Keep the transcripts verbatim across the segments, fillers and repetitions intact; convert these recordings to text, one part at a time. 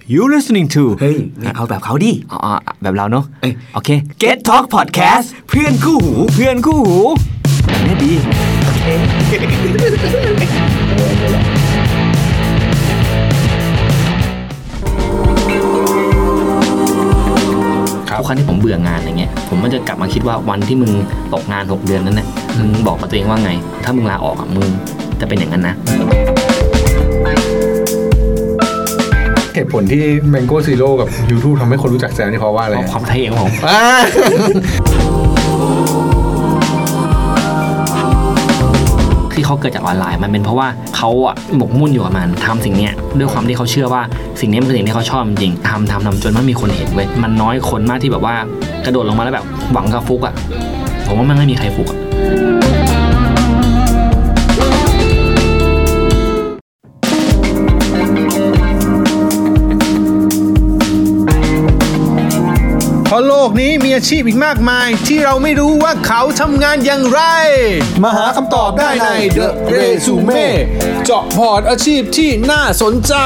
You listening to เฮ้ยไม่เอาแบบเขาดิอ๋อแบบเราเนาะโอเค Get Talk Podcast เพื่อนคู่หูเพื่อนคู่หูแบบนี้ดีโอเคทุกครั้งที่ผมเบื่องานอย่างเงี้ยผมก็จะกลับมาคิดว่าวันที่มึงตกงานหกเดือนนั้นน่ะมึงบอกกับตัวเองว่าไงถ้ามึงลาออกอ่ะมึงจะเป็นอย่างนั้นนะเหตุผลที่ Mango Zero กับ YouTube ทำให้คนรู้จักแซมนี่เพราะว่าอะไรความเท่ของผมที่เขาเกิดจากออนไลน์มันเป็นเพราะว่าเขาอะหมกมุ่นอยู่กับมันทำสิ่งนี้ด้วยความที่เขาเชื่อว่าสิ่งนี้เป็นสิ่งที่เขาชอบจริงทำทำทำจนมันมีคนเห็นเว้ยมันน้อยคนมากที่แบบว่ากระโดดลงมาแล้วแบบหวังกับฟุกอะผมว่ามันไม่มีใครฟุกอะเพราะโลกนี้มีอาชีพอีกมากมายที่เราไม่รู้ว่าเขาทำงานอย่างไรมาหาคำตอบได้ใน The Resume เจาะพอร์ตอาชีพที่น่าสนใจ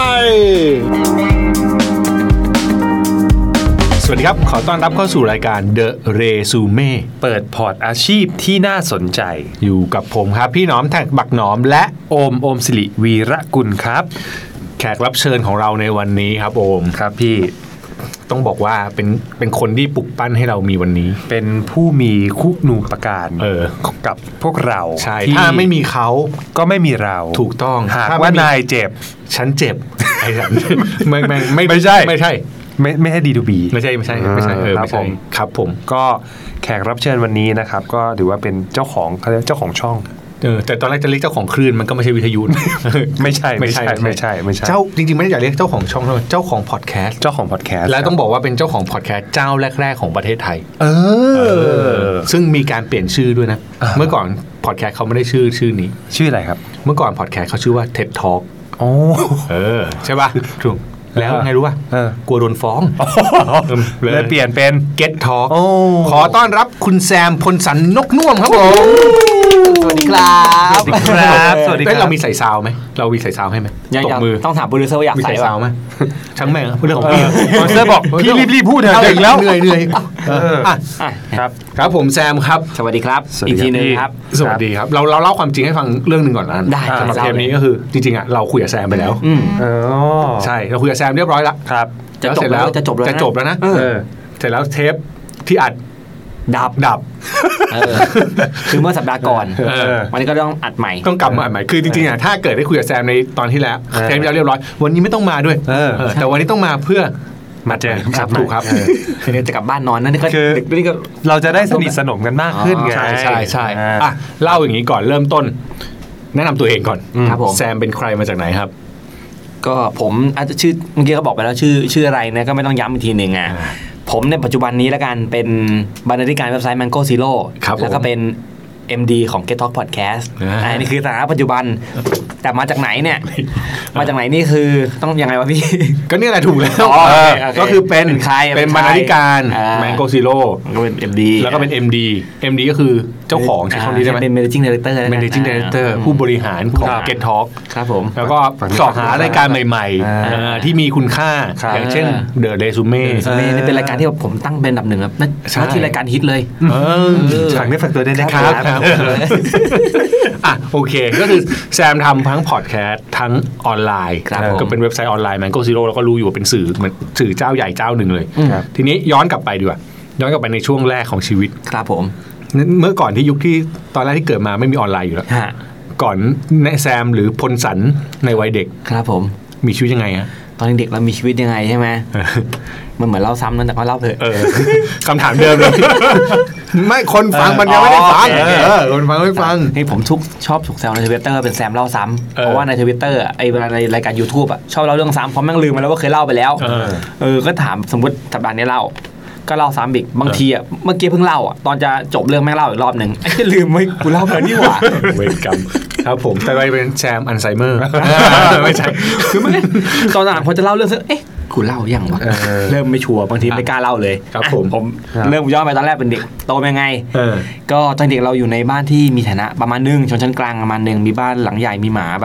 สวัสดีครับขอต้อนรับเข้าสู่รายการ The Resume เปิดพอร์ตอาชีพที่น่าสนใจอยู่กับผมครับพี่หนอมแท็กบักหนอมและโอมโอมศิริวีระกุลครับแขกรับเชิญของเราในวันนี้ครับโอมครับพี่ต้องบอกว่าเป็นเป็นคนที่ปลุกปั้นให้เรามีวันนี้เป็นผู้มีคุณูปการเออกับพวกเราใช่ถ้าไม่มีเขาก็ไม่มีเราถูกต้องหากว่านายเจ็บฉันเจ็บไอ้สันไม่ไม่ไม่ไม่ใช่ไม่ใช่ไม่ไม่ใช่ ดี ทู บีไม่ใช่ไม่ใช่ไม่ใช่เออไม่ใช่ครับผมก็แขกรับเชิญวันนี้นะครับก็ถือว่าเป็นเจ้าของเขาเรียกเจ้าของช่องเออแต่ตอนแรกจะเรียกเจ้าของคลื่นมันก็ไม่ใช่วิทยุไม่ใช่ไม่ใช่ไม่ใช่ไม่ใช่เจ้าจริงๆไม่ได้อยากเรียกเจ้าของช่องเจ้าของพอดแคสต์เจ้าของพอดแคสต์แล้วต้องบอกว่าเป็นเจ้าของพอดแคสต์เจ้าแรกๆของประเทศไทยเออซึ่งมีการเปลี่ยนชื่อด้วยนะเมื่อก่อนพอดแคสต์เขาไม่ได้ชื่อชื่อนี้ชื่ออะไรครับเมื่อก่อนพอดแคสต์เขาชื่อว่า เท็ด Talk อ๋อเออใช่ป่ะถูกแล้วไงรู้ป่ะกลัวโดนฟ้องเลยเปลี่ยนเป็น Get Talk ขอต้อนรับคุณแซมพลสันนกน่วมครับผมสวัสดีครับสวัสดีครับสวัสดีครับเรามีใส่ซาวไหมเรามีใส่ซาวให้ไหมตบมือต้องถามโปรดิวเซอร์ว่าอยากใส่ซาวไหมช่างแม่งเรื่องของพี่โปรดิวเซอร์บอกพี่รีบๆพูดเถอะเด็กแล้วเหนื่อยเหนื่อยครับครับผมแซมครับสวัสดีครับอีกทีนึงครับสวัสดีครับเราเราเล่าความจริงให้ฟังเรื่องนึงก่อนนะได้สำหรับเทปนี้ก็คือจริงๆอ่ะเราคุยกับแซมไปแล้วใช่เราคุยกับแซมเรียบร้อยแล้วครับจะจบแล้วจะจบแล้วจะจบแล้วนะเสร็จแล้วเทปที่อัดดับดับคือเมื่อสัปดาห์ก่อนวันนี้ก็ต้องอัดใหม่ต้องกลับมาอัดใหม่คือจริงๆอ่ะถ้าเกิดได้คุยกับแซมในตอนที่แล้วเทปที่แล้วเรียบร้อยวันนี้ไม่ต้องมาด้วยแต่วันนี้ต้องมาเพื่อมาเจอครับถูกครับทีนี้จะกลับบ้านนอนนั่นนี่ก็นี่ก็เราจะได้สนิทสนมกันมากขึ้นไงใช่ใช่ใช่อ่ะเล่าอย่างนี้ก่อนเริ่มต้นแนะนำตัวเองก่อนแซมเป็นใครมาจากไหนครับก็ผมอาจจะชื่อเมื่อกี้เขาบอกไปแล้วชื่อชื่ออะไรนะก็ไม่ต้องย้ำอีกทีหนึ่งอ่ะผมในปัจจุบันนี้แล้วกันเป็นบรรณาธิการเว็บไซต์ Mango Zero แล้วก็เป็น เอ็ม ดี ของ Get Talk Podcast อันนี้คือสถานะปัจจุบันแต่มาจากไหนเนี่ยมาจากไหนนี่คือต้องยังไงวะพี่ก็นี่แหละถูกแล้วก็คือเป็นเป็นบรรณาธิการ Mango Zero ก็เป็น เอ็ม ดีแล้วก็เป็น เอ็ม ดี เอ็ม ดี ก็คือเจ้าของใช้คำนี้ใช่ไหมเป็น Managing Director Managing Director ผู้บริหารของ Get Talk ครับผมแล้วก็สอบหารายการใหม่ๆที่มีคุณค่าอย่างเช่น The Resume นี่เป็นรายการที่ผมตั้งเป็นอันดับหนึ่งครับนั่นคือรายการฮิตเลยฝากได้ฝากตัวได้นะครับอ่ะโอเคก็คือแซมทำทั้งพอดแคสต์ทั้งออนไลน์ก็เป็นเว็บไซต์ออนไลน์ Mango Zero แล้วก็รู้อยู่ว่าเป็นสื่อสื่อเจ้าใหญ่เจ้าหนึ่งเลยทีนี้ย้อนกลับไปดีกว่าย้อนกลับไปในช่วงแรกของชีวิตครับผมเมื่อก่อนที่ยุคที่ตอนแรกที่เกิดมาไม่มีออนไลน์อยู่แล้วก่อนแนแซมหรือพลสันในวัยเด็กครับผมมีชีวิตยังไงฮะตอนเด็กเรามีชีวิตยังไงใช่ไหมมันเหมือนเล่าซ้ำนั่นแต่ก็เล่าเถอะคำถามเดิมเลยไม่คนฟังมันยังไม่ได้ฟังคนฟังไม่ฟังให้ผมทุกชอบถูกแซวในทวิตเตอร์เป็นแซมเล่าซ้ำเพราะว่าในทวิตเตอร์ไอ้เวลาในรายการ YouTube อ่ะชอบเล่าเรื่องซ้ำเพราะแม่งลืมไปแล้วว่าเคยเล่าไปแล้วเออก็ถามสมมติสัปดาห์นี้เล่าก็เล่าซ้ำอีกบางทีอ่ะเมื่อกี้เพิ่งเล่าอ่ะตอนจะจบเรื่องแม่งเล่าอีกรอบนึงไอ้ที่ลืมไม่กูเล่าไปนี่หว่าเวรกรรมครับผมแต่ไปเป็นแซมอัลไซเมอร์ไม่ใช่คือไม่ตอนหลังพอจะเล่าเรื่องเอ๊ะกูเล่ายังวะเริ่มไม่ชัวร์บางทีไม่กล้าเล่าเลยครับผมผมเริ่มย้อนไปตอนแรกเป็นเด็กโตเป็นไงก็ตอนเด็กเราอยู่ในบ้านที่มีฐานะประมาณนึงชนชั้นกลางประมาณนึงมีบ้านหลังใหญ่มีหมาแบบ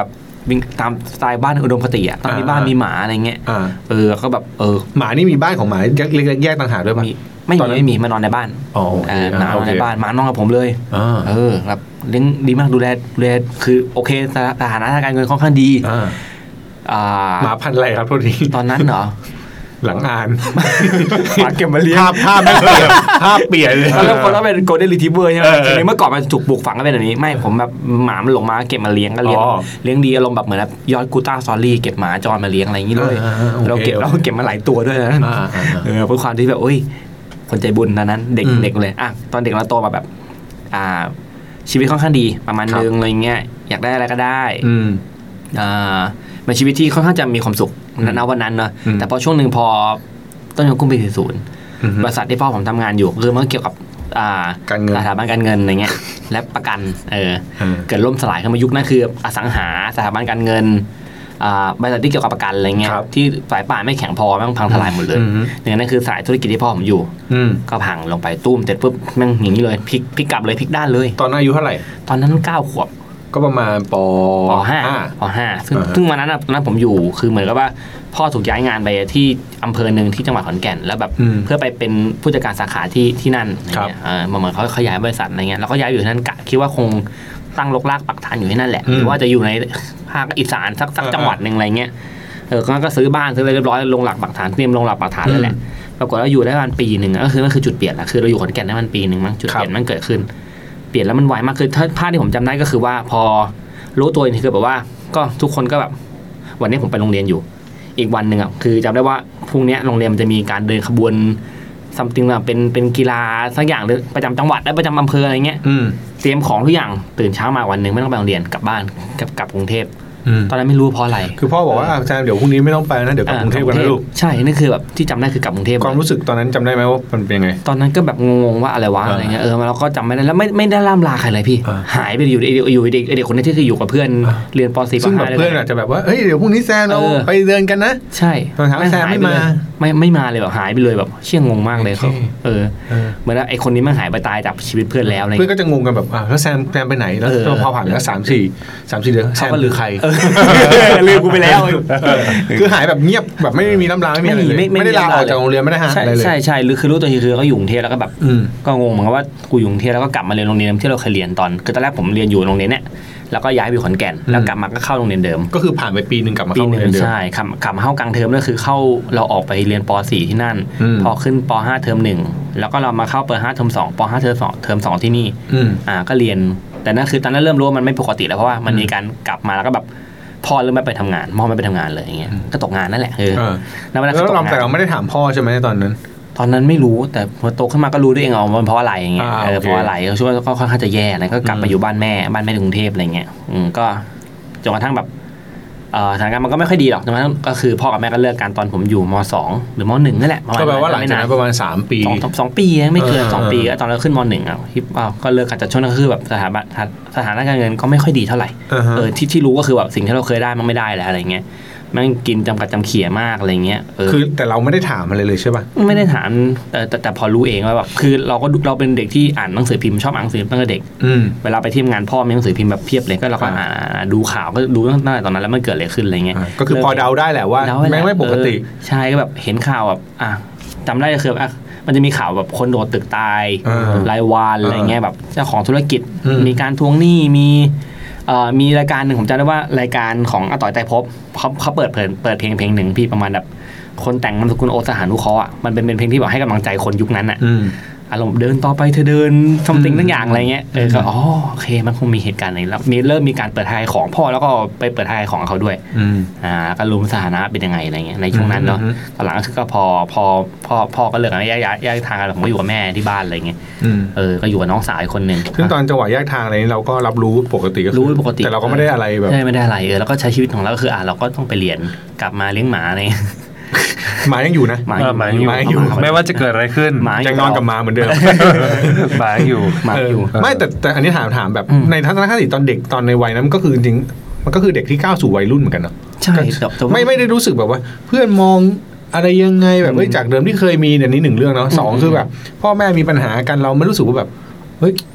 วิ่งตามสไตล์บ้านอุดมคติอ่ะต้องมีบ้านมีหมาอะไรเงี้ยเออก็แบบเออหมานี่มีบ้านของหมาเล็กๆแยกต่างหากด้วยมั้ยไม่มีไม่มีมานอนในบ้านอ๋อหมานอนในบ้านหมานอนกับผมเลยเออแบบเลี้ยงดีมากดูแลดูแลคือโอเคสถานะทางการเงินค่อนข้างดีหมาพันธุ์อะไรครับพวกนี้ตอนนั้นเหรอหลังอ่านหมาเก็บมาเลี้ยงภาพภาพไม่เปลี่ยนภาพเปลี่ยนเลยแล้วคนแล้วเป็นโกลเด้นรีทรีเวอร์ใช่ไหมทีนี้เมื่อก่อนมันถูกปลูกฝังกันเป็นแบบนี้ไม่ผมแบบหมามันหลงมาเก็บมาเลี้ยงก็เลี้ยงเลี้ยงดีอารมณ์แบบเหมือนแบบยอดกูต้าซอรี่เก็บหมาจรมาเลี้ยงอะไรอย่างนี้เลยเราเก็บเราเก็บมาหลายตัวด้วยนะเออเพื่อความที่แบบโอ้ยคนใจบุญตอนนั้นเด็กเด็กเลยอ่ะตอนเด็กเราโตมาแบบอ่าชีวิตค่อนข้างดีประมาณนึงอะไรเงี้ยอยากได้อะไรก็ได้อ่าเป็นชีวิตที่ค่อนข้างจะมีความสุขณวันนั้นเนาะแต่พอช่วงหนึ่งพอต้นยกกุ้งปีสี่สิบบริษัทที่พ่อผมทำงานอยู่คือมันเกี่ยวกับสถาบันการเงินอะไรเงี้ยและประกันเออเกิดล่มสลายขึ้นมายุคนั้นคืออสังหาสถาบันการเงินบริษัทที่เกี่ยวกับประกันอะไรเงี้ยที่สายป่านไม่แข็งพอแม่งพังทลายหมดเลยเนี่ยนั่นคือสายธุรกิจที่พ่อผมอยู่ก็พังลงไปตุ้มเสร็จปุ๊บแม่งอย่างนี้เลยพลิกพลิกกลับเลยพลิกด้านเลยตอนนั้นอายุเท่าไหร่ตอนนั้นเก้าขวบก็ประมาณป. ห้า ป.ห้า ซึ่งซึ่งวันนั้นตอนนั้นผมอยู่คือเหมือนกับว่าพ่อถูกย้ายงานไปที่อำเภอหนึ่งที่จังหวัดขอนแก่นแล้วแบบเพื่อไปเป็นผู้จัดการสาขาที่ที่นั่นอะไรเงี้ยเหมือนเขาขยายบริษัทอะไรเงี้ยแล้วก็ย้ายอยู่ที่นั่นกะคิดว่าคงตั้งรกรากปักฐานอยู่ที่นั่นแหละหรือว่าจะอยู่ในภาคอีสานสักสักจังหวัดนึงอะไรเงี้ยเออก็ซื้อบ้านซื้ออะไรเรียบร้อยลงหลักปักฐานเตรียมลงหลักปักฐานนั่นแหละปรากฏว่าอยู่ได้ประมาณปีนึงก็คือนั่นคือจุดเปลี่ยนละคือเราอยู่ขอนแก่นได้ประมาณปีนึงมั้งจุดเปลี่ยนมันเกิดขึ้นเปลี่ยนแล้วมันไวมากคือถ้าภาพที่ผมจำได้ก็คือว่าพอรู้ตัวนี่คือแบบว่าก็ทุกคนก็แบบวันนี้ผมไปโรงเรียนอยู่อีกวันหนึ่งอ่ะคือจำได้ว่าพรุ่งนี้โรงเรียนมันจะมีการเดินขบวนซัมติงเป็นเป็นกีฬาสักอย่างหรือประจำจังหวัดและประจำอำเภออะไรเงี้ยเตรียมของทุกอย่างตื่นเช้ามาวันนึงไม่ต้องไปโรงเรียนกลับบ้านกลับกลับกรุงเทพตอนนั้นไม่รู้เพราะอะไรคือพ่อบอกว่าอาจารย์เดี๋ยวพรุ่งนี้ไม่ต้องไปนะเดี๋ยวกลับกรุงเทพกันนะลูกใช่นี่คือแบบที่จำได้คือกลับกรุงเทพความรู้สึกตอนนั้นจำได้ไหมว่ามันเป็นยังไงตอนนั้นก็แบบงงๆว่าอะไรวะอะไรเงี้ยเออเราก็จำไม่ได้แล้วไม่ไม่ได้ล่ำลาใครเลยพี่หายไปอยู่อยู่เด็กเด็กคนนี้ที่คืออยู่กับเพื่อนเรียนป.สี่ ป.ห้าเพื่อนอาจจะแบบว่าเฮ้ยเดี๋ยวพรุ่งนี้แซมเราไปเดินกันนะใช่ตอนเช้าแซมไม่มาไม่ไม่มาเลยแบบหายไปเลยแบบเชี่ยงงมากเลยเขาเออเหมือนไอ้คนนี้มันหายไปตายจากชีวิตเพื่อนแล้วเพื่อนก็จะงงกันแบบอ่าแล้วแซมแซมไปไหนแล้วพอผ่านแล้วสามสี่ สามสี่เดือนแซมคือใครลืมกูไปแล้วคือหายแบบเงียบแบบไม่มีน้ำลาไม่มีอะไรไม่ได้ลาออกจากโรงเรียนไม่ได้หาอะไรเลยใช่ใช่คือรู้ตัวทีคือเขาอยู่กรุงเทพแล้วก็แบบก็งงเหมือนกับว่ากูอยู่กรุงเทพแล้วก็กลับมาเรียนโรงเรียนที่เราเคยเรียนตอนคือตอนแรกผมเรียนอยู่โรงเรียนเนี้ยแล้วก็ย้ายไปขอนแก่นแล้วกลับมาก็เข้าโรงเรียนเดิมก็คือผ่านไปปีนึงกลับมาเข้าโรงเรียนเดิมใช่กลับมาเข้ากลางเทอมก็คือเข้าเราออกไปเรียนป.สี่ ที่นั่นพอขึ้นป.ห้า เทอมหนึ่งแล้วก็เรามาเข้าป.ห้า เทอมสองป.ห้า เทอมสองเทอมสองที่นี่อ่าก็เรียนแต่นั่นคือตอนนั้นเริ่มรู้ว่ามันไม่ปกติแล้วเพราะว่ามันมีการกลับมาแล้วก็แบบพ่อเริ่มไม่ไปทำงานพ่อไม่ไปทำงานเลยอย่างเงี้ยก็ตกงานนั่นแหละเออแล้วเราแต่เราไม่ได้ถามพ่อใช่ไหมตอนนั้นตอนนั้นไม่รู้แต่พอโตขึ้นมาก็รู้ได้เองว่ามันเพราะอะไรอย่างเงี้ยเออเพราะอะไรก็ช่วยก็ค่อนข้างจะแย่นะก็กลับมาอยู่บ้านแม่บ้านแม่ในกรุงเทพอะไรเงี้ยอืมก็จนกระทั่งแบบสถานการณ์มันก็ไม่ค่อยดีหรอกจนกระทั่งก็คือพ่อกับแม่ก็เลิกกันตอนผมอยู่ม.สองหรือม.หนึ่งนั่นแหละก็แปลว่าหลังจากนั้นประมาณสามปีสองปีไม่เกินสองปีตอนเราขึ้นม.หนึ่งอ่ะก็เลิกกันแต่ช่วงนั้นก็คือแบบสถาบันสถานะการเงินก็ไม่ค่อยดีเท่าไหร่เออที่ที่รู้ก็คือแบบสิ่งที่เราเคยได้มันไม่ได้แล้วอะไรเงี้ยมันกินจำกัดจำเขี่ยมากอะไรเงี้ยคือแต่เราไม่ได้ถามอะไรเลยใช่ป่ะไม่ได้ถามแต่แต่แต่พอรู้เองว่าแบบคือเราก็เราเป็นเด็กที่อ่านหนังสือพิมพ์ชอบอ่านหนังสือตั้งแต่เด็กเวลาไปที่ทำงานพ่อมีหนังสือพิมพ์แบบเพียบเลยก็เราก็อ่านดูข่าวก็ดูตั้งแต่ตอนนั้นแล้วมันเกิดอะไรขึ้นอะไรเงี้ยก็คือพอเดาได้แหละว่าแม่งไม่ปกติใช่ก็แบบเห็นข่าวแบบอ่ะจำได้ก็คืออ่ะมันจะมีข่าวแบบคนโดดตึกตายรายวันอะไรเงี้ยแบบเจ้าของธุรกิจมีการทวงหนี้มีมีรายการหนึ่งผมจำได้ว่ารายการของอาต่อยไตรภพเขาเขาเปิดเปิดเปิดเพลงเพลงหนึ่งพี่ประมาณแบบคนแต่งนามสกุลโอสถานุเคราะห์อ่ะมันเป็นเป็นเพลงที่แบบให้กำลังใจคนยุคนั้นอ่ะอารมณ์เดินต่อไปเธอเดินซัมติงทั้งอย่างอะไรเงี้ยเออก็อ๋อโอเคมันคงมีเหตุการณ์นี้แล้วมีเริ่มมีการเปิดทายของพ่อแล้วก็ไปเปิดทายของเขาด้วยอ่าก็รู้สถานะเป็นยังไงอะไรเงี้ยในช่วงนั้นเนาะตอนหลังก็คือก็พอพอพ่อพ่อก็เลิกกันแยกย้ายแยกทางกันผมก็อยู่กับแม่ที่บ้านอะไรเงี้ยเออก็อยู่กับน้องสาวอีกคนนึงซึ่งตอนจังหวะแยกทางอะไรนี้เราก็รับรู้ปกติก็รู้ปกติแต่เราก็ไม่ได้อะไรแบบใช่ไม่ได้อะไรเออแล้วก็ใช้ชีวิตของเราก็คืออ่าเราก็ต้องไปเรียนกลับมาเลี้ยงหมาอะไรหมายังอยู่นะหมาหมาอยู่ไม่ว่าจะเกิดอะไรขึ้นยังนอนกับหมาเหมือนเดิมหมาอยู่หมาอยู่ไม่แต่แต่อันนี้ถามถามแบบในทัศนคติตอนเด็กตอนในวัยนั้นก็คือจริงมันก็คือเด็กที่ก้าวสู่วัยรุ่นเหมือนกันเนาะใช่ไม่ไม่ได้รู้สึกแบบว่าเพื่อนมองอะไรยังไงแบบเฮ้ยจากเดิมที่เคยมีเนี่ยนี้หนึ่งเรื่องเนาะสองคือแบบพ่อแม่มีปัญหากันเราไม่รู้สึกว่าแบบเฮ้ย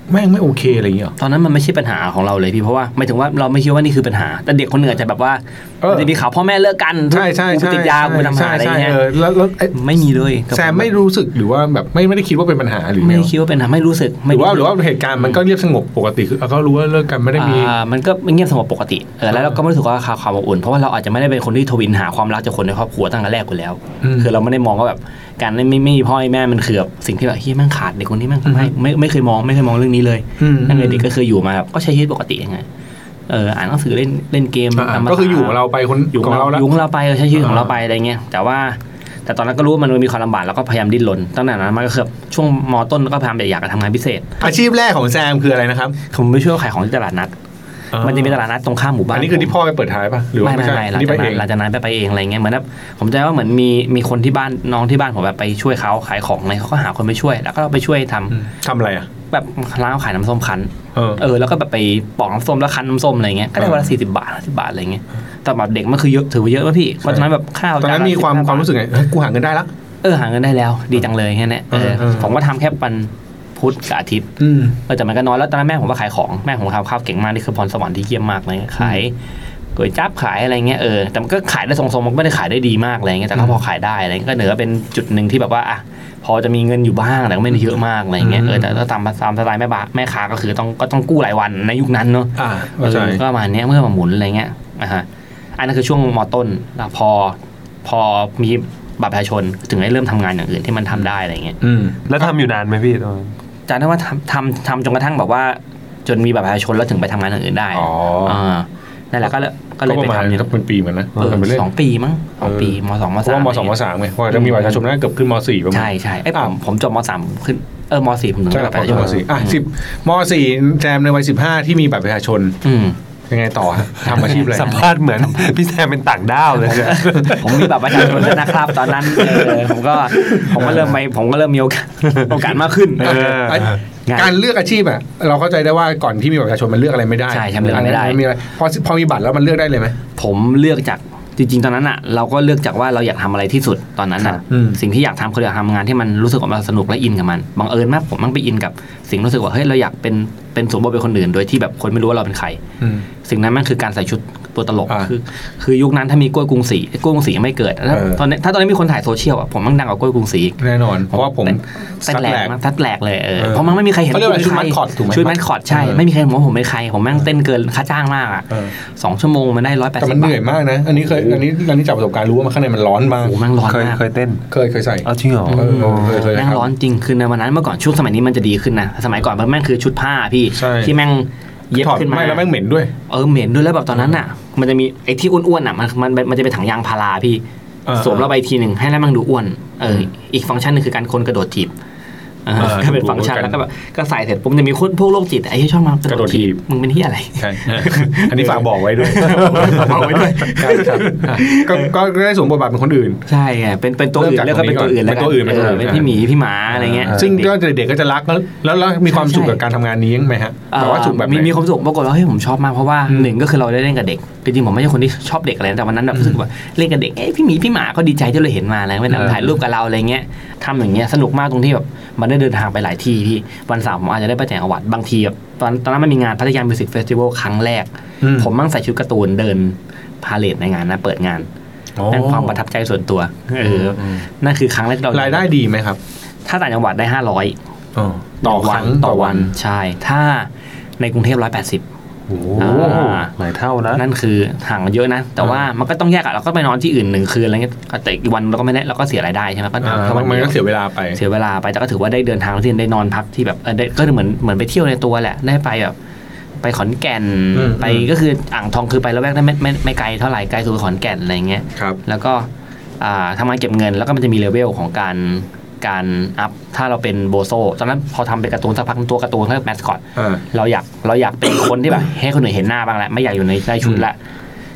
แม่งไม่โอเคอะไรอย่างเงี้ยตอนนั้นมันไม่ใช่ปัญหาของเราเลยพี่เพราะว่าหมายถึงว่าเราไม่คิดว่านี่คือปัญหาแต่เด็กคนหนึ่งอาจจะแบบว่าจะมีข่าวพ่อแม่เลิกกันใช่ใช่ใช่ติดยาไปทำหาอะไรเงี้ยแล้วแล้วไม่มีเลยแซมไม่รู้สึกหรือว่าแบบไม่ไม่ได้คิดว่าเป็นปัญหาหรือไม่คิดว่าเป็นปัญหาไม่รู้สึกหรือว่าหรือว่าเหตุการณ์มันก็เงียบสงบปกติคือเขารู้ว่าเลิกกันไม่ได้มีมันก็เงียบสงบปกติเออแล้วเราก็ไม่รู้สึกว่าข่าวความอบอุ่นเพราะว่าเราอาจจะไม่ได้เป็นคนที่ทวินหาความรักจากคนในครอบครัวตั้งแต่แรกอยู่แล้วคือเราไม่ได้มองว่าแบบการไม่ไม่มีพ่อแม่มันคือแบบสิ่งที่แบบเฮ้ยแม่งขาดเด็กคนนี้แม่งไม่ไม่ไม่เคยมองไม่เคยมองเรื่องนี้เลยตั้งแต่เด็กก็คืออยู่มาแบบก็ใช้ชีวิตปกติยังไงเอออ่านหนังสือเล่นเล่นเกมก็คืออยู่ของเราไปคนอยู่ของเราอยู่ของเราไปใช้ชีวิตของเราไปอะไรเงี้ยแต่ว่าแต่ตอนนั้นก็รู้ว่ามันมีความลำบากแล้วก็พยายามดิ้นรนตั้งแต่นั้นมาก็คือช่วงม.ต้นก็พยายามอยากจะทำงานพิเศษอาชีพแรกของแซมคืออะไรนะครับผมไปช่วยขายของที่ตลาดนัดมันจะมีตลาดนัดตรงข้ามหมู่บ้านอันนี้คือที่พ่อไปเปิดท้ายป่ะหรือว่าไม่ไม่หลังจากนั้นหลังจากนั้นไปไปเองอะไรเงี้ยเหมือนแบบผมจำว่าเหมือนมีมีคนที่บ้านน้องที่บ้านผมแบบไปช่วยเขาขายของอะไรเขาก็หาคนไปช่วยแล้วก็ไปช่วยทำทำอะไรอ่ะแบบร้านขายน้ำส้มคั้นเออแล้วก็แบบไปปอกน้ำส้มแล้วคั้นน้ำส้มอะไรเงี้ยก็ได้วันละสี่สิบบาทห้าสิบบาทอะไรเงี้ยแต่แบบเด็กมันคือเยอะถือว่าเยอะป่ะพี่เพราะฉะนั้นแบบข้าวตอนนั้นมีความความรู้สึกไงกูหาเงินได้ละเออหาเงินได้แล้วดีจังเลยแค่นี้เออผมก็ทำแค่ปันพุธกับอาทิตย์เออแต่มันก็น้อยแล้วตอนนั้นแม่ผมก็ขายของแม่ผมทำข้าวเก่งมากนี่คือพรสวรรค์ที่เยี่ยมมากเลยขายก๋วยจั๊บขายอะไรเงี้ยเออแต่มันก็ขายได้ทรงๆมันไม่ได้ขายได้ดีมากอะไรเงี้ยแต่ก็พอขายได้อะไรก็เหนือเป็นจุดนึงที่แบบว่าอ่ะพอจะมีเงินอยู่บ้างแต่ก็ไม่ได้เยอะมากอะไรเงี้ยเออแต่ถ้าตามตามสไตล์แม่บ้านแม่ค้าก็คือต้องก็ต้องกู้หลายวันในยุคนั้นเนาะก็ประมาณนี้เมื่อมาหมุนอะไรเงี้ยอ่ะฮะอันนั้นคือช่วงม.ต้นแล้วพอพอมีบัตรประชาชนถึงได้เริ่มทำงานอย่างอื่นที่มันทำได้อะไรเงี้ยแล้วทำอยู่นานไหมพี่ตอนจำได้ว่าทำทำทำจนกระทั่งแบบว่าจนมีบัตรประชาชนแล้วถึงไปทำงานอย่างอื่นได้อ๋อนั่นแหละก็เลยก็เลยไปทำเนี่ยเป็นปีมันนะสองปีมั้งสองปีม.สองม.สามม.สองม.สามไงเพราะจะมีบัตรประชาชนน่าเกือบขึ้นม.สี่ประมาณใช่ใช่ไอ้ผมผมจบม.สามขึ้นเออม.สี่ผมถึงได้บัตรประชาชนม.สี่อ่ะสิบม.สี่แจมในวัยสิบห้าที่มีบัตรประชาชนยังไงต่อทำอาชีพอะไรสัมภาษณ์เหมือนพี่แซมเป็นต่างด้าวเลยผมมีแบบประชาชนนะครับตอนนั้นผมก็ผมก็เริ่มไปผมก็เริ่มมีโอกาสโอกาสมากขึ้นการเลือกอาชีพอ่ะเราเข้าใจได้ว่าก่อนที่มีบัตรประชาชนมันเลือกอะไรไม่ได้ใช่ใช่เลือกไม่ได้มีอะไรพอพอมีบัตรแล้วมันเลือกได้เลยไหมผมเลือกจากจริงๆตอนนั้นอ่ะเราก็เลือกจากว่าเราอยากทำอะไรที่สุดตอนนั้นอ่ะสิ่งที่อยากทำคืออยากทำงานที่มันรู้สึกว่ามันสนุกและอินกับมันบังเอิญมากผมมันไปอินกับสิ่งรู้สึกว่าเฮ้ยเราอยากเป็นเป็นสมบูรณ์เป็นคนอื่นโดยที่แบบคนไม่รู้ว่าเราเป็นใครสิ่งนั้นมันคือการใส่ชุดตัวตลกคือคือยุคนั้นถ้ามีกล้วยกรุงศรีกล้วยกรุงศรีไม่เกิดตอนนี้ถ้าตอนนี้มีคนถ่ายโซเชียลอ่ะผมมันดังกว่ากล้วยกรุงศรีแน่นอนเพราะว่าผมซัดแหลกซัดแหลกเลยเออเพราะมันไม่มีใครเห็นผมเป็นใครชุดแมสคอตใช่ไม่มีใครเห็นว่าผมเป็นใครผมแม่งเต้นเกินค่าจ้างมากอ่ะสองชั่วโมงมันได้ร้อยแปดสิบบาทแต่มันเหนื่อยมากนะอันนี้เคยอันนี้อันนี้จากประสบการณ์รู้ว่ามันข้างในมันร้อนมากโอ้แม่งร้อนมากเคยเต้นเคยเคยใส่เอาจริงเหรอแม่งร้อนจริงคือในวันนั้นเมื่อก่อนช่วงสมัยนี้มันจะดีขึ้นนะสมัยก่อนแม่งคือชุดผ้าพี่ที่แม่งเย็บขึ้นมาไม่แล้วแม่งเหม็นด้วยเออเหม็นด้วยแล้วแบบตอนนั้นอ่ะมันจะมีไอ้ที่อ้วนๆอ่ะมันมันมันจะเป็นถังยางพาราพี่สวมเราไปทีหนึ่งให้แล้วมันดูอ้วนเอออีกฟังก์ชันนึงคือการคนกระโดดถีบก็เป็นฟังก์ชันแล้วก็แบบก็ใส่เสร็จปุ๊บจะมีพวกโรคจิตไอ้ที่ชอบมากระโดดถีบมึงเป็นที่อะไรใช่อันนี้ฝากบอกไว้ด้วยบอกไว้ด้วยก็ก็ได้สวมบทบาทเป็นคนอื่นใช่ไงเป็นเป็นตัวอื่นแล้วก็เป็นตัวอื่นแล้วตัวอื่นเป็นพี่หมีพี่หมาอะไรเงี้ยซึ่งก็เด็กๆก็จะรักแล้วแล้วมีความสุขกับการทำงานนี้ไหมฮะแต่ว่าสุขแบบมีมีความสุขปรากฏว่าเฮ้ยผมชอบมากเพราะว่าหนึ่งก็คือเราได้เล่นกับเด็กจริงๆผมไม่ใช่คนที่ชอบเด็กอะไรแต่วันนั้นแบบรู้สึกว่าเล่นกับเด็กเอ้พี่หมีพี่หมาก็ดีใจที่เราเห็นมาอะไรไม่นำถ่ายรูปกับเราอะไรเงี้ยทำอย่างเงี้ยสนุกมากตรงที่แบบมันได้เดินทางไปหลายที่พี่วันเสาร์ผมอาจจะได้ไปแต่งจังหวัดบางทีแบบตอนตอนนั้นมันมีงานพัทยามิวสิกเฟสติวัลครั้งแรกผมมั่งใส่ชุดการ์ตูนเดินพาเลทในงานนะเปิดงานนั่นความประทับใจส่วนตัวเออนั่นคือครั้งแรกเรารายได้ดีไหมครับถ้าต่างจังหวัดได้ห้าร้อยต่อวันต่อวันใช่ถ้าในกรุงเทพร้อยแปดสิบโอ้หลายเท่านะนั่นคือห่างกันเยอะนะแต่ว่ามันก็ต้องแยกอ่ะเราก็ไปนอนที่อื่นหนึ่งคืนอะไรเงี้ยแต่อีกวันเราก็ไม่ได้เราก็เสียรายได้ใช่ไหมก็มันก็เสียเวลาไปเสียเวลาไปแต่ก็ถือว่าได้เดินทางที่ได้นอนพักที่แบบเออก็เหมือนเหมือนไปเที่ยวในตัวแหละได้ไปแบบไปขอนแก่นไปก็คืออ่างทองคือไปแล้วแวกได้ไม่ไม่ไม่ไกลเท่าไหร่ไกลสุดขอนแก่นอะไรเงี้ยแล้วก็ทำงานเก็บเงินแล้วก็มันจะมีเลเวลของการการอัพถ้าเราเป็นโบโซตอนนั้นพอทำเป็นการ์ตูนสักพักตัวการ์ตูนเขาเรียกแมสคอตเราอยากเราอยากเป็นคนที่แบบให้คนอื่นเห็นหน้าบ้างแหละไม่อยากอยู่ในในชุดละ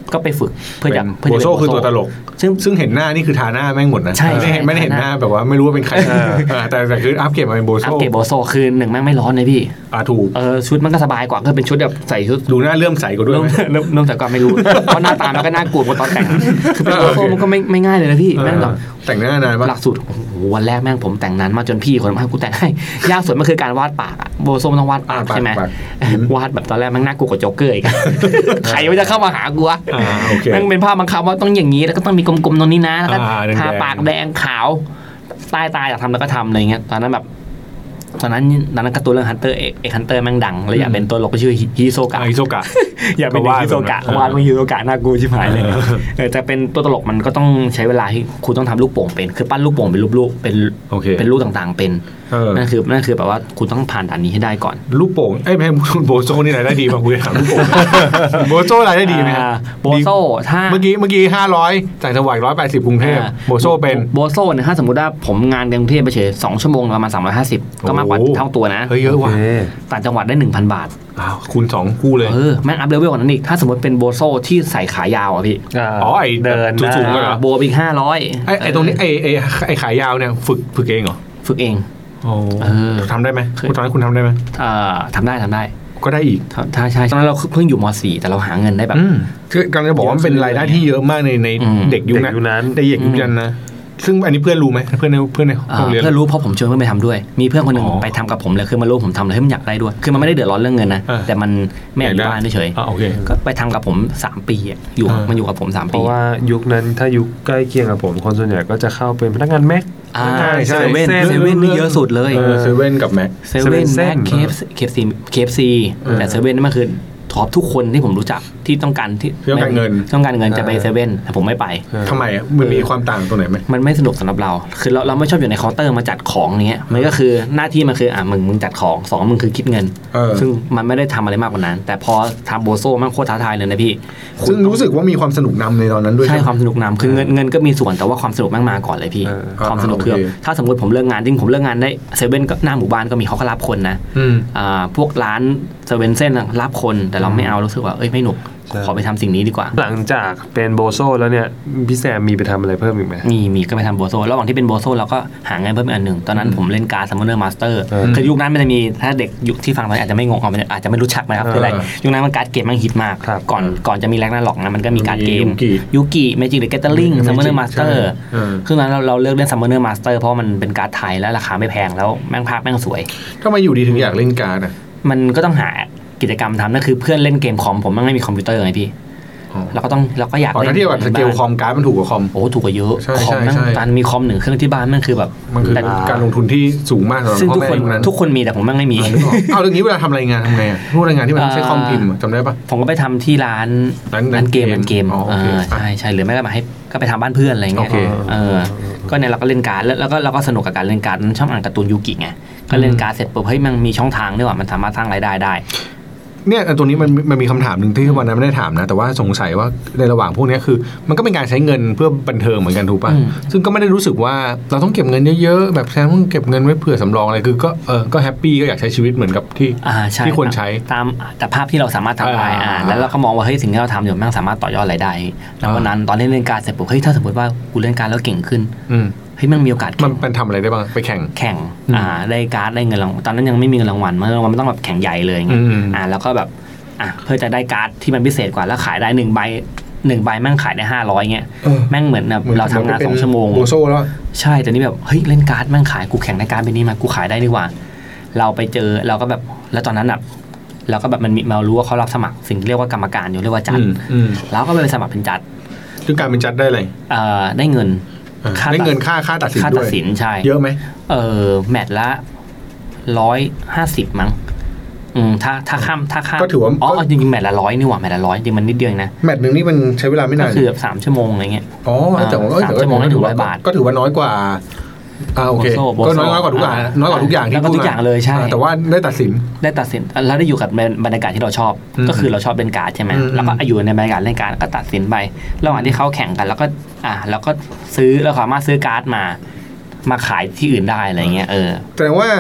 ก็ไปฝึกเพื่อจะเพื่อโบจะโซคือตัวตลกซึ่งซึ่งเห็นหน้านี่คือทาหน้าแม่งหมดนะไม่ไม่ได้เห็นหน้าแบบว่าไม่รู้ว่าเป็นใครแต่แต่คืออัพเกรดมาเป็นโบโซอัพเกรดโบโซคือหนึ่งแม่งไม่ร้อนเลยพี่อ่าถูกเออชุดมันก็สบายกว่าก็เป็นชุดแบบใส่ชุดดูหน้าเลื่อมใสกว่าด้วยเริ่มเริ่มแต่ก็ไม่รู้เพราะหน้าตามันก็น่ากลัวกว่าตอนแต่งคือเป็นโบโซมันก็ไม่ไม่ง่ายเลยนะพี่แม่งแบบแต่งหน้านานมากหลักสูตรโอ้โหวันแรกแม่งผมแต่งนานมากจนพี่คนมาให้กูแต่งให้ยากสุดมันคือการวาดปากอะโบโซมันต้องวาดปากใช่ไหมวาดแบบตอนแรกแม่งน่ากลัวกว่าโจ๊กเกอร์อีกใครมันจะเข้ามาหากูอะแม่งเป็นภาพบังคับว่าต้องอย่างนี้แล้วก็ต้องมีกลมๆตรงนี้นะแล้วก็ทาปากแดงขาวใต้ตาอยากทำแล้วก็ทำอะไรเงี้ยตอนนั้นแบบตอนนั้นตอนนั้นการ์ตูนเรื่องฮันเตอร์เอกฮันเตอร์แม่งดังเลยอยากเป็นตัวหลกชื่อฮิโซกะฮิโซกะอยากเป็นฮิโซกะวาดเป็นฮิโซกะน่ากลัวชิบหายเลยเออแต่เป็นตัวตลกมันก็ต้องใช้เวลาที่คุณต้องทำลูกโป่งเป็นคือปั้นลูกโป่งเป็นรูปๆเป็นเป็นรูปต่างๆเป็นนั่นคือนั่นคือแบบว่าคุณต้องผ่านด่านนี้ให้ได้ก่อนลูกโป่งเอ้ยไม่โบโซนี่รายได้ดีป่ะคุณถามลูกโป่งโบโซรายได้ดีไหมโบโซถ้าเมื่อกี้เมื่อกี้ห้าร้อยจากจังหวัดหนึ่งร้อยแปดสิบกรุงเทพโบโซเป็นโบโซเนี่ยถ้าสมมุติว่าผมงานกรุงเทพไปเฉยสองชั่วโมงประมาณสามร้อยห้าสิบก็มากกว่าเท่าตัวนะเฮ้ยเยอะว่ะต่างจังหวัดได้ หนึ่งพัน บาทอ้าวคูณสองคู่เลยเออแม่งอัพเลเวลกว่านั้นอีกถ้าสมมติเป็นโบโซที่ใส่ขายาวอ่ะพี่อ๋อไอเดินสูงๆก็เหรอโบอีกห้าร้อยไอไอตรงนี้ไอไอไอขายาวเนี่ยฝึกฝึกเองเหรอฝึกเองโอ้ทำได้ไหมตอนนั้นคุณทำได้ไหมอ่าทำได้ทำได้ก็ได้อีกถ้าใช่ตอนนั้นเราเพิ่งอยู่ม.สี่ แต่เราหาเงินได้แบบคือกำลังจะบอกว่าเป็นรายได้ที่เยอะมากในในเด็กยุคนั้นในเด็กยุคนั้นนะซึ่งอันนี้เพื่อนรู้ไหมเพื่อนในเพื่อนในห้องเรียนเพื่อนรู้เพราะผมชวนเพื่อนไปทำด้วยมีเพื่อนคนหนึ่งไปทำกับผมเลยคือมารู้ผมทำเลยให้มันอยากได้ด้วยคือมันไม่ได้เดือดร้อนเรื่องเงินนะแต่มันไม่อยากอยู่บ้านเฉยก็ไปทำกับผมสามปีอยู่มันอยู่กับผมสามปีเพราะว่ายุคนั้นถ้ายุคใกล้เคียงกับผมคนส่วนใหญ่ก็จะเข้าเป็นพนักงานแม็กอ่าเซเว่นเซเว่นนี่เยอะสุดเลยเซเว่นกับแม็กเซเว่นแม็กเคฟเคฟซีเคฟซีแต่เซเว่นนี่มันคือท็อปทุกคนที่ผมรู้จักที่ต้องการที่ต้องการเงินต้องการเงินจะไปเซเว่นแต่ผมไม่ไปทำไมอ่ะมันมีความต่างตรงไหนไหมมันไม่สนุกสำหรับเราคือเราเราไม่ชอบอยู่ในเคาน์เตอร์มาจัดของเงี้ยมันก็คือหน้าที่มันคืออ่ะมึงมึงจัดของสองมึงคือคิดเงินซึ่งมันไม่ได้ทำอะไรมากกว่านั้นแต่พอทำโบโซ่มันโคตรท้าทายเลยนะพี่ซึ่งรู้สึกว่ามีความสนุกนำในตอนนั้นด้วยใช่ความสนุกนำคือเงินเงินก็มีส่วนแต่ว่าความสนุกแม่งมาก่อนเลยพี่ความสนุกคือถ้าสมมติผมเลิกงานจริงผมเลิกงานได้เซเว่นก็หน้าหมู่บ้านก็มีเขาก็รับคนนะอ่าพวกร้านเซเว่นเส้นรับคนแต่เราไม่เอารู้สึกว่าเอ้ยไม่หนุกขอไปทำสิ่งนี้ดีกว่าหลังจากเป็นโบโซแล้วเนี่ยพี่แซมมีไปทำอะไรเพิ่มอีกไหมมีมีก็ไปทำโบโซระหว่างที่เป็นโบโซเราก็หาเงินเพิ่มอีกอันหนึ่งตอนนั้นผมเล่นการ์ดซัมเมอร์มาสเตอร์คือยุคนั้นมันจะมีถ้าเด็กยุคที่ฟังตอนนี้อาจจะไม่งงอาจจะไม่รู้จักนะครับคืออะไรยุคนั้นมันการ์ดเกมมันฮิตมากก่อนก่อนจะมีแร็กนาร็อกนะมันก็มีการ์ดเกมยูกิเมจิกหรือแกตเตอร์ลิงซัมเมอร์มาสเตอร์คือนั้นเราเราเลือกเล่นซัมเมอร์มาสเตอร์เพราะมันเป็นการ์ดไทยแล้วราคาไม่แพงแล้วแม่งภาพแม่งสวยทำไมอยู่ดีถึงอยากเล่นการ์ดอ่ะมันก็ต้องหากิจกรรมทำนั่นคือเพื่อนเล่นเกมคอมผมมันไม่มีคอมพิวเตอร์ไงพี่เราก็ต้องเราก็อยากเล่นถ้าเทียบกับสเกลคอมการ์ดมันถูกกว่าคอมโอ้ถูกกว่าเยอะคอมนั่งการมีคอมหนึ่งเครื่องที่บ้านนั่นคือแบบมันคือการลงทุนที่สูงมากสำหรับพ่อแม่ทุกคนทุกคนมีแต่ผมไม่มีเอาเรื่องนี้เวลาทำรายงานทำไงพวกรายงานที่มันไม่ใช่คอมพิมพ์จำได้ปะผมก็ไปทำที่ร้านร้านเกมร้านเกมใช่ใช่หรือไม่ก็มาให้ก็ไปทำบ้านเพื่อนอะไรเงี้ยเออก็เนี่ยเราก็เล่นการ์ดแล้วก็เราก็สนุกกับการเล่นการ์ดชอบอ่านการ์ตูนยูกิไงก็เล่นการ์ดเสร็จปุ๊บเฮ้ยมันมีช่องทางด้วยว่ามันสามารถสร้างรายได้ได้เนี่ยตัวนี้มันมันมีคำถามหนึ่งที่วันนั้นไม่ได้ถามนะแต่ว่าสงสัยว่าในระหว่างพวกนี้คือมันก็เป็นการใช้เงินเพื่อบันเทิงเหมือนกันถูกป่ะซึ่งก็ไม่ได้รู้สึกว่าเราต้องเก็บเงินเยอะๆแบบแทนต้องเก็บเงินไว้เผื่อสำรองอะไรคือก็เออก็แฮปปี้ก็อยากใช้ชีวิตเหมือนกับที่ที่ควรใช้ตามแต่ภาพที่เราสามารถทำได้อ่าแล้วเราก็มองว่าเฮ้ยสิ่งที่เราทำอยู่มันสามารถต่อยอดรายได้แล้ววันนั้นตอนเล่นเล่นการเสร็จปุ๊บเฮ้ยถ้าสมมติว่ากูเล่นการแล้วเก่งขึ้นเฮ้ยมันมีโอกาสมันเป็นทำอะไรได้บ้างไปแข่งแข่งอ่าได้การ์ดได้เงินรางวัลตอนนั้นยังไม่มีเงินรางวัลมันมันต้องแบบแข่งใหญ่เลยไงอ่าแล้วก็แบบอ่ะเพื่อจะได้การ์ดที่มันพิเศษกว่าแล้วขายได้หนึ่งใบหนึ่งใบแม่งขายได้ห้าร้อยเงี้ยแม่งเหมือนแบบเราทำงานสองชั่วโมงโบโซ่แล้วใช่แต่นี่แบบเฮ้ยเล่นการ์ดแม่งขายกูแข่งในการ์ดไปนี้มากูขายได้ดีกว่าเราไปเจอเราก็แบบแล้วตอนนั้นแบบเราก็แบบมันมีเรารู้ว่าเขารับสมัครสิ่งที่เรียกว่ากรรมการอยู่เรียกว่าจัดแล้วก็ไปสมัครเป็นจัดซึ่งการเป็นจัดได้อะไรเอ่อได้เงินได้เงินค่าค่าตัดสินด้วยค่าตัดสินใช่เยอะไหมเออแมตช์ละร้อยห้าสิบมั้งอืมถ้าถ้าข้ามถ้าข้ามก็ถือว่าอ๋อจริงๆแมตช์ละร้อยนี่หว่าแมตช์ละร้อยจริงมันนิดเดียวนะแมตช์นึงนี่มันใช้เวลาไม่นานก็คือแบบสามชั่วโมงอะไรเงี้ยอ๋อแต่ว่าสามชั่วโมงได้ถึงร้อยบาทก็ถือว่าน้อยกว่าอ่าโอเคก็น้อยกว่าทุกอย่างน้อยกว่าทุกอย่างที่พูดทุกอย่างเลยใช่แต่ว่าได้ตัดสินได้ตัดสินแล้วได้อยู่กับบรรยากาศที่เราชอบก็คือเราชอบเล่นการ์ดใช่ไหมแล้วก็อยู่ในบรรยากาศเล่นการ์ดก็ตัดสินไประหว่างที่เขาแข่งกันแล้วก็อ่าแล้วก็ซื้อเราสามารถซื้อการ์ดมามาขายที่อื่นได้อะไรเงี้ยเออแสดงว่า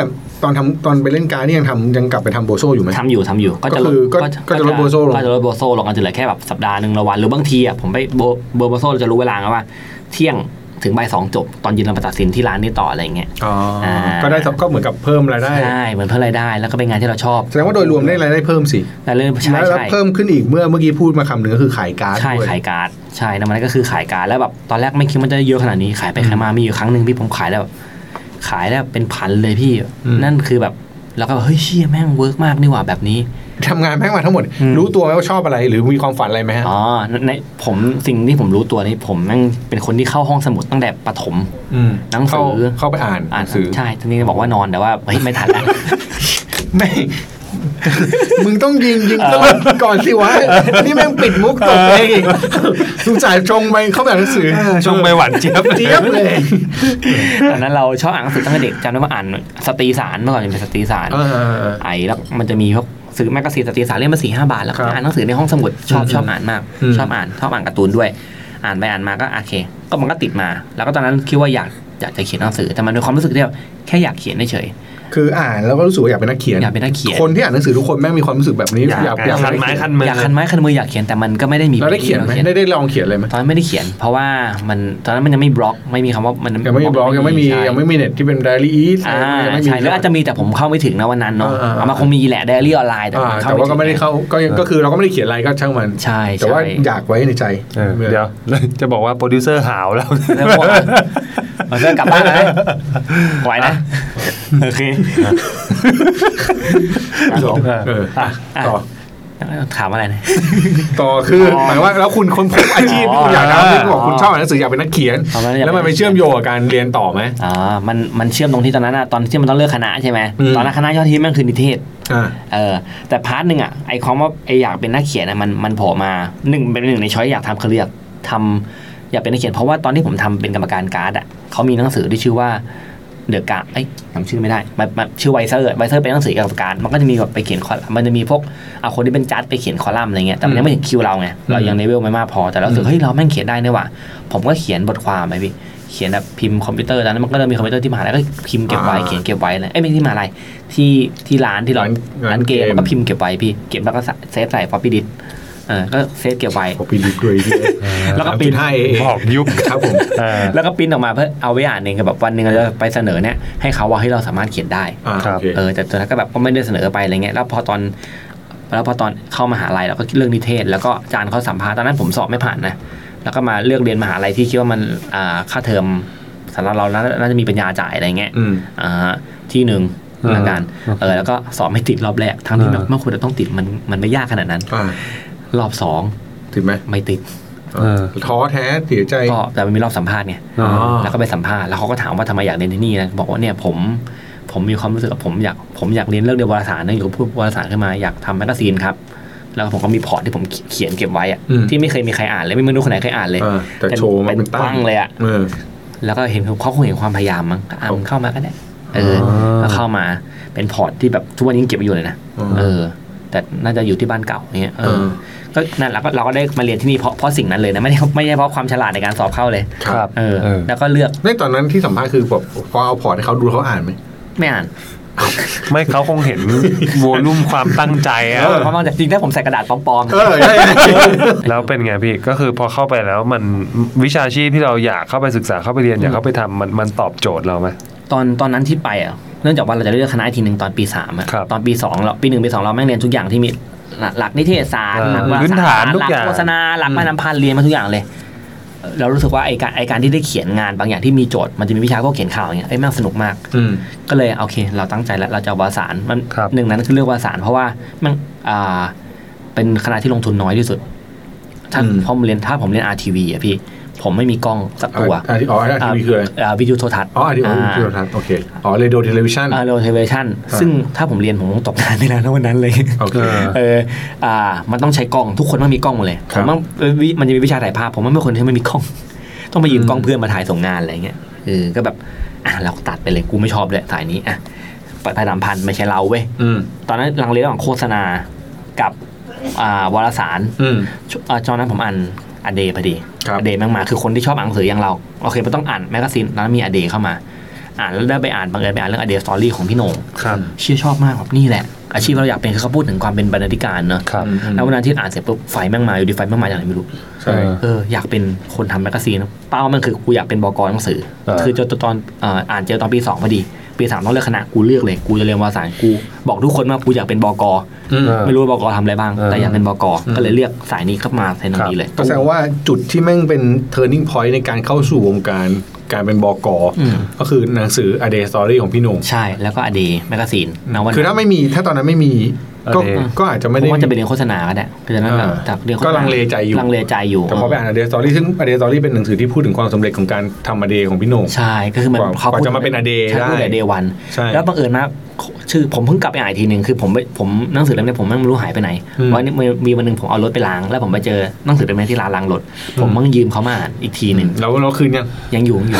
ตอนทำตอนไปเล่นการนี่ยังทำยังกลับไปทำโบโซอยู่ไหมทำอยู่ทำอยู่ก็จะลดก็จะลดโบโซลงก็จะลดโบโซลงกันจะเหลือแค่แบบสัปดาห์นึงละวันหรือบางทีอ่ะผมไปโบโบโซจะรู้เวลาว่าเที่ยงถึงบ่ายสองจบตอนเย็นเราไปตัดสินที่ร้านนี้ต่ออะไรเงี้ยอ๋อก็ได้ก็เหมือนกับเพิ่มรายได้ใช่เหมือนเพิ่มรายได้แล้วก็เป็นงานที่เราชอบแสดงว่าโดยรวมได้รายได้เพิ่มสิรายได้ใช่แล้วเพิ่มขึ้นอีกเมื่อเมื่อกี้พูดมาคำหนึ่งก็คือขายการ์ดใช่ขายการ์ดใช่นั่นมันก็คือขายการ์ดแล้วแบบตอนแรกไม่คิดมันจะเยอะขนาดนี้ขายไปขายมามีอยู่ครั้งนึงพี่ผมขายแล้วขายแล้วเป็นพันเลยพี่นั่นคือแบบแล้วก็เฮ้ยเชี่ยแม่งเวิร์กมากนี่หว่าแบบนี้ทำงานแม่งมาทั้งหมดรู้ตัวไหมว่าชอบอะไรหรือมีความฝันอะไรไหมฮะอ๋อในผมสิ่งที่ผมรู้ตัวนี่ผมแม่งเป็นคนที่เข้าห้องสมุดตั้งแต่ประถมหนังสือเข้าไปอ่านอ่านสื่อใช่ทีนี้บอกว่านอนแต่ว่าเฮ้ยไม่ทันแล้วไม่มึงต้องยิงยิงก่อนสิวะนี่แม่งปิดมุกตกเองสงสารชงไปเข้าไปอ่านหนังสือชงไปหวานเจี๊ยบเจี๊ยบเลยตอนนั้นเราชอบอ่านหนังสือตั้งแต่เด็กจำได้ว่าอ่านสตรีสารเมื่อก่อนเป็นสตรีสารไอ้แล้วมันจะมีพวกซื้อแมกกาซีนสตรีสารเล่มมาสี่ห้าบาทแล้วอ่านหนังสือในห้องสมุดชอบชอบอ่านมากชอบอ่านชอบอ่านการ์ตูนด้วยอ่านไปอ่านมาก็โอเคก็มันก็ติดมาแล้วก็ตอนนั้นคิดว่าอยากอยากจะเขียนหนังสือแต่มันเป็นความรู้สึกที่แบบแค่อยากเขียนเฉยคืออ่านแล้วก็รู้สึกว่าอยากเป็นนักเขียนอยากเป็นนักเขียนคนที่อ่านหนังสือทุกคนแม่งมีความรู้สึกแบบนี้อยากอยากคันไม้คันมืออยากคันไม้คันมืออยากเขียนแต่มันก็ไม่ได้มีเราได้เขียนไหมได้ได้ลองเขียนเลยไหมตอนนั้นไม่ได้เขียนเพราะว่ามันตอนนั้นมันยังไม่บล็อกไม่มีคำว่ามันยังไม่มีบล็อกยังไม่มียังไม่มีเน็ตที่เป็นไดอารี่อีทใช่แล้วอาจจะมีแต่ผมเข้าไม่ถึงนะวันนั้นเนาะมันคงมีแหละไดอารี่ออนไลน์แต่แต่ว่าก็ไม่ได้เข้าก็ก็คือเราก็ไม่ได้เขียนอะไรก็ช่างมันใช่แต่ว่าอยากไว้ในใจเดี๋ยวจะบอกว่าโปรดิวเซอร์หาวแล้วมาเจอกลับบ้านเลยไหวนะโอเคต่อถามอะไรนะต่อคือหมายว่าแล้วคุณคนพบอาชีพที่คุณอยากทำที่บอกคุณชอบอ่านหนังสืออยากเป็นนักเขียนแล้วมันไปเชื่อมโยงกับการเรียนต่อไหมอ๋อมันมันเชื่อมตรงที่ตอนนั้นตอนที่มันต้องเลือกคณะใช่ไหมตอนนั้นคณะยอดฮิตมันคือนิเทศเออแต่พาร์ทหนึ่งอ่ะไอความว่าไออยากเป็นนักเขียนมันมันโผล่มาหนึ่งเป็นหนึ่งในช้อยอยากทำคืออยากทำอยากเป็นนักเขียนเพราะว่าตอนที่ผมทำเป็นกรรมการการ์ดอ่ะเขามีหนังสือที่ชื่อว่าเดอะการ์ดเอ้ยจำชื่อไม่ได้มันชื่อไวเซอร์ไวเซอร์เป็นหนังสือเกี่ยวกับการมันก็จะมีแบบไปเขียนคอลัมน์มันจะมีพวกเอาคนที่เป็นจัดไปเขียนคอลัมน์อะไรเงี้ยแต่มันยังไม่ถึงคิวเราไงเรายังเลเวลไม่มากพอแต่เราสึกเฮ้ยเราแม่งเขียนได้นี่หว่าผมก็เขียนบทความไปพี่เขียนแบบพิมพ์คอมพิวเตอร์ตอนนั้นมันก็เริ่มมีคอมพิวเตอร์ที่มหาลัยก็พิมพ์เก็บไว้เขียนเก็บไว้เลยเอ้ยไม่ที่มหาลัยที่ที่ร้านที่ร้านร้านเกมก็พิมพ์เก็บไว้พี่เก็บแล้วก็เซฟใส่ฟอปปี้ดิสเออก็เซฟเก็บไว้ฟอปปี้ดิสด้วยแล้วก็ปริ้นให้บอกยุคครับผมแล้วก็ปริ้นออกมาเพื่อเอาไว้อ่านเองแบบวันนึงเราจะไปเสนอเนี่ยให้เขาว่าให้เราสามารถเขียนได้เออแต่ตอนนั้นก็แบบก็ไม่ได้เสนอไปอะไรเงี้ยแล้วพอตอนแล้วพอตอนเข้ามหาลัยเราก็เลือกนิเทศแล้วก็อาจารย์เขาสัมภาษณ์ตอนนั้นผมสอบไม่ผ่านนะแล้วก็มาเลือกเรียนมหาลัยที่คิดว่ามันอ่าค่าเทอมสำหรับเราน่าจะมีปัญญาจ่ายอะไรเงี้ยอ่าที่หนึ่งละกันเออแล้วก็สอบไม่ติดรอบแรกทั้งที่แบบเมื่อคุณจะต้องติดมันมันไม่ยากขนาดนั้นรอบสองติดไหมไม่ติดท้อแท้เสียใจก็แต่มันมีรอบสัมภาษณ์ไงแล้วก็ไปสัมภาษณ์แล้วเขาก็ถามว่าทำไมอยากเรียนที่นี่นะบอกว่าเนี่ยผมผมมีความรู้สึกว่าผมอยากผมอยากเรียนเรื่องเดียววารสารนะอยู่พูดวารสารขึ้นมาอยากทำแมกกาซีนครับแล้วผมก็มีพอร์ตที่ผมเขียนเก็บไว้อะที่ไม่เคยมีใครอ่านเลยไม่รู้คนไหนเคยอ่านเลยแต่โชว์มันเป็นตั้งเลยอะแล้วก็เห็นเขาคงเห็นความพยายามมั้งอ่านเข้ามาก็ได้เออแล้วเข้ามาเป็นพอร์ตที่แบบทุกวันนี้ยังเก็บอยู่เลยนะเออแต่น่าจะอยู่ที่บ้านเก่าเงี้ยเออก็นั่นแหละเราก็ได้มาเรียนที่นี่เพราะเพราะสิ่งนั้นเลยนะไม่ได้ไม่ใช่เพราะความฉลาดในการสอบเข้าเลยครับเออแล้วก็เลือกในตอนนั้นที่สัมภาษณ์คือแบบพอเอาพอร์ตให้เขาดูเขาอ่านไหมไม่อ่านไม่เขาคงเห็นโวลุ่มความตั้งใจอ่ะเพราะมันจริงถ้าผมใส่กระดาษปลอมๆแล้วเป็นไงพี่ก็คือพอเข้าไปแล้วมันวิชาชีพที่เราอยากเข้าไปศึกษาเข้าไปเรียนอยากเข้าไปทำมันมันตอบโจทย์เราไหมตอนตอนนั้นที่ไปอ่ะเนื่องจากว่าเราจะเลือกคณะทีนึงตอนปีสามอ่ะตอนปีสองเราปีหนึ่งปีสองเราแม่งเรียนทุกอย่างที่มีหลักนิเทศศาสตร์หลักพื้นฐานทุกอย่างหลักโฆษณาหลักมาน้ำพันเรียนมาทุกอย่างเลยเรารู้สึกว่าไอการไอการที่ได้เขียนงานบางอย่างที่มีโจทย์มันจะมีวิชาพวกเขียนข่าวอย่างเงี้ยไอ้แม่งสนุกมากก็เลยโอเคเราตั้งใจแล้วเราจะวารสารมันหนึ่งนั้นคือเลือกวารสารเพราะว่ามันอ่าเป็นคณะที่ลงทุนน้อยที่สุดถ้าผมเรียนถ้าผมเรียน อาร์ ที วี อ่ะพี่ผมไม่มีกล้องสักตัวอ๋อ อาร์ ที วี คืออะไรอ่าวิดีโอโทรทัศน์อ๋อวิดีโอโทรทัศน์โอเคอ๋อเรดิโอเทเลวิชั่นอ่าเรดิโอเทเลวิชั่นซึ่งถ้าผมเรียนผมคงตกงานไปแล้วนะวันนั้นเลยโอเคเอออ่ามันต้องใช้กล้องทุกคนต้องมีกล้องหมดเลยผมต้องมันจะมีวิชาถ่ายภาพผมไม่เป็นคนที่ไม่มีกล้องต้องไปยืมกล้องเพื่อนมาถ่ายส่งงานอะไรเงี้ยเออก็แบบอ่ะเราตัดไปเลยกูไม่ชอบเลยสายนี้อ่ะไปถ่ายน้ำพันไม่ใช่เราเว้ยตอนนั้นลังเลระหว่างโฆษณากับอ่าวารสารอ่าตอนนั้นผมอ่านอเดย์พอดีอเดย์มากๆคือคนที่ชอบอ่านหนังสืออย่างเราโอเคมันต้องอ่านแมกกาซีนแล้วมีอเดย์เข้ามาอ่านแล้วได้ไปอ่านบังเอิญไปอ่านเรื่อง A Day Story ของพี่โหน่งครับเชื่อชอบมากแบบนี่แหละอาชีพเราอยากเป็นคือเขาพูดถึงความเป็นบรรณาธิการเนอะครับแล้ววันนั้นที่อ่านเสร็จปุ๊บไฟแม่งมาอยู่ดีไฟแม่งมาจากไหนไม่รู้ใช่เอออยากเป็นคนทำแมกกาซีนเป้ามันคือกูอยากเป็นบก.หนังสือเออคือจนตอนเอ่ออ่านเจอตอนปีสองพอดีปีสามต้องเลือกคณะกูเลือกเลยกูจะเรียนวารสารกูบอกทุกคนว่ากูอยากเป็นบก.ไม่รู้ว่าบก.ทำอะไรบ้างแต่อยากเป็นบก.ก็เลยเลือกสายนี้เข้ามาในตรงนี้เลยก็แสดงว่าจุดที่แม่งเป็น turning point ในการเข้าสู่วงการการเป็นบก.ก็คือหนังสือ A Day Story ของพี่โหน่งใช่แล้วก็ A Day แมกกาซีนนะวันคือถ้าไม่มีถ้าตอนนั้นไม่มีก็ก็อาจจะไม่ได้ว่าจะไปเรียนโฆษณาก็ได้คือตอนนั้นแบบจากเรียนโฆษณาก็ลังเลใจอยู่ลังเลใจอยู่แต่พอไปอ่าน A Day Story ซึ่ง A Day Story เป็นหนังสือที่พูดถึงความสำเร็จของการทำ A Day ของพี่โหน่งใช่ก็คือมันกว่าจะมาเป็น A Day ได้ใช่พูดแต่ Day One ใช่แล้วบังเอิญมากชื่อผมเพิ่งกลับไปอ่านอีกทีหนึ่งคือผมไปผมหนังสือเล่มนี้ผมไม่รู้หายไปไหนวันนี้มีวันหนึ่งผมเอารถไปล้างแล้วผมไปเจอหนังสือเล่มนี้ที่ร้านล้างรถผมมั่งยืมเขามาอ่านอีกทีหนึ่งแล้วเราคืนยังยังอยู่ยังอยู่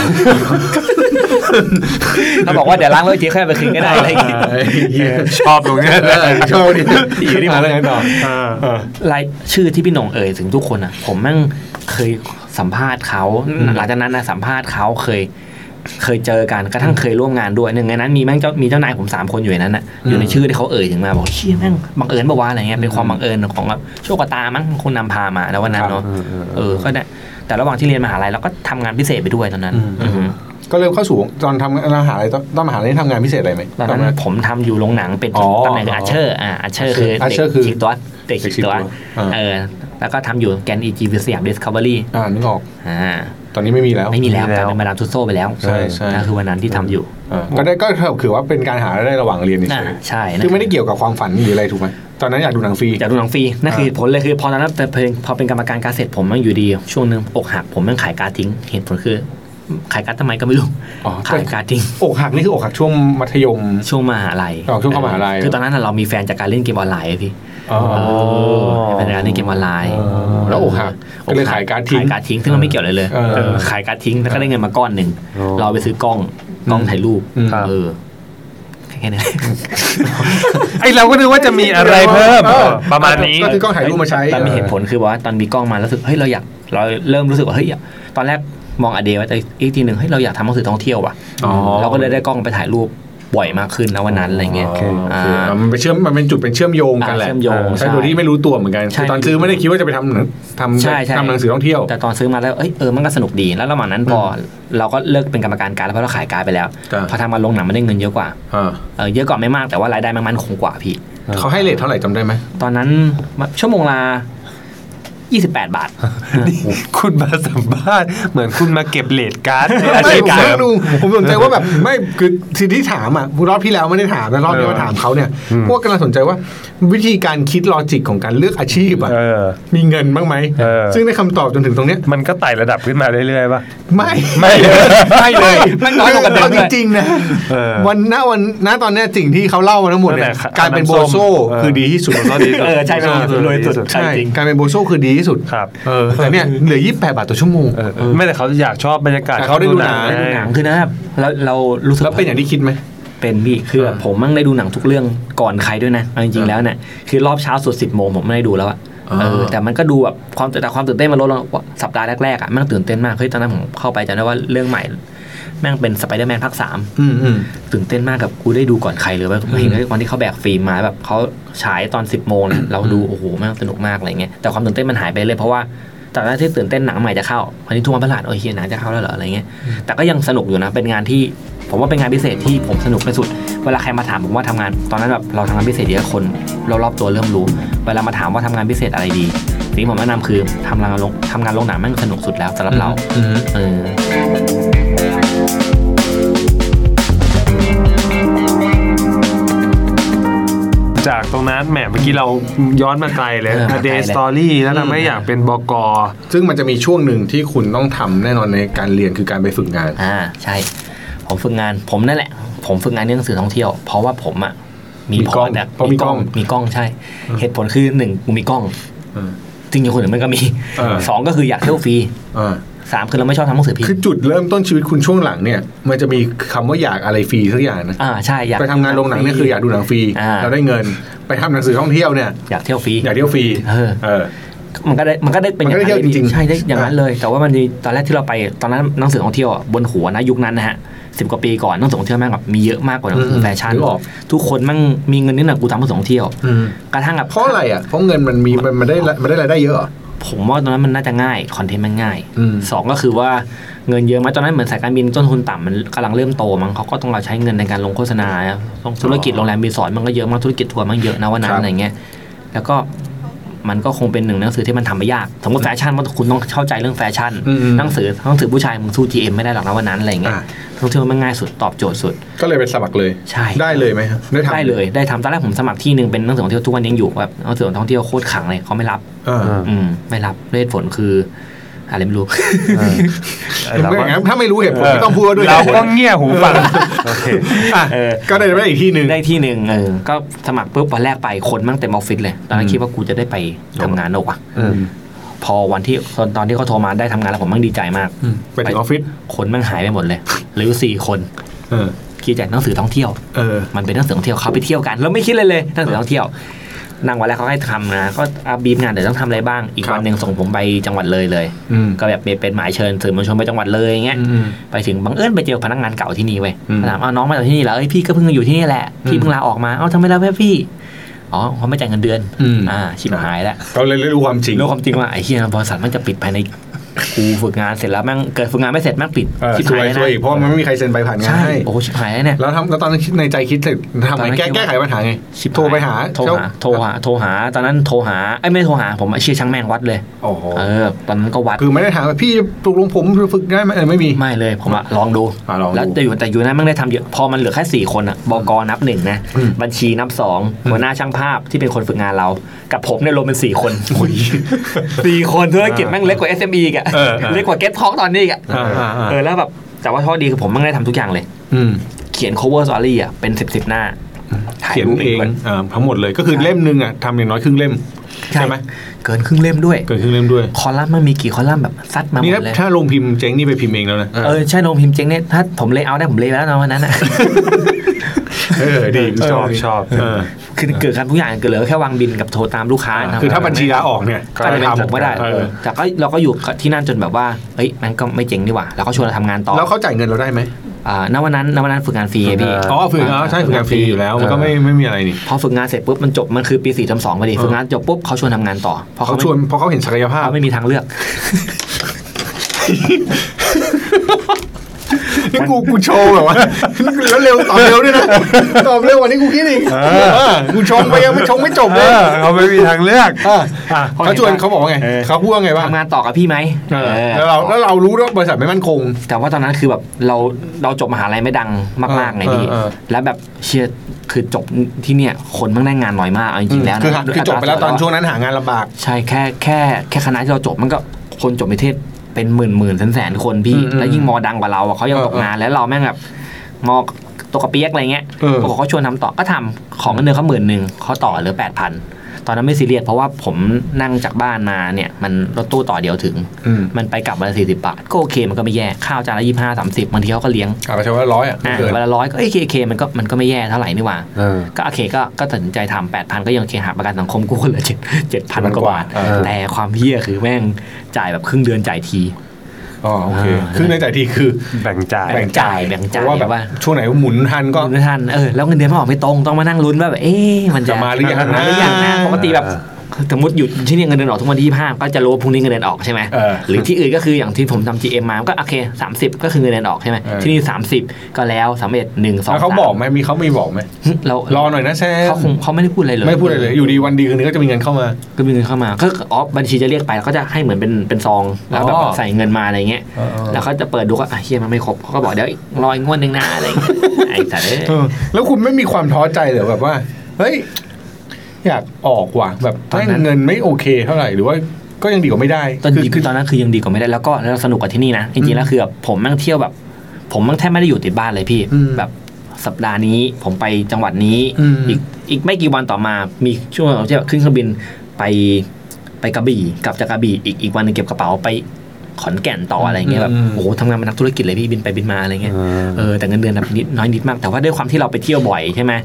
เขาบอกว่าเดี๋ยวล้างรถทีแค่ไปคืนก็ได้อะไรอย่างเงี้ยชอบตรงนี้ชอบดิอยู่ที่ผมอะไรต่อรายชื่อที่พี่หน่งเอ่ยถึงทุกคนอ่ะผมแม่งเคยสัมภาษณ์เขาหลังจากนั้นนะสัมภาษณ์เขาเคยเคยเจอกันกระทั่งเคยร่วมงานด้วยหนึ่งในนั้นมีแม่งเจ้ามีเจ้านายผมสามคนอยู่ในนั้นน่ะอยู่ในชื่อที่เขาเอ่ยถึงมาบอกเชี่ยแม่งบังเอิญบอกว่าอะไรเงี้ยเป็นความบังเอิญของแบบโชคชะตามั้งคนนำพามาแล้ววันนั้นเนาะเออก็ได้แต่ระหว่างที่เรียนมหาลัยเราก็ทำงานพิเศษไปด้วยตอนนั้นก็เริ่มเข้าสู่ตอนทำมหาลัยตอนมหาลัยทำงานพิเศษอะไรไหมตอนนั้นผมทำอยู่โรงหนังเป็นตำแหน่งอาเชอร์อ่าอาเชอร์คือเด็กฉีกตัวเด็กฉีกตัวเออแล้วก็ทำอยู่แกน อี จี วิสยาม Discovery อ่านึกออกอ่าตอนนี้ไม่มีแล้วไม่มีแล้วกลายเป็นมาดามทุสโซ่ไปแล้วใช่ใช่นั่นคือวันนั้นที่ทำอยู่ก็ได้ก็ถือว่าเป็นการหารายได้ระหว่างเรียนเฉยใช่คือไม่ได้เกี่ยวกับความฝันหรืออะไรถูกไหมตอนนั้นอยากดูหนังฟรีอยากดูหนังฟรีนั่นคือผลเลยคือพอตอนนั้นพอเป็นกรรมการการเสร็จผมมันอยู่ดีช่วงนึงอกหักผมมันขายการทิ้งเหตุผลคือขายการทำไมก็ไม่รู้ขายการทิ้งอกหักนี่คืออกหักช่วงมัธยมช่วงมหาลัยอ๋อช่วงเข้ามหาลัยคือตอนนั้นเรามีแฟนจากการเล่นเกมออนไลน์พี่อ๋อเป็นการเล่นเกมออนไลน์แล้วอกหักก็เลยขายการทิ้งขายการทิ้งซึ่งมันไม่เกี่ยวเลยเลยขายการทิ้งแล้วก็ได้เงินมาก้อนหนึ่งเราไปซื้อกล้องกล้องถ่ายรูปเออแค่นี้ไอเราก็นึกว่าจะมีอะไรเพิ่มประมาณนี้ก็คือกล้องถ่ายรูปมาใช้แต่มีเหตุผลคือว่าตอนมีกล้องมาแล้วรู้สึกเฮ้ยเราอยากเราเริ่มรู้สึกว่าเฮ้ยตอนแรกมองอเดย์ไว้แต่อีกทีหนึ่งเฮ้ยเราอยากทำหนังสือท่องเที่ยวว่ะเราก็เลยได้กล้องไปถ่ายรูปบ่อยมากขึ้นนะวันนั้นอะไรเงี้ยมันเป็นเชื่อมมันเป็นจุดเป็นเชื่อมโยงกันแหละเชื่อมโยงใช่โดยที่ไม่รู้ตัวเหมือนกันตอนซื้อไม่ได้คิดว่าจะไปทำทำทำหนังสือท่องเที่ยวแต่ตอนซื้อมาแล้วเอ้ยเออมันก็สนุกดีแล้วระหว่างนั้นพอเราก็เลิกเป็นกรรมการการแล้วเพราะเราขายการไปแล้วพอทำมาลงหนังมันได้เงินเยอะกว่าเออเยอะกว่าไม่มากแต่ว่ารายได้มันมั่นคงกว่าพี่เขาให้เรทเท่าไหร่จำได้ไหมตอนนั้นชั่วโมงละยี่สิบแปดบาทคุณมาสัมภาษณ์เหมือนคุณมาเก็บเรทการ์ดไม่ผมดูผมสนใจว่าแบบไม่คือสิ่งที่ถามอ่ะรอบที่แล้วไม่ได้ถามแต่รอบนี้มาถามเขาเนี่ยพวกกำลังสนใจว่าวิธีการคิดลอจิกของการเลือกอาชีพอ่ะมีเงินบ้างไหมซึ่งได้คำตอบจนถึงตรงเนี้ยมันก็ไต่ระดับขึ้นมาเรื่อยๆป่ะไม่ไม่ไม่เลยมันน้อยกว่าเดิมจริงๆนะวันหน้าวันหน้าตอนเนี้ยสิ่งที่เขาเล่ามาทั้งหมดเนี่ยการเป็นโบโซคือดีที่สุดเออใช่รวยสุดใช่การเป็นโบโซคือดีที่สุดครับเออแต่เนี่ยเหลือยี่สิบแปดบาทต่อชั่วโมงไม่แต่เขาอยากชอบบรรยากาศเขาได้ดูหนังได้ดูหนังคือนะครับแล้วเรารู้สึกแล้วเป็นอย่างที่คิดไหมเป็นพี่คือผมมั่งได้ดูหนังทุกเรื่องก่อนใครด้วยนะจริงๆแล้วเนี่ยคือรอบเช้าสุดสิบโมงผมไม่ได้ดูแล้วอะเออแต่มันก็ดูแบบความแต่ความตื่นเต้นมันลดลงสัปดาห์แรกๆอะมันตื่นเต้นมากเฮ้ยตอนนั้นผมเข้าไปจำได้ว่าเรื่องใหม่แม่งเป็นสไปเดอร์แมนภาคสามตื่นเต้นมากกับกูได้ดูก่อนใครเลยว่าเห็นตอนที่เขาแบกฟิล์มมาแบบเขาฉายตอนสิบโมงเราดูโอ้โหแม่งสนุกมากอะไรเงี้ยแต่ความตื่นเต้นมันหายไปเลยเพราะว่าตอนแรกที่ตื่นเต้นหนังใหม่จะเข้าวันนี้ทุกวันพฤหัสโอ้ยเฮียหนังจะเข้าแล้วเหรออะไรเงี้ยแต่ก็ยังสนุกอยู่นะเป็นงานที่ผมว่าเป็นงานพิเศษที่ผมสนุกที่สุดเวลาใครมาถามผมว่าทำงานตอนนั้นแบบเราทำงานพิเศษเยอะคนรอบๆตัวเริ่มรู้เวลามาถามว่าทำงานพิเศษอะไรดีสิ่งที่ผมแนะนำคือทำงานลงทำงานลงหนังมันสนุกสุดแล้วสำหรับเราเออจากตรงนั้นแหมเมื่อกี้เราย้อนมาไกลเลย A Day Story แล้วทำให้อยากเป็นบก. ซึ่งมันจะมีช่วงหนึ่งที่คุณต้องทำแน่นอนในการเรียนคือการไปฝึกงานอ่าใช่ผมฝึกงานผมนั่นแหละผมฝึกงานเรื่องหนังสือท่องเที่ยวเพราะว่าผมอ่ะมีพอร์ตแบบมีกล้องมีกล้องใช่เหตุผลคือหนึ่งกูมีกล้องจริงๆคนอื่นมันก็มีสองก็คืออยากเที่ยวฟรีสามคือเราไม่ชอบทำหนังสือพิมพ์คือจุดเริ่มต้นชีวิตคุณช่วงหลังเนี่ยมันจะมีคำว่าอยากอะไรฟรีสักอย่างนะอ่าใช่อยากไปทำงานโรงหนังเนี่ยคืออยากดูหนังฟรีเราได้เงินไปทำหนังสือท่องเที่ยวเนี่ยอยากเที่ยวฟรีอยากเที่ยวฟรีเออเออมันก็ได้มันก็ได้เป็นอย่างนั้นจริงๆใช่ได้อย่างนั้นเลยแต่ว่ามันตอนแรกที่เราไปตอนนั้นหนังสือท่องเที่ยวบนหัวนะยุคนั้นนะฮะสิบกว่าปีก่อนนักท่องเที่ยวแม่งแบบมีเยอะมากกว่านักท่องเที่ยวแฟชั่นนึกออกทุกคนแม่งมีเงินนี่แหละกูทำเพื่อท่องเที่ยวกระทั่งแบบเพราะอะไรอ่ะเพราะเงินมันมีมันมันได้มันได้รายได้เยอะเหรอผมว่าตอนนั้นมันน่าจะง่ายคอนเทนต์มันง่ายอืมสองก็คือว่าเงินเยอะไหมตอนนั้นเหมือนสายการบินต้นทุนต่ำมันกำลังเริ่มโตมั้งเขาก็ต้องเราใช้เงินในการลงโฆษณาธุรกิจโรงแรมรีสอร์ทมันก็เยอะมากธุรกิจทัวร์มันเยอะนะวันนั้นอะไรเงี้ยแล้วก็มันก็คงเป็นหนึ่งหนังสือที่มันทำไม่ยากสมมติแฟชั่นมันคุณต้องเข้าใจเรื่องแฟชั่นหนังสือหนังสือผู้ชายมึงสู้ จี เอ็ม ไม่ได้หรอกนะวันนั้นอะไรเงี้ยท่องเที่ยวมันง่ายสุดตอบโจทย์สุดก็เลยไปสมัครเลยใช่ได้เลยไหมได้ทำได้เลยได้ทำตอนแรกผมสมัครที่นึงเป็นหนังสือท่องเที่ยวทุกวันยังอยู่แบบหนังสือท่องเที่ยวโคตรขังเลยเขาไม่รับอืมไม่รับด้วยเหตุผลคืออะไรไม่รู้ถ้าไม่รู้เหตุผลไม่ต้องพูดด้วยเราก็เงี่ยหูฟังโอเคก็ได้ได้อีกที่นึงได้ที่นึงเออก็สมัครปุ๊บวันแรกไปคนมั่งเต็มออฟฟิศเลยตอนนั้นคิดว่ากูจะได้ไปทำงานหรอกอ่ะพอวันที่ตอนที่เขาโทรมาได้ทำงานแล้วผมมั่งดีใจมากไปถึงออฟฟิศคนมั่งหายไปหมดเลยเหลือสี่คนคิดจากหนังสือท่องเที่ยวมันเป็นหนังสือท่องเที่ยวเขาไปเที่ยวกันเราไม่คิดเลยเลยหนังสือท่องเที่ยวนั่งวันแรกเขาให้ทำนะก็บีบงานเดี๋ยวต้องทำอะไรบ้างอีกวันหนึ่งส่งผมไปจังหวัดเลยเลยก็แบบเป็นหมายเชิญสื่อมวลชนไปจังหวัดเลยอย่างเงี้ยไปถึงบังเอิญไปเจอพนักงานเก่าที่นี่เว้ยถามอ้าวน้องมาจากที่นี่เหรอเอ้ยพี่ก็เพิ่งอยู่ที่นี่แหละพี่เพิ่งลาออกมาเอ้าทำไมล่ะพี่อ๋อเขาไม่จ่ายเงินเดือนอ่าชิบหายแล้วเขาเลยรู้ความจริงรู้ความจริงว่าไอ้เหี้ยบริษัทมันจะปิดภายในกูฝึกงานเสร็จแล้วแม่งเกิดฝึกงานไม่เสร็จแม่งปิดชิบหายนะเพราะมันไม่มีใครเซ็นใบผ่านงานให้โอ้ชิบหายเนี่ยแล้วทำแล้วตอนนั้นในใจคิดเสร็จทำไงแก้แก้ไขปัญหาไงโทรไปหาโทรหาโทรหาโทรหาตอนนั้นโทรหาไอ้ไม่โทรหาผมเชี่ยช่างแม่งวัดเลยโอ้โหเออตอนนั้นก็วัดคือไม่ได้ถามว่าพี่ตกลงผมฝึกได้ไหมไม่มีไม่เลยผมอะลองดูแล้วแต่อยู่แต่อยู่นั้นแม่งได้ทำเยอะพอมันเหลือแค่สี่คนอะบก.นับหนึ่งนะบัญชีนับสองหัวหน้าช่างภาพที่เป็นคนฝึกงานเรากับผมเนี่ยรวมเป็นสี่คนสี่คนธุรกิจแม่งเล็กกว่า เอส เอ็ม อี อีกอะเล็กกว่า Get Talk ตอนนี้อีกอะเออแล้วแบบแต่ว่าข้อดีคือผมแม่งได้ทำทุกอย่างเลยเขียน cover story อ่ะเป็นสิบสิบหน้าเขียนเองทั้งหมดเลยก็คือเล่มนึงอ่ะทำอย่างน้อยครึ่งเล่มใช่ไหมเกินครึ่งเล่มด้วยเกินครึ่งเล่มด้วยคอลัมน์มันมีกี่คอลัมน์แบบซัดมาหมดเลยนี่ถ้าโรงพิมพ์เจ๊งนี่ไปพิมพ์เองแล้วนะเออใช่โรงพิมพ์เจ๊งเนี่ยถ้าผมเลย์เอาท์ได้ผมเลย์แล้วนะวันนั้นอ่ะเออดีชอบชอบคือเกิดการทุกอย่างเกิดเหลือแค่วางบินกับโทรตามลูกค้าคือถ้าบัญชีลาออกเนี่ยก็จะทำไม่ได้แต่ก็เราก็อยู่ที่นั่นจนแบบว่าเอ้ยมันก็ไม่เจ๋งดีกว่าแล้วก็ชวนเราทำงานต่อแล้วเขาจ่ายเงินเราได้ไหมอ่าณวันนั้นณวันนั้นฝึกงานฟรีพี่อ๋อฝึกงานใช่ฝึกงานฟรีอยู่แล้วมันก็ไม่ไม่มีอะไรนี่พอฝึกงานเสร็จปุ๊บมันจบมันคือปีสี่ทำสองพอดีฝึกงานจบปุ๊บเขาชวนทำงานต่อเพราะเขาชวนเพราะเขาเห็นศักยภาพไม่มีทางเลือกนี่กูกูโชว์แบบว่าแล้วเร็วตอบเร็วด้วยนะตอบเร็วกว่านี้กูคิดอีกกูชงไปยังไม่ชงไม่จบเลยเขาไม่มีทางเลือกเขาชวนเขาบอกว่าไงเขาพูดว่าไงว่าทำงานต่อกับพี่ไหมแล้วเราแล้วเรารู้ว่าบริษัทไม่มั่นคงแต่ว่าตอนนั้นคือแบบเราเราจบมหาลัยไม่ดังมากๆไงพี่แล้วแบบเชียร์คือจบที่เนี่ยคนมันได้งานน้อยมากจริงๆแล้วนะคือจบไปแล้วตอนช่วงนั้นหางานลำบากใช่แค่แค่แค่คณะที่เราจบมันก็คนจบนิเทศเป็นหมื่นหมื่นแสนแสนคนพี่แล้วยิ่งมอดังกว่าเราเขายังตกงานแล้วเราแม่งแบบมอตกกระเปียกอะไรเงี้ยบอกเขาชวนทำต่อก็ทำของเงินเดือนเขาหมื่นหนึ่งเขาต่อเหลือแปดพันตอนนั้นไม่ซีเรียสเพราะว่าผมนั่งจากบ้านมาเนี่ยมันรถตู้ต่อเดียวถึงมันไปกลับวันละสี่สิบบาทก็โอเคมันก็ไม่แย่ข้าวจานละยี่สิบห้าสามสิบบางทีเขาก็เลี้ยงอ่าใช่ว่าร้อยอ่ะวันละร้อยก็โอเคโอเคมันก็มันก็ไม่แย่เท่าไหร่นี่หว่าก็โอเคก็ก็ตัดสินใจทำแปดพันก็ยังโอเคหาประกันสังคมกูเหลือเจ็ดเจ็ดพันกว่าบาทแต่ความเหี้ยคือแม่งจ่ายแบบครึ่งเดือนจ่ายทีอ๋อโอเคคือในใจทีคือแบ่งจ่ายแบ่งจ่ายแบ่งจ่ายว่าแบบว่าช่วงไหนหมุนทันก็หมุนทันเออแล้วเงินเดือนมันออกไม่ตรงต้องมานั่งลุ้นว่าแบบเอ๊ะมันจะมาหรือยังนะหรือยังนะปกติแบบสมมติอยู่ที่นี่เงินเดือนออกทุกวันที่ยี่สิบห้าก็จะรู้ว่าพรุ่งนี้เงินเดือนออกใช่ไหมหรือที่อื่นก็คืออย่างที่ผมทำ จี เอ็ม มาก็โอเคสามสิบก็คือเงินเดือนออกใช่ไหมที่นี่สามสิบก็แล้วสามสิบเอ็ด หนึ่ง สอง สามเขาบอกไหมมีเขาไม่บอกไหมเรารอหน่อยนะแซมเขาคงเขาไม่ได้พูดอะไรเลยไม่พูดอะไรเลยอยู่ดีวันดีคืนนี้ก็จะมีเงินเข้ามาก็มีเงินเข้ามาก็อ๋อบัญชีจะเรียกไปก็จะให้เหมือนเป็นเป็นซองแล้วแบบใส่เงินมาอะไรเงี้ยแล้วเขาจะเปิดดูก็อ่ะเฮียมันไม่ครบเขาก็บอกเดี๋ยวรออีกงวดนึงนะอะไรไอ้สัตว์แล้วคุณไม่มีความท้อใจเหรอแบบว่าเฮ้ยอยากออกว่ะแบบเงินไม่โอเคเท่าไหร่หรือว่าก็ยังดีกว่าไม่ได้ตอนนี้คือตอนนั้นคือยังดีกว่าไม่ได้แล้วก็แล้วสนุกกว่าที่นี่นะจริงๆแล้วคือแบบผมนั่งเที่ยวแบบผมนั่งแทบไม่ได้อยู่ติดบ้านเลยพี่แบบสัปดาห์นี้ผมไปจังหวัดนี้อีกอีกไม่กี่วันต่อมามีช่วงที่ขึ้นเครื่องบินไปไปกระบี่กลับจากกระบี่อีกอีกวันนึงเก็บกระเป๋าไปขอนแก่นต่ออะไรเงี้ยแบบโอ้โหทำงานเป็นนักธุรกิจเลยพี่บินไปบินมาอะไรเงี้ยเออแต่เงินเดือนแบบนิดน้อยนิดมากแต่ว่าด้วยความที่เราไปเที่ยวบ่อยใช่ไหม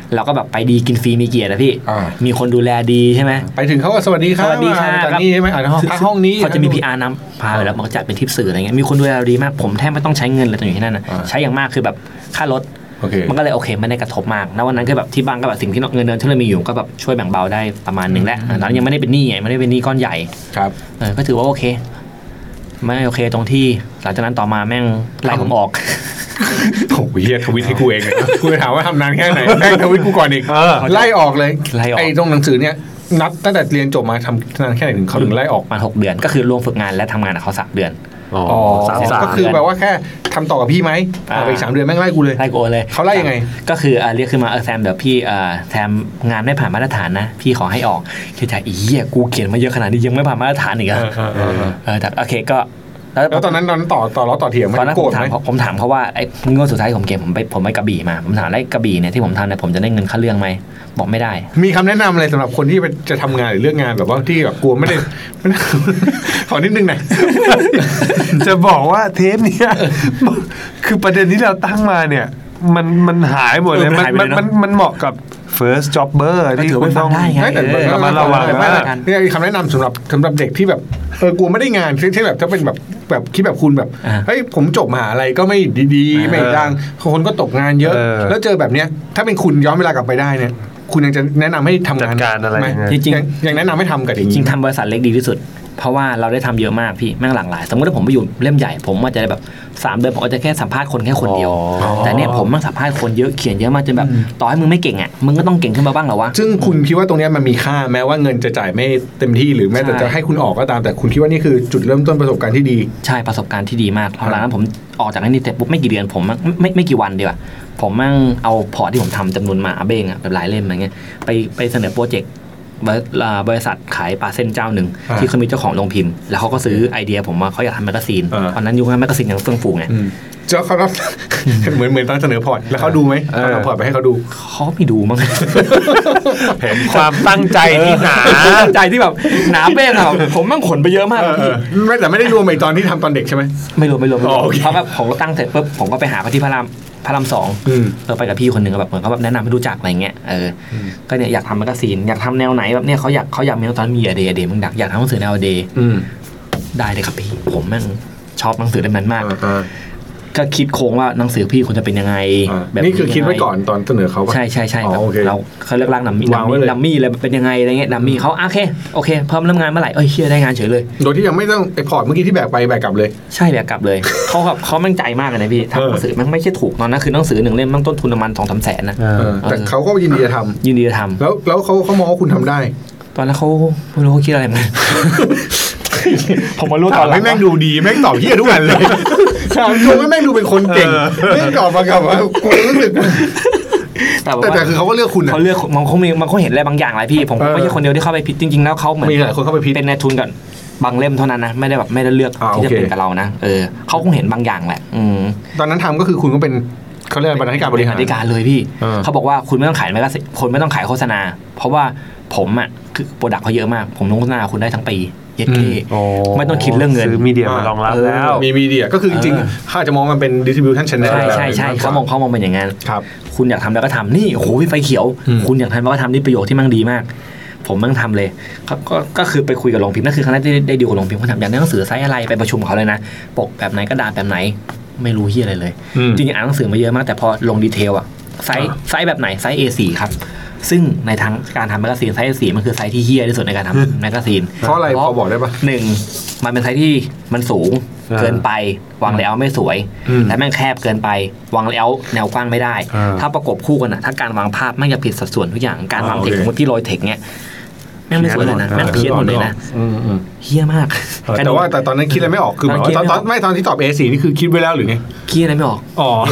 เราก็แบบไปดีกินฟรีมีเกียรตินะพี่อ่ามีคนดูแลดีใช่ไหมไปถึงเขาก็สวัสดีครับสวัสดีค่ะจากนี่ใช่ไหมอ่าห้องพักห้องนี้เขาจะมี พี อาร์ นำพาไปแล้วมันก็จัดเป็นทริปสื่ออะไรเงี้ยมีคนดูแลเราดีมากผมแทบไม่ต้องใช้เงินเลยตอนอยู่ที่นั่นนะอ่าใช้อย่างมากคือแบบค่ารถโอเคมันก็เลยโอเคไม่ได้กระทบมากณวันนั้นก็แบบที่บ้านก็แบบสิ่งที่เงินเดือนที่เรามีอยู่ก็แบบช่วยแบ่งเบาได้ประมาณหนึงแล้วตอนนั้นยังไม่ได้เป็นหนี้ไงไม่ได้เป็นหนี้ก้อนใหญ่ครับเออก็ถือว่าโอเคไม่โอเคตรงที่หลังจากนั้นต่อมาแม่งไล่ผมออกโอ้โหเฮียทวิตให้กูเองเลยกูถามว่าทำนานแค่ไหนแม่งทวิตกูก่อนอีกเออไล่ออกเลยไล่ออกไอ้ตรงหนังสือเนี่ยนับตั้งแต่เรียนจบมาทำนานแค่ไหนถึงเขาถึงไล่ออกประมาณหกเดือนก็คือรวมฝึกงานและทำงานกับเขาสามเดือนอ๋ออ๋อสามสามก็คือแปลว่าแค่ทำต่อกับพี่ไหมอ่าไปอีกสามเดือนแม่งไล่กูเลยไล่โกเลยเขาไล่ยังไงก็คืออ่าเรียกขึ้นมาเออแซมเดี๋ยวพี่อ่าแซมงานไม่ผ่านมาตรฐานนะพี่ขอให้ออกคิดใจอีเหี้ยกูเขียนมาเยอะขนาดนี้ยังไม่ผ่านมาตรฐานอีกเหรอเออเออเออเออแต่โอเคก็แล้วตอนนั้นตอนนั้นต่อต่อล้อต่อเถียงไหมตอนนั้นโกผรมธถามไหมเขาผมถามเขาว่าไอ้งวดสุดท้ายของเกมผมไปผมไปกระบี่มาผมถามไอ้กระบี่เนี่ยที่ผมทำเนี่ยผมจะได้เงินค่าเรื่องไหมบอกไม่ได้มีคำแนะนำอะไรสำหรับคนที่จะทำงานหรือเลือกงานแบบว่าที่แบบกลัวไม่ได้ ไม่ได้ ขอนิดนึงหน่อยจะบอกว่าเทปเนี้ยคือประเด็นที่เราตั้งมาเนี่ย มันมันหายหมดเลยเออมันมันหายไปเลยเนอะมันมันเหมาะกับ first jobber ที่ถือคุว่าณต้องฟังได้ไงไม่แต่เออเราระมัดระวังแต่ไม่นะแต่นี่คำแนะนำสำหรับสำหรับเด็กที่แบบเออกลัวไม่ได้งานเช่นแบบถ้าเป็นแบบแบบคิดแบบคุณแบบอ่าเฮ้ยผมจบมหาอะไรก็ไม่ดีๆ ไม่ดังคนก็ตกงานเยอะเออแล้วเจอแบบเนี้ยถ้าเป็นคุณย้อนเวลากลับไปได้เนี่ยคุณยังจะแนะนำให้ทำงานจัดการอะไรหมยังไงจริงๆยังยังแนะนำให้ทำกับอย่างจรินี้งๆทำบริษัทเล็กดีที่สุด เพราะว่าเราได้ทำเยอะมากพี่แม่งหลากหลายสมมติถ้าผมไปอยู่เล่มใหญ่ผมอาจจะแบบสามเดือนผมอาจจะแค่สัมภาษณ์คนแค่คนเดียวอ๋อแต่เนี่ยผมแม่งสัมภาษณ์คนเยอะเขียนเยอะมากจนแบบต่อให้มึงไม่เก่งอ่ะมึงก็ต้องเก่งขึ้นมาบ้างเหรอวะซึ่งคุณคิดว่าตรงเนี้ยมันมีค่าแม้ว่าเงินจะจ่ายไม่เต็มที่หรือแม้แต่ใช่จะให้คุณออกก็ตามแต่คุณคิดว่านี่คือจุดเริ่มต้นประสบการณ์ที่ดีใช่ประสบการณ์ที่ดีมากพอหลังนั้นผมออกจากนี่เสร็จปุ๊บไม่กี่เดือนผมไม่ไม่ไม่กี่วันเดียวอะผมมั่งเอาพอร์ตที่ผมทำจำนวนมาอาเบ้งอะแบบหลายเล่มอะไรเงี้ยไปไปเสนอโปรเจกต์บริอ่าบริษัทขายปลาเส้นเจ้าหนึ่งอ่าที่เขามีเจ้าของโรงพิมพ์แล้วเขาก็ซื้อไอเดียผมมาเขาอยากทำแมกกาซีนอ่าตอนนั้นยุคนั้นแมกกาซีนยังเฟื่องฟูไงอืมเจ้าเขารับ เหมือนเหมือนตอนเสนอพอร์ตแล้วเขาดูไหมเออเขาเอาพอร์ตไปให้เขาดูเขาไม่ดูมั้งเห็นความตั้งใจที่หนาใจที่แบบหนาเป้งอะแบบผมมั่งขนไปเยอะมากเออเอพี่อไม่แต่ไม่ได้รวมไอ้ตอนที่ทำตอนเด็กใช่ไหมไม่รู้ไม่รู้ไม่อ๋อรู้โอเคเพราะแบบผมก็ตั้งเสร็จปุ๊บผมก็ไปหาเขาที่พระรามพระรามสองอืมเออไปกับพี่คนหนึ่งแบบเหมือนเขาแบบแนะนำให้รู้จักอะไรเงี้ยเอออก็เนี่ยอยากทำแมกกาซีนอยากทำแนวไหนแบบเนี่ยเขาอยากเขาอยากมีตอนมีอเดย์อเดย์มึงดักอยากทำหนังสือแนวอเดย์อืมได้เลยครับพี่ผมแม่งชอบหนังสือเล่มนั้นมากอ่าก็คิดโครงว่าหนังสือพี่ควรจะเป็นยังไงอ่าแบบนี่คือคิดไว้ก่อนตอนเสนอเขาปะใช่ใช่ใช่อ๋อแบบโอเคเราเขาเลือกร่างดัมมี่วางไว้เลยดัมมี่เลยเป็นยังไงอะไรเงี้ยดัมมี่เขาโอเคโอเคเพิ่มเริ่มงานเมื่อไหร่เอ้ยเชื่อได้งานเฉยเลยโดยที่ยังไม่ต้องไอ้พอร์ตเมื่อกี้ที่แบกไปแบกกลับเลยใช่แบบกลับเลย เขาแบบเขามั่งใจมากเลยนะพี่ทำหนังสือมันไม่ใช่ถูกตอนนั้นคือหนังสือหนึ่งเล่มมันต้นทุนประมาณสองสามแสนนะเออเออแต่เขาก็ยินดีจะทำยินดีจะทำแล้วแล้วเขาเขามองว่าคุณทำได้ตอนนั้นเขาไม่รู้เขาคิดอะไรเหมือนกัน ผมมารู้ตตออน นหลัให้งแม่งดูดีแม่งตอบเฮียทุกวันเลยถามชมว่าแม่งดูเป็นคนเก่งแม่งตอบมากับว่ากูรู้สึกแต่ว่าแต่แต่คือเขาก็เลือกคุณนะเขาเลือกมันเขามีมันเขาเห็นอะไรบางอย่างอะไรพี่ ผมเออไม่ใช่คนเดียวที่เข้าไปพิดจริงๆแล้วเขาเหมือนมีหลายคนเข้าไปพิจเป็นนายทุนกับบางเล่มเท่านั้นนะไม่ได้แบบไม่ได้เลือกอ่าที่จะโอเคเป็นกับเรานะเออเขาคงเห็นบางอย่างแหละอืมตอนนั้นทำก็คือคุณก็เป็นเขาเรียกบรรณาธิการบริหารธิการเลยพี่เออเขาบอกว่าคุณไม่ต้องขายแมกกาซีนคนไม่ต้องขายโฆษณา เพราะว่าผมอ่ะคือโปรดักต์เขาเยอะมาก ผมลงโฆษณาคุณได้ทั้งปีเย็ดเคโอ้ไม่ต้องคิดเรื่องเงินซื้อมีเดียมารองรับแล้วมีมีเดียก็คือจริงเออๆเขาอาจจะมองมันเป็น distribution channel ใช่ใช่ใช่มกกว่เขามองเขามองเป็นอย่างนั้นครับคุณอยากทำแล้วก็ทำนี่โอ้โหพี่ไฟเขียวอืมคุณอยากทำแล้วก็ทำนี่ประโยชน์ที่มั่งดีมาก ผมมั่งทำเลยเขาก็ก็คือไปคุยกับโรงพิมพ์นั่นคือครั้งแรกที่ได้ดีลกับโรงพิมพ์เขาถามอยากได้หนังสือไซส์อะไรไปประชุมกับเขาเลยนะปกแบบไหนกระดาษแบบไหนไม่รู้เฮียอะไรเลยอืมจริงๆอ่านหนังสือมาเยอะมากแต่พอลงดีเทลอะไซส์อ่าไซส์แบบไหนไซส์ เอ โฟร์ ครับซึ่งในทางการทำแมกกาซีนไซส์ เอ โฟร์ มันคือไซส์ที่เฮี้ยที่สุดในการทำแมกกาซีนเพราะอะไรพอบอกได้ปะหนึ่งมันเป็นไซส์ที่มันสูงอ่าเกินไปวางเลเยอร์ไม่สวยอืมและแม่งแคบเกินไปวางเลเยอร์แนวกว้างไม่ได้อ่าถ้าประกบคู่กันอะถ้าการวางภาพแม่งจะผิดสัดส่วนทุกอย่างการวางอ่าเทคโอเคสมมติที่โรยเทคเนี้ยแม่งไม่สวยเลยนะเพี้ยนหมดแม่งเพี้ยนหมดเลยนะอืมอืมเฮี้ยมากเออแต่ว่าแต่ตอนนั้นคิดอะไรไม่ออกคือหมายว่าตอนตอนไม่ตอนที่ตอบ เอ โฟร์ นี่คือคิดไว้แล้วหรือไงเฮี้ยอะไรไม่ออกอ๋อ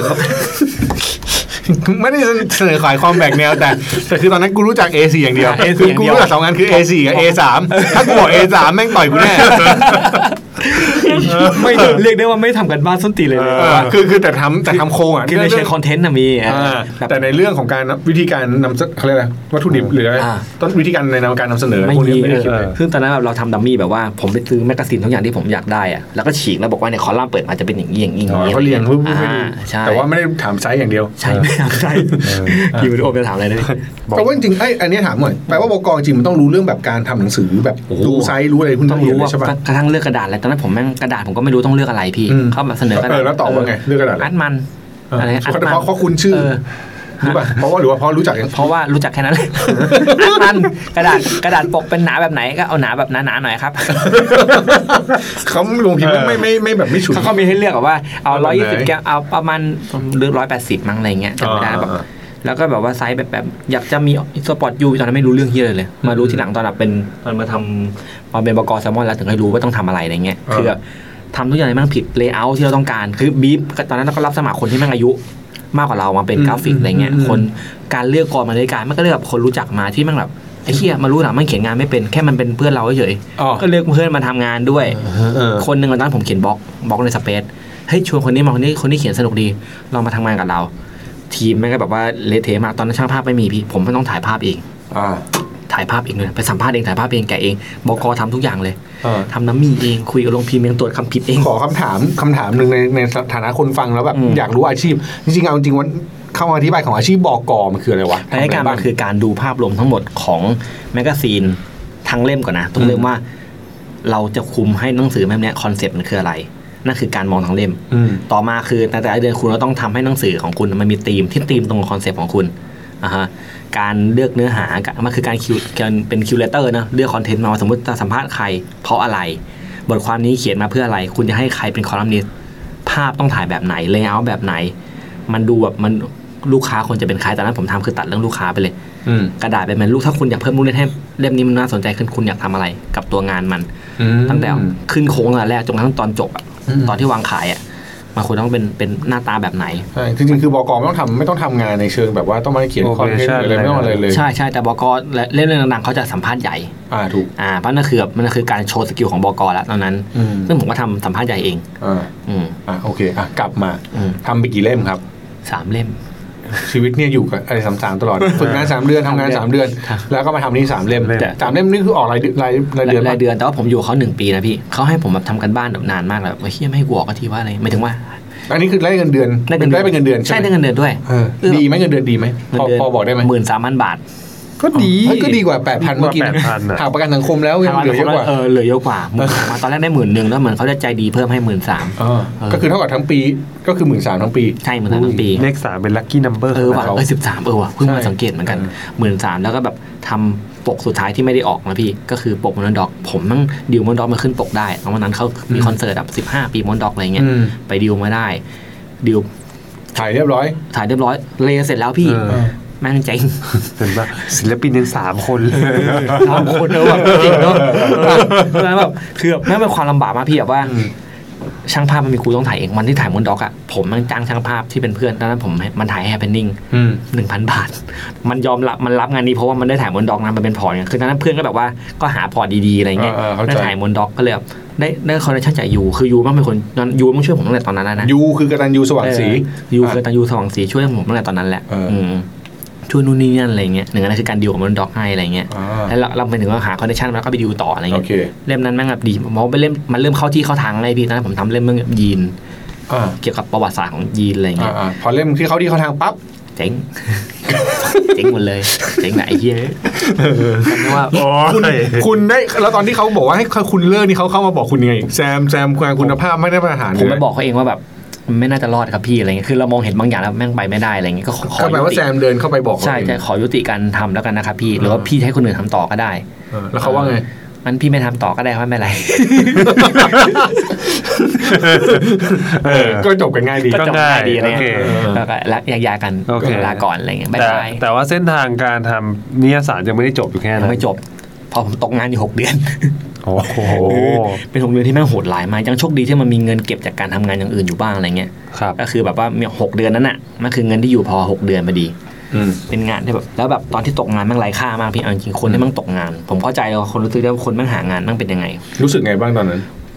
ไม่ได้เสนอขายความแบกแนวแต่แต่คือตอนนั้นกูรู้จัก เอ โฟร์ อย่างเดียวเอคือกูรู้จักสองงานคือ เอ โฟร์ กับ เอ สาม ถ้ากูบอก เอ สาม แม่งต่อยกูแน่เไม่เรียกได้ว่าไม่ทำกันบ้านส้นตีเลยเลยคือคือแต่ทำแต่ทำโครงอ่ะคือในเชิงคอนเทนต์น่ะมีแต่ในเรื่องของการวิธีการนำเขาเรียกอะไรวัตถุดิบหรืออะไรต้นวิธีการในการนำเสนอพวกนี้ไม่ได้คิดเลยซึ่งตอนนั้นแบบเราทำดัมมี่แบบว่าผมไปซื้อแมกกาซีนทุกอย่างที่ผมอยากได้อ่ะแล้วก็ฉีกแล้วบอกว่าเนี่ยคอลัมน์เปิดมาจะเป็นอย่างนี้อย่างนี้อย่างนี้เขาเรียงปุ๊บแต่ว่าไม่ได้ถามไซส์อย่างเดียวใช่ไม่ถามไซส์อยู่ในโอมจะถามอะไรเลยแต่ว่าจริงๆไอ้อันนี้ถามหน่อยแปลว่าบก.จริงมันต้องรู้เรื่องแบบการทำหนังสือแบบดูไซส์รู้อะไรพวกนี้ใช่ป่ะกระทั่งเลือกกระดาษอะไรตอนนั้นผมแม่งกระดาษผมก็ไม่รู้ต้องเลือกอะไรพี่เขาแบบเสนอกระดาษแล้วตอบว่าไงเลือกกระดาษอัดมันอะไรอัดมันเพราะคุณชื่อหรือเปล่าเพราะว่าหรือว่าเพราะรู้จักเพราะว่ารู้จักแค่นั้นเลยอัดมันกระดาษกระดาษปกเป็นหนาแบบไหนก็เอาหนาแบบหนาๆหน่อยครับเขาลงพิมพ์ไม่ไม่ไม่แบบไม่ฉุนเขามีให้เลือกแบบว่าเอาร้อยยี่สิบแก้วเอาประมาณหรือร้อยแปดสิบมั้งอะไรเงี้ยจำไม่ได้แบบแล้วก็แบบว่าไซส์แบบแบบอยากจะมีสปอร์ตยูตอนนั้นไม่รู้เรื่องเฮียเลยเลยมารู้ทีหลังตอนแบบเป็นตอนมาทำตอนเป็นบก.แซลมอนแล้วถึงได้รู้ว่าต้องทำอะไรอะไรเงี้ยคือทำทุกอย่างมันผิดเลเยอร์ที่เราต้องการคือบีฟตอนนั้นเราก็รับสมัครคนที่แม่งอายุมากกว่าเรามาเป็นกราฟิกอะไรเงี้ยคนการเลือกกรมาในการมันก็เลือกคนรู้จักมาที่แม่งแบบไอ้เหี้ยมารู้หลังมันเขียนงานไม่เป็นแค่มันเป็นเพื่อนเราเฉยก็เลือกเพื่อนมาทำงานด้วยคนหนึ่งตอนนั้นผมเขียนบล็อกบล็อกในสเปซเฮ้ยชวนคนนี้มาคนนี้คนนี้เขียนสนุกดีลองมาทำงานกับเราทีมแม่งก็แบบว่าเละเทะมากตอนนั้นช่างภาพไม่มีพี่ผมไม่ต้องถ่ายภาพเองถ่ายภาพเองเลยไปสัมภาษณ์เองถ่ายภาพเองแกะเองบก.ทำทุกอย่างเลยทำน้ำมีเองคุยกับโรงพิมพ์เองตรวจคำผิดเองขอคำถามคำถามหนึ่งในในฐานะคนฟังแล้วแบบอยากรู้อาชีพจริงๆเอาจริงๆว่าเข้ามาอธิบายของอาชีพบก.มันคืออะไรวะรายการมันคือการดูภาพรวมทั้งหมดของแมกกาซีนทั้งเล่มก่อนนะต้องเริ่มว่าเราจะคุมให้หนังสือแบบนี้คอนเซ็ปต์มันคืออะไรนั่นคือการมองทั้งเล่มต่อมาคือแต่แต่ละเดือนคุณก็ต้องทำให้หนังสือของคุณมันมีธีมที่ธีมตรงคอนเซ็ปต์ของคุณอ่าฮะการเลือกเนื้อหามันคือการคิวการเป็นคิวเรเตอร์นะเลือกคอนเทนต์มาสมมติจะสัมภาษณ์ใครเพราะอะไรบทความนี้เขียนมาเพื่ออะไรคุณจะให้ใครเป็นคอลัมนิสต์ภาพต้องถ่ายแบบไหนเลเยอร์แบบไหนมันดูแบบมันลูกค้าคนจะเป็นใครตอนนั้นผมทำคือตัดเรื่องลูกค้าไปเลยกระดาษเป็นมันลูกถ้าคุณอยากเพิ่มมูลค่าให้เล่มนี้มันน่าสนใจขึ้นคุณอยากทำอะไรกับตัวงานมันตั้งแต่ขึ้นโค้งตั้งแต่แรกจนกระทั่งตอนจบตอนที่วางขายอ่ะมันควรต้องเป็นเป็นหน้าตาแบบไหนใช่จริงๆคือบก.ไม่ต้องทำไม่ต้องทำงานในเชิงแบบว่าต้องมาเขียนคอนเทนต์อะไรไม่ต้องอะไรเลยใช่ใช่แต่บก.เล่นเรื่องดังๆเขาจะสัมภาษณ์ใหญ่อ่าถูกอ่าเพราะนั่นคือมันคือการโชว์สกิลของบก.แล้วตอนนั้นซึ่งผมก็ทำสัมภาษณ์ใหญ่เองอ่าอืมอ่าโอเคอ่ะกลับมาทำไปกี่เล่มครับสามเล่มชีวิตเนี่ยอยู่กับอะไรสามๆตลอดฝึกงานสามเดือนทำงานสามเดือนแล้วก็มาทำนี่สามเล่มสามเล่มนี่คือออกรายรายรายเดือนรายเดือนแต่ว่าผมอยู่เขาหนึ่งปีนะพี่เขาให้ผมแบบทำกันบ้านแบบนานมากเลยว่าเฮียไม่ให้กูออกก็ทีว่าอะไรไม่ถึงว่าอันนี้คือได้เงินเดือนได้เป็นเงินเดือนใช่ได้เงินเดือนด้วยดีไหมเงินเดือนดีไหมพอบอกได้ไหมหมื่นสามพันบาทก็ดีก็ดีกว่าแปดพันเมื่อกี้หักประกันสังคมแล้วยังเหลือเยอะกว่าเออเหลือเยอะกว่ามาตอนแรกได้หมื่นหนึ่งแล้วเหมือนเขาจะใจดีเพิ่มให้หมื่นสามก็คือเท่ากับทั้งปีก็คือหมื่นสามทั้งปีใช่หมื่นสามทั้งปีเลขสามเป็นลัคกี้นัมเบอร์เออว่ะเออสิบสามเออว่ะเพิ่งมาสังเกตเหมือนกันหมื่นสามแล้วก็แบบทำปกสุดท้ายที่ไม่ได้ออกนะพี่ก็คือปกมอนด็อกผมมั่งดิวมอนด็อกมาขึ้นปกได้ตอนนั้นเขามีคอนเสิร์ตแบบสิบห้าปีมอนด็อกอะไรเงี้ยไปดิวมาได้ดิวถ่ายเรียบร้อยถ่ายเรียบร้อยเลเสร็จแล้วพี่แม่งเจ๋งเห็นป่ะศิลปินยังสามคนเลยสามคนเนอะแบบจริงเนอะแล้วแบบคือแม่งเป็นความลำบากมากพี่แบบว่าช่างภาพมันมีครูต้องถ่ายเองวันที่ถ่ายมอนด็อกอ่ะผมมันจ้างช่างภาพที่เป็นเพื่อนตอนนั้นผมมันถ่ายแฮปปี้นิ่งหนึ่งพันบาทมันยอมรับมันรับงานนี้เพราะว่ามันได้ถ่ายมอนด็อกนะมันเป็นพอร์ตคือตอนนั้นเพื่อนก็แบบว่าก็หาพอร์ตดีๆอะไรเงี้ยได้ถ่ายมอนด็อกก็เลยได้ได้คอนเนคชั่นจากยูคือยูมันเป็นคนยูมันช่วยผมตั้งแต่ตอนนั้นนะยูคือกตัญญูสว่างศรียูคือกตัญญูสว่างศรีช่วยผมตั้งแต่ตอนนั้นแหละช่วยนู่นนี่นั่นอะไรเงี้ยหนึ่งอันนั้นคือการดิวกับมันด็อกให้อะไรเงี้ยแล้วเราไปถึงว่าหาคอนเนคชั่นแล้วก็ไปดิวต่ออะไรเงี้ยเล่มนั้นแม่งแบบดีมองไปเล่มมันเริ่มเข้าที่เข้าทางเลยพี่ตอนนั้นผมทำเล่มเรื่องยีนเกี่ยวกับประวัติศาสตร์ของยีนอะไรเงี้ยพอเล่มที่เข้าที่เข้าทางปั๊บเจ๋งเจ๋งหมดเลยเจ๋งไหนเฮียว่าคุณคุณได้แล้วตอนที่เขาบอกว่าให้คุณเลิกนี่เขาเข้ามาบอกคุณยังไงแซมแซมคุณภาพไม่ได้มาตรฐานผมไปบอกเขาเองว่าแบบไม่น่าจะรอดครับพี่อะไรเงี้ยคือเรามองเห็นบางอย่างแล้วแม่งไปไม่ได้อะไรเงี้ยก็ขอก็แปลว่าแซมเดินเข้าไปบอกใช่จะขอยุติการทำแล้วกันนะครับพี่หรือว่าพี่ให้คนอื่นทำต่อก็ได้แล้วเขาว่าไงมันพี่ไม่ทำต่อก็ได้ไม่เป็นไรก็จบกันง่ายดีก็ง่ายดีอะไรเงี้ยแล้วก็แยกย้ายกันลาก่อนอะไรเงี้ยแต่แต่ว่าเส้นทางการทำนิยสารยังไม่ได้จบอยู่แค่นั้นไม่จบพอผมตกงานอยู่หกเดือนโอ้โหเป็นหกเดือนที่แม่งโหดหลายมากยังโชคดีที่มันมีเงินเก็บจากการทำงานอย่างอื่นอยู่บ้างอะไรเงี้ยก็คือแบบว่ามีหกเดือนนั้นน่ะมันคือเงินที่อยู่พอหกเดือนพอดีเป็นงานที่แบบแล้วแบบตอนที่ตกงานแม่งไร้ค่ามากพี่เอาจริงคนที่แม่งตกงานผมเข้าใจเลยคนรู้สึกได้ว่าคนแม่งหางานแม่งเป็นยังไงรู้สึกไงบ้างตอนนั้น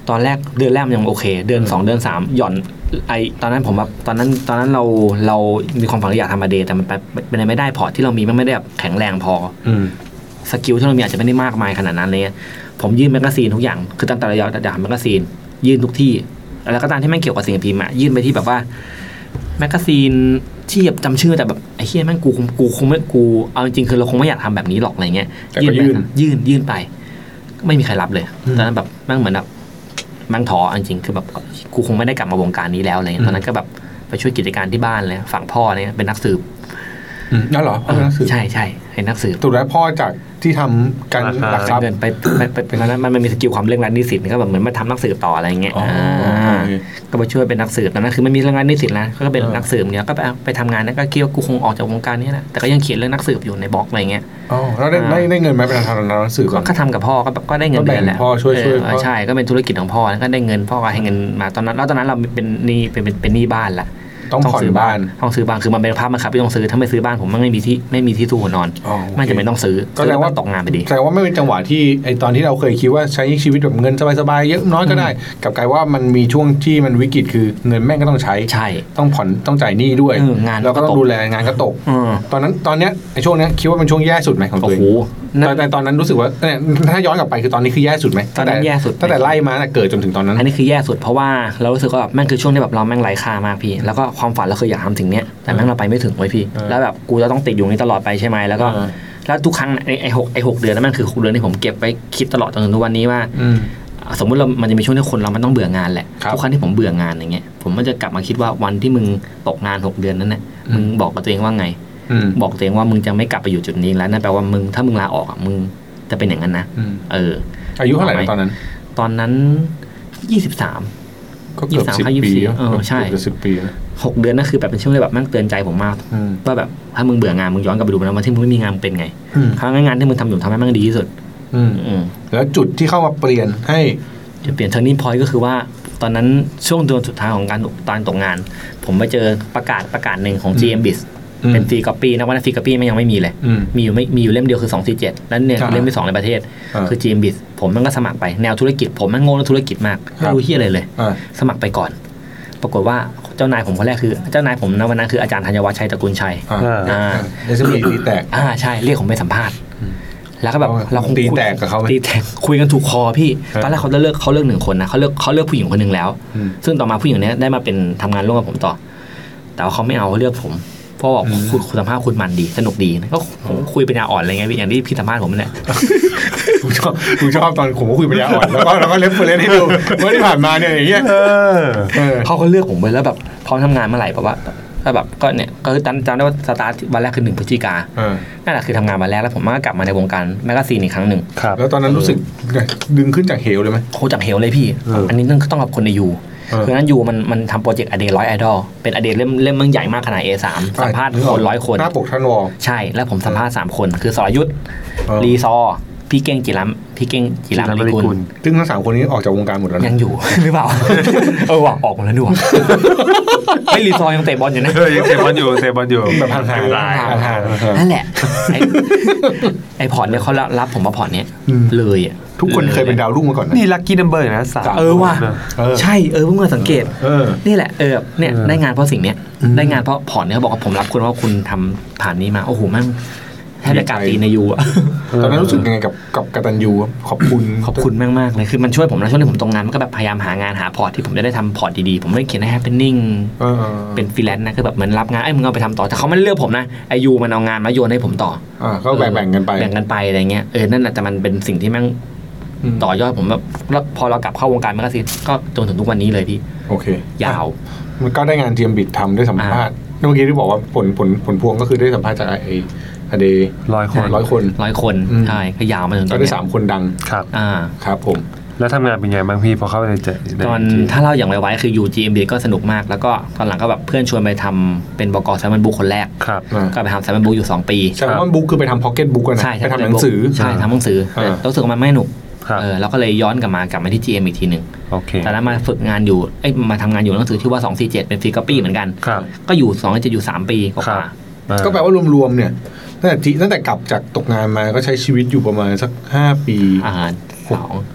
ตอนแรกเดือนแรกมันยังโอเคเดือนสองเดือนสามหย่อนไอตอนนั้นผมแบบตอนนั้นตอนนั้นเราเรามีความฝันอยากทำมาเดย์แต่มันเป็นไม่ได้พอที่เรามีมันไม่ได้แบบแข็งแรงพอสกิลที่เรามีอาจจะไม่ได้มากมายขนาดนั้นเลยผมยื่นแมกกาซีนทุกอย่างคือตั้งแต่เราอยากทำแมกกาซีนยื่นทุกที่แล้วก็ตามที่แม่งเกี่ยวกับสิ่งพิมพ์ยื่นไปที่แบบว่าแมกกาซีนที่จำชื่อแต่แบบไอ้เหี้ยแม่งกูกูคงไม่กูเอาจริงๆคือเราคงไม่อยากทำแบบนี้หรอกอะไรเงี้ยยื่นยื่นยื่นไปไม่มีใครรับเลยตอนนั้นแบบแม่งเหมือนแบบแม่งท้อจริงๆคือแบบกูคงไม่ได้กลับมาวงการนี้แล้วอะไรเงี้ยตอนนั้นก็แบบไปช่วยกิจการที่บ้านเลยฝั่งพ่อเนี่ยเป็นนักสืบนั่นเหรอเป็นนักสืบใช่ใช่เป็นนักสืบถูกแล้วพ่อจากที่ทำการหลักทรัพย์เงินไปไปไปเป็นนั้นมันมีสกิลความเรื่องรัฐนิสิตก็แบบเหมือนมาทำนักสืบต่ออะไรเงี้ยก็ไปช่วยเป็นนักสืบตอนนั้นคือไม่มีเรื่องรัฐนิสิตแล้วก็เป็นนักสืบเนี่ยก็ไปไปทำงานแล้วก็คิดว่ากูคงออกจากวงการนี้นะแต่ก็ยังเขียนเรื่องนักสืบอยู่ในบล็อกอะไรเงี้ยอ๋อแล้วได้ได้ได้เงินไหมเป็นทางนักสืบก็ทำกับพ่อก็ก็ได้เงินเดือนแหละพ่อช่วยช่วยใช่ก็เป็นธุรกิจของพ่อก็ได้เงินพ่อก็ให้เงินมาตอนนั้นแล้วตอนนั้นเราเป็นนี่เป็นเป็นหนี้บ้านละต้องผ่อนบ้านต้องซื้อบ้านคือมันเป็นภาพมันครับที่ต้องซื้อถ้าไม่ซื้อบ้านผมไม่มีที่ไม่มีที่ตู้หัวนอนไม่จำเป็นต้องซื้อก็แปลว่าตกงานไปดีแปลว่าไม่เป็นจังหวะที่ไอตอนที่เราเคยคิดว่าใช้ชีวิตแบบเงินสบายๆเยอะน้อยก็ได้กับกลายว่ามันมีช่วงที่มันวิกฤตคือเงินแม่งก็ต้องใช้ใช่ต้องผ่อนต้องจ่ายหนี้ด้วยแล้วก็ต้องดูแลงานก็ตกตอนนั้นตอนเนี้ยไอช่วงนี้คิดว่าเป็นช่วงแย่สุดไหมของตัวเองแต่ตอนนั้นรู้สึกว่าถ้าย้อนกลับไปคือตอนนี้คือแย่สุดไหมตอนนั้นแย่สุดตั้งแต่ไล่มาเกิดจนถึงตอนนั้นอันนี้คือแย่สุดเพราะว่าเรารู้สึกว่าแม่งคือช่วงที่แบบเราแม่งไร้ค่ามากพี่แล้วก็ความฝันเราเคยอยากทำสิ่งนี้แต่แม่งเราไปไม่ถึงไว้พี่แล้วแบบกูจะต้องติดอยู่นี้ตลอดไปใช่ไหมแล้วก็แล้วทุกครั้งไอ้ไอ้หกไอ้หกเดือนนั้นมันคือหกเดือนที่ผมเก็บไว้คิดตลอดจนถึงทุกวันนี้ว่าสมมุติเรามันจะมีช่วงที่คนเรามันต้องเบื่องานแหละทุกครั้งที่ผมเบื่องานอย่างเงี้ยผมก็จะกลับมาคิดว่าวันที่มึงตกงานหกเดือนนั้นน่ะมึงบอกกับตัวเองว่าไงบอกตัวเองว่ามึงจะไม่กลับไปอยู่จุดนี้แล้วนั่นแปลว่ามึงถ้ามึงลาออกมึงจะเป็นอย่างนั้นนะเอออายุเท่าไหร่ตอนนั้นตอนนั้นยี่สิบสามก็เกือบสิบปีเออใช่เกือบสิบปีหกเดือนนั่นคือแบบเป็นช่วงที่แบบแม่งเตือนใจผมมากว่าแบบถ้ามึงเบื่องานมึงย้อนกลับไปดูนะวันที่มึงไม่มีงานเป็นไงครั้งงานที่มึงทำอยู่ทำให้มันดีที่สุดแล้วจุดที่เข้ามาเปลี่ยนให้จะเปลี่ยน turning point ก็คือว่าตอนนั้นช่วงเดือนสุดท้ายของการตอนตกงานผมไปเจอประกาศประกาศหนึ่งของ จี เอ็ม บี ไอ เอส เป็นฟรีก๊อปปี้นะว่าฟรีก๊อปปี้มันยังไม่มีเลยมีอยู่ไม่มีอยู่เล่มเดียวคือสองสี่เจ็ดแล้วเนี่ยเล่มที่สองในประเทศคือ จี เอ็ม บี ไอ เอส ผมมันก็สมัครไปแนวธุรกิจผมมันโง่เรื่องธุรกิจมากไม่รู้เหี้ยอะไรเลยสมัครไปก่อนปรากฏว่าเจ้านายผมคนแรกคือเจ้านายผมณวันนั้นคืออาจารย์ธัญวัฒน์ชัยตระกูลชัยอ่าเอส เอ็ม อี ตีแตกอ่าใช่เรียกผมไปสัมภาษณ์แล้วก็แบบเราคงตีแตกกับเขาตีแตกคุยกันถูกคอพี่ตอนแรกเขาเลือกเขาเลือกหนึ่งคนนะเขาเลือกเขาเลือกผู้หญิงคนนึงแล้วซึ่งต่อมาผู้หญิงนี้ได้มาเป็นทำงานร่วมกับผมต่อแต่ว่าเขาไม่เอาเขาเลือกผมเพราะว่าคุณสัมภาษณ์คุณมันดีสนุกดีก็ผมคุยปัญญาอ่อนอะไรเงี้ยอย่างที่พี่สัมภาษณ์ผมเนี่ยผมชอบผมชอบตอนผมก็คุยปัญญาอ่อนแล้วก็แล้วก็เล็บเฟรนให้ดูเมื่อที่ผ่านมาเนี่ยอย่างเงี้ยเขาก็เลือกผมไปแล้วแบบพร้อมทำงานเมื่อไหร่แบบว่าก็แบบก็เนี่ยก็คือจำได้ว่าสตาร์ทวันแรกคือหนึ่งพฤศจิกานั่นแหละคือทำงานวันแรกแล้วผมก็กลับมาในวงการแมกกาซีนอีกครั้งหนึ่งแล้วตอนนั้นรู้สึกดึงขึ้นจากเหวเลยไหมโคจากเหวเลยพี่อันนี้ต้องต้องกับคนในยูคือนั้นยูมันมันทำโปรเจกต์อเดย์ร้อยไอดอลเป็นอเดย์เล่มเล่มมันใหญ่มากขนาด เอ สาม สัมภาษณ์คนร้อยคนหน้าปกท่านวอใช่แล้วผมสัมภาษณ์สามคนคือสรยุทธรีซอพี่เก่งจิรัมพี่เก่งจิรัมลีกุลซึ่งทั้งสามคนนี้ออกจากวงการหมดแล้วยังอยู่หรือเปล่าเออว่ะออกหมดแล้วด้วยไม่รีซอยังเตะบอลอยู่นะยังเตะบอลอยู่เตะบอลอยู่แบบห่างๆนั่นแหละไอพอร์ตเนี่ยเขารับผมมาพอร์ตเนี้ยเลยอ่ะทุกคนเคยเป็นดาวรุ่งมาก่อนนี่ลัคกี้นัมเบอร์นะสามเออว่ะใช่เออเพิ่งมาสังเกตนี่แหละเออเนี่ยได้งานเพราะสิ่งเนี้ยได้งานเพราะพอร์ตเนี่ยเขาบอกว่าผมรับคุณว่าคุณทำผ่านนี้มาโอ้โหแม่งแทบจะกาตีในยูอ่ะตอนนั้นรู้สึกยังไงกับกับกตัญญูขอบคุณขอบคุณมากมากเลยคือมันช่วยผมนะช่วงที่ผมตรงงานมันก็แบบพยายามหางานหาพอร์ตที่ผมจะได้ทำพอร์ตดีๆผมไม่เขียนให้แฮปปี้นิ่งเป็นฟรีแลนซ์นะคือแบบเหมือนรับงานไอ้มึงเอาไปทำต่อแต่เขาไม่เลือกผมนะไอยูมันเอางานมาโยนให้ผมต่ออ่าก็แบ่งๆกันไปแบ่งกันไปอะไรเงี้ยเออนั่นแหละแต่มันเป็นสิ่งที่แม่งต่อยอดผมแบบแล้วพอเรากลับเข้าวงการแมกกาซีนก็จนถึงทุกวันนี้เลยพี่โอเคยาวมันก็ได้งาน จี เอ็ม บี ไอ เอส ทำได้สัมภาษณ์เมื่อกี้ที่บอกว่าผลผลผลพวงก็คือได้สัมภาษณ์จากไอ้อเดย์ร้อยคนร้อยคนร้อยคนใช่ก็ยาวมาจนตอนนี้ก็ได้สามคนดังครับอ่าครับผมแล้วทำงานเป็นไงบ้างพี่พอเข้าไปในตอนถ้าเล่าอย่างไวๆคืออยู่ จี เอ็ม บี ก็สนุกมากแล้วก็ตอนหลังก็แบบเพื่อนชวนไปทำเป็นบก.ไซมอนบุ๊กคนแรกก็ไปทำไซมอนบุ๊กอยู่สองปีไซมอนบุ๊กคือไปทำพ็อกเก็ตบุ๊กกันนะไปทำหนังสือใช่ทำหนังสือรู้สึกว่ามันไม่หนุกเออแล้วก็เลยย้อนกลับมากลับมาที่ จี เอ็ม อีกทีนึงโอเคแต่นั้นมาฝึกงานอยู่เอ้ยมาทำงานอยู่หนังสือที่ว่าสองสี่เจ็ดเป็นฟรีก๊อปปี้เหมือนกันก็อยู่สองสี่เจ็ดอยู่สามปีกว่าก็แปลว่ารวมๆเนี่ยตั้งแต่ตั้งแต่กลับจากตกงานมาก็ใช้ชีวิตอยู่ประมาณสักห้าปีอ่าสอง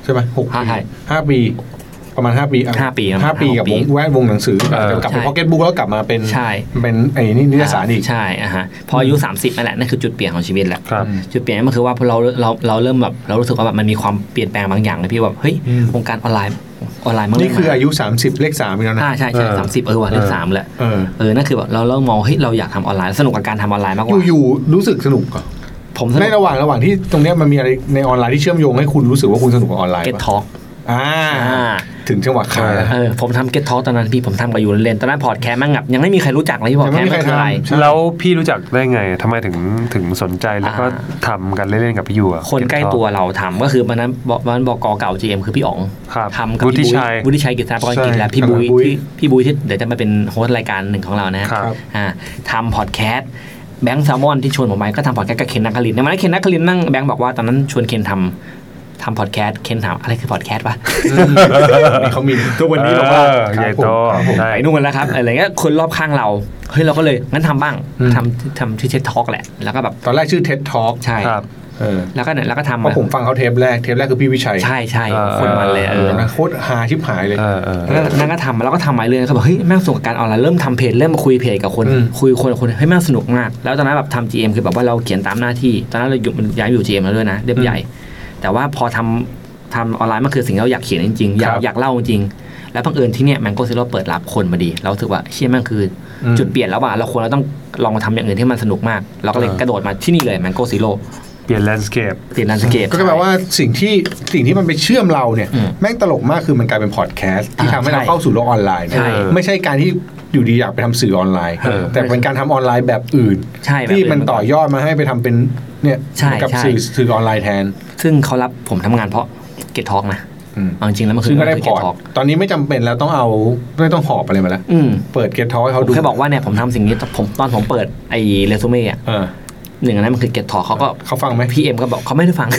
ช่ไหมหกปีห้าปีประมาณห้าปีห้าปีห้าปีกับแวดวงหนังสือกลับไปพ็อกเก็ตบุ๊กแล้วกลับมาเป็นเป็นไอ้นี่นิตยสารอีกใช่อ่ะฮะพออายุสามสิบนั่นแหละนั่นคือจุดเปลี่ยนของชีวิตแหละจุดเปลี่ยนมันคือว่าพอเราเราเราเริ่มแบบเรารู้สึกว่าแบบมันมีความเปลี่ยนแปลงบางอย่างเลยพี่ว่าเฮ้ยวงการออนไลน์ออนไลน์มันนี่คืออายุสามสิบเลขสามแล้วนะใช่ใช่สามสิบเออว่ะเลขสามแหละเออเออนั่นคือแบบเราเริ่มมองเฮ้ยเราอยากทำออนไลน์สนุกกับการทำออนไลน์มากกว่าอยู่ๆรู้สึกสนุกก่อนผมในระหว่างระหว่างที่ตรงนี้มันมีอะไรในออนไลน์ที่เชื่อมโยงให้คุณรู้สึกว่าคุณสนุกกับออนไลน์ Get Talk อ่าถึงจังหวะขายเออผมทำ Get Talk ตอนนั้นพี่ผมทำกับอยู่เล่นตอนนั้นพอดแคสต์มั่งแบบยังไม่มีใครรู้จักเลยที่พอดแคสต์คืออะไรแล้วพี่รู้จักได้ไงทำไมถึงถึงสนใจแล้วก็ทำกันเล่นๆกับพี่ยูอ่ะคนใกล้ตัวเราทำก็คือวันนั้นวันบกเก่า จี เอ็ม คือพี่อ๋องทำกับพี่บุ้ยวุฒิชัยกิจสารปกรกิจและพี่บุ้ยพี่บุ้ยที่เดี๋ยวจะมาเป็นโฮสต์รายการหนึ่งของเรานะอ่าทำพอดแคสต์แบงค์แซลมอนที่ชวนผมไปก็ทำพอดแคสต์กับเคนนักคลินในวันนั้นเคนนักคลินนั่งแบงค์บอกว่าตอนนั้นชวนเคนทำทำพอดแคสต์เคนถามอะไรคือพอดแคสต์วะเขามีทุกวันนี้บอกว่าใหญ่โตไปนู่นแล้วครับอะไรเงี้ยคนรอบข้างเราเฮ้ยเราก็เลยงั้นทำบ้างทำทำชื่อ TED Talk แหละแล้วก็แบบตอนแรกชื่อ TED Talk ใช่แล้วก็เนี่ยแล้วก็ทำเพราะผมฟังเขาเทปแรกเทปแรกคือพี่วิชัยใช่ใช่คนมันเลยเออโคตรฮาชิบหายเลยแล้วนั่นก็ทำแล้วก็ทำมาเรื่อยเขาบอกเฮ้ยแม่งสนุกกับการออนไลน์เริ่มทำเพจเริ่มมาคุยเพจกับคนคุยคนคนเฮ้ยแม่งสนุกมากแล้วตอนนั้นแบบทำ จี เอ็ม คือแบบว่าเราเขียนตามหน้าที่ตอนนั้นเราอยู่มันย้ายอยู่ จี เอ็ม แล้วด้วยนะเรียบใหญ่แต่ว่าพอทำทำออนไลน์มันคือสิ่งที่เราอยากเขียนจริงๆอยากอยากเล่าจริงแล้วบังเอิญที่เนี่ย Mango Zero เปิดรับคนมาดีเราถือว่าเชี่ยแม่งคือจุดเปลี่ยนแล้วว่าเราควรเราต้องลองทำอย่างอื่นที่มันสนุกมากเราก็เลยกระโดดมาที่นี่เลย Mango Zero เปลี่ยน landscape เปลี่ยน landscape ก็แปลว่าสิ่งที่สิ่งที่มันไปเชื่อมเราเนี่ยแม่งตลกมากคือมันกลายเป็นพอดแคสต์ที่ทำให้เราเข้าสู่โลกออนไลน์ไม่ใช่การที่อยู่ดีอยากไปทำสื่อออนไลน์แต่เป็นการทำออนไลน์แบบอื่นที่มันต่อยอดมาให้ไปทำเป็นเนี่ยกับสื่อสื่อออนไลน์แทนซึ่งเขารับผมทำงานเพราะ Get Talk นะเอาจริงแล้วมันคือไม่ได้พอร์ตตอนนี้ไม่จำเป็นแล้วต้องเอาไม่ต้องหอบอะไรมาแล้วเปิด Get Talk ให้เขาดูแค่บอกว่าเนี่ยผมทำสิ่งนี้ผมตอนผมเปิดไอ้เรซูเม่อะหนึ่งอันนั้นมันคือ Get Talk เขาก็เขาฟังไหมพี่เอ็มก็บอกเขาไม่ได้ฟัง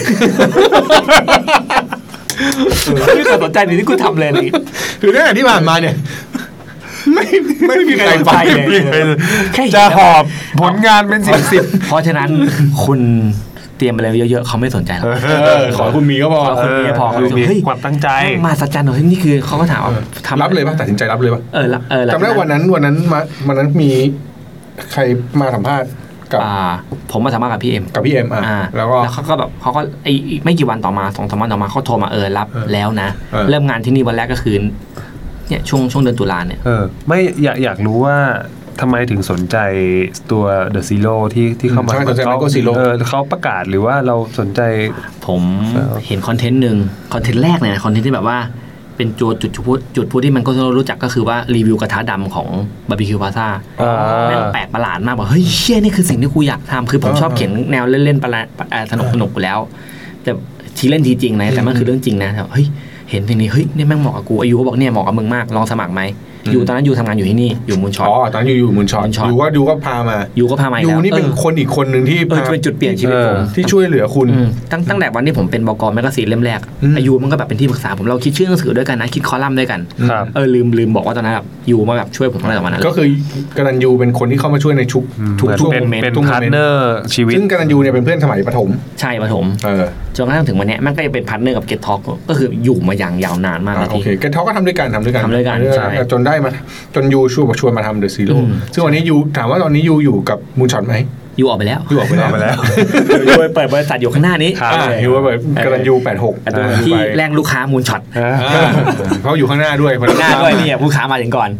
ไม่เคยสนใจในที่กูทำเลยนี่คือเรื่องที่ผ่านมาเนี่ยไม่ไม่มีใครฟังเลยจะหอบผลงานเป็นสิบสิบเพราะฉะนั้นคุณเตรียมอะไรเยอะๆเขาไม่สนใจหรอกขอคุณมีก็พอคุณมีพอเขามีความตั้งใจมาสัจจันเหรอนี่คือเขาก็ถามว่ารับเลยป่ะตัดสินใจรับเลยป่ะเออเออจำได้วันนั้นวันนั้นมาวันนั้นมีใครมาสัมภาษณ์กับผมมาสัมภาษณ์กับพี่เอ็มกับพี่เอ็มอ่าแล้วก็แล้วเขาก็แบบเขาก็ไอ้ไม่กี่วันต่อมาสองสามวันต่อมาเขาโทรมาเออรับแล้วนะเริ่มงานที่นี่วันแรกก็คือเนี่ยช่วงช่วงเดือนตุลาเนี่ยเออไม่อยากอยากรู้ว่าทำไมถึงสนใจตัว The Zero ที่ที่เข้ามาเขาเออเขาประกาศหรือว่าเราสนใจผมเห็นคอนเทนต์หนึ่งคอนเทนต์แรกเนี่ยคอนเทนต์ที่แบบว่าเป็นจุดจุดพูดจุดพูดที่มันก็รู้จักก็คือว่ารีวิวกระทะดำของบาร์บีคิวพาซ่าแม่งแปลกประหลาดมากบอกเฮ้ยเชี่ยนี่คือสิ่งที่กูอยากทำคือผมชอบเขียนแนวเล่นๆประหลาดสนุกสนุกอยู่แล้วแต่ทีเล่นทีจริงนะแต่มันคือเรื่องจริงนะเฮ้ยเห็นสิ่งนี้เฮ้ยนี่แม่งเหมาะกับกูอายุเขาบอกเนี่ยเหมาะกับมึงมากลองสมัครไหมอยู่ตอนนั้นอยู่ทำงานอยู่ที่นี่อยู่มูลช็อตอ๋อตอนนั้นอยู่อยู่มูลช็อตอยู่ว่าดูก็พามาอยู่ก็พามาอยู่นี่เป็นคนอีกคนนึงที่เป็นจุดเปลี่ยนชีวิตผมที่ช่วยเหลือคุณตั้งตั้งแต่วันที่ผมเป็นบก.แมกกาซีนเล่มแรกอายุมันก็แบบเป็นที่ปรึกษาผมเราคิดชื่อหนังสือด้วยกันนะคิดคอลัมน์ด้วยกันเออลืมลืมบอกว่าตอนนั้นแบบอยู่มาแบบช่วยผมตั้งแต่วันนั้นก็คือกรันยูเป็นคนที่เข้ามาช่วยในชุกทุกช่วงเป็นพาร์ทเนอร์ชีวิตซึ่งกรันยูเนี่ยเป็นเพื่อนสมัยประถมใช่ประถมจนกระทั่งถึงวันนี้มันก็จะเป็นพาร์ทเนอร์กับ Get Talk ก็คืออยู่มาอย่างยาวนานมากโอเค Get Talk ก็ทำด้วยกันทำด้วยกันทำด้วยกันจนได้มาจนยูชวนชวนมาทำเดอะซีโร่ซึ่งวันนี้ยูถามว่าตอนนี้ยูอยู่กับมูนช็อตไหมยูออกไปแล้วยูออกไปแล้วยูไปเปิดบริษัทอยู่ข้างหน้านี้ยูไปเปิดกำลังยูแปดหกที่แรงลูกค้ามูนช็อตเขาอยู่ข้างหน้าด้วยข้างหน้าด้วยนี่ผู้ค้ามาถึงก่อน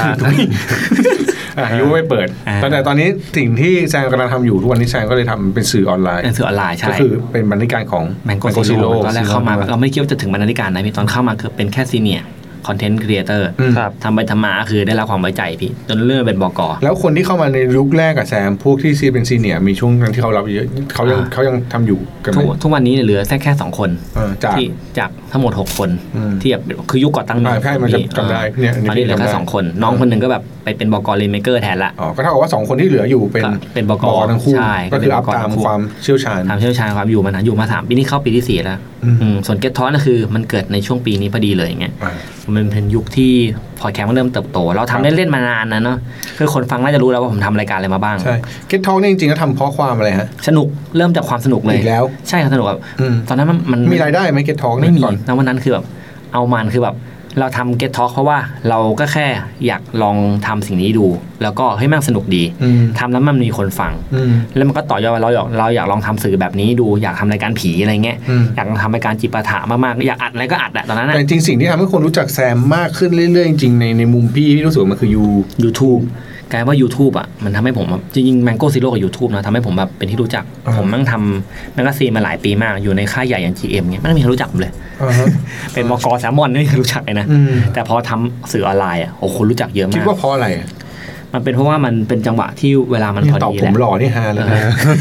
ยูไม่เปิดแต่ตอนนี้สิ่งที่แซงกำลังทำอยู่ทุกวันนี้แซงก็เลยทำเป็นสื่อออนไลน์เป็นสื่อออนไลน์ใช่ก็คือเป็นบรรณาธิการของ Mango Zero ตอนแรกเข้ามาเราไม่คิดว่าจะถึงบรรณาธิการนะพี่ตอนเข้ามาคือเป็นแค่ซีเนียร์คอนเทนต์ครีเอเตอร์ทำไปทำมาคือได้รับความไว้ใจพี่จนเลื่อนเป็นบก. แล้วคนที่เข้ามาในยุคแรกกับแซมพวกที่ซีเป็นซีเนียร์มีช่วงนั้นที่เขารับเยอะเขายังเขายังทำอยู่กันไหมทุกวันนี้เหลือแค่แค่สองคนที่จากทั้งหมดหกคนที่แบบคือยุคก่อตั้งใช่มันจะจำได้เนี่ยตอนนี้เหลือแค่สองคนน้องคนหนึ่งก็แบบไปเป็นบก.เลนเมเกอร์แทนละอ๋อก็เท่ากับว่าสองคนที่เหลืออยู่เป็นเป็นบก. ทั้งคู่ก็คืออัพตามความเชี่ยวชาญความเชี่ยวชาญความอยู่มานานอยู่มาสามปีนี้เข้าปีที่สี่แล้วส่วน Get Talk นั่นคือมันเกิดในช่วงปีนี้พอดีเลยอย่างเงี้ยมันเป็นยุคที่พอแคมมันเริ่มเติบโตเราทำเล่นๆมานานนะเนาะคือคนฟังน่าจะรู้แล้วว่าผมทำรายการอะไรมาบ้างใช่ Get Talk นี่จริงๆก็ทำเพราะความอะไรฮะสนุกเริ่มจากความสนุกเลยอีกแล้วใช่ครับสนุกแบบตอนนั้นมันมีรายได้ไหม Get Talk ไม่มีณวันนั้นคือแบบเอามันคือแบบเราทำ Get Talk เพราะว่าเราก็แค่อยากลองทำสิ่งนี้ดูแล้วก็ให้มันสนุกดีทำแล้วมันมีคนฟังแล้วมันก็ต่อยอดว่าเราอยากเราอยากลองทำสื่อแบบนี้ดูอยากทำรายการผีอะไรเงี้ยอยากทำรายการจิปาถะมากๆอยากอัดอะไรก็อัดอะตอนนั้นแต่จริงสิ่งที่ทำให้คนรู้จักแซมมากขึ้นเรื่อยๆจริงในในมุมพี่ที่รู้สึกมันคือยู YouTubeกลายว่า YouTube อ่ะมันทำให้ผมจริงๆ Mango Zero กับ YouTube นะทำให้ผมแบบเป็นที่รู้จักผมมั่งทำแมกกาซีนมาหลายปีมากอยู่ในค่ายใหญ่อย่าง จี เอ็ม เงี้ยไม่มีใครรู้จักผมเลยเป็นมกแซลมอนไม่มีใครรู้จักเลยนะแต่พอทำสื่อออนไลน์อ่ะโอ้คนรู้จักเยอะมากคิดว่าเพราะอะไรมันเป็นเพราะว่ามันเป็นจังหวะที่เวลามันพอดีแหละตอบผมหล่อนี่ฮาเลย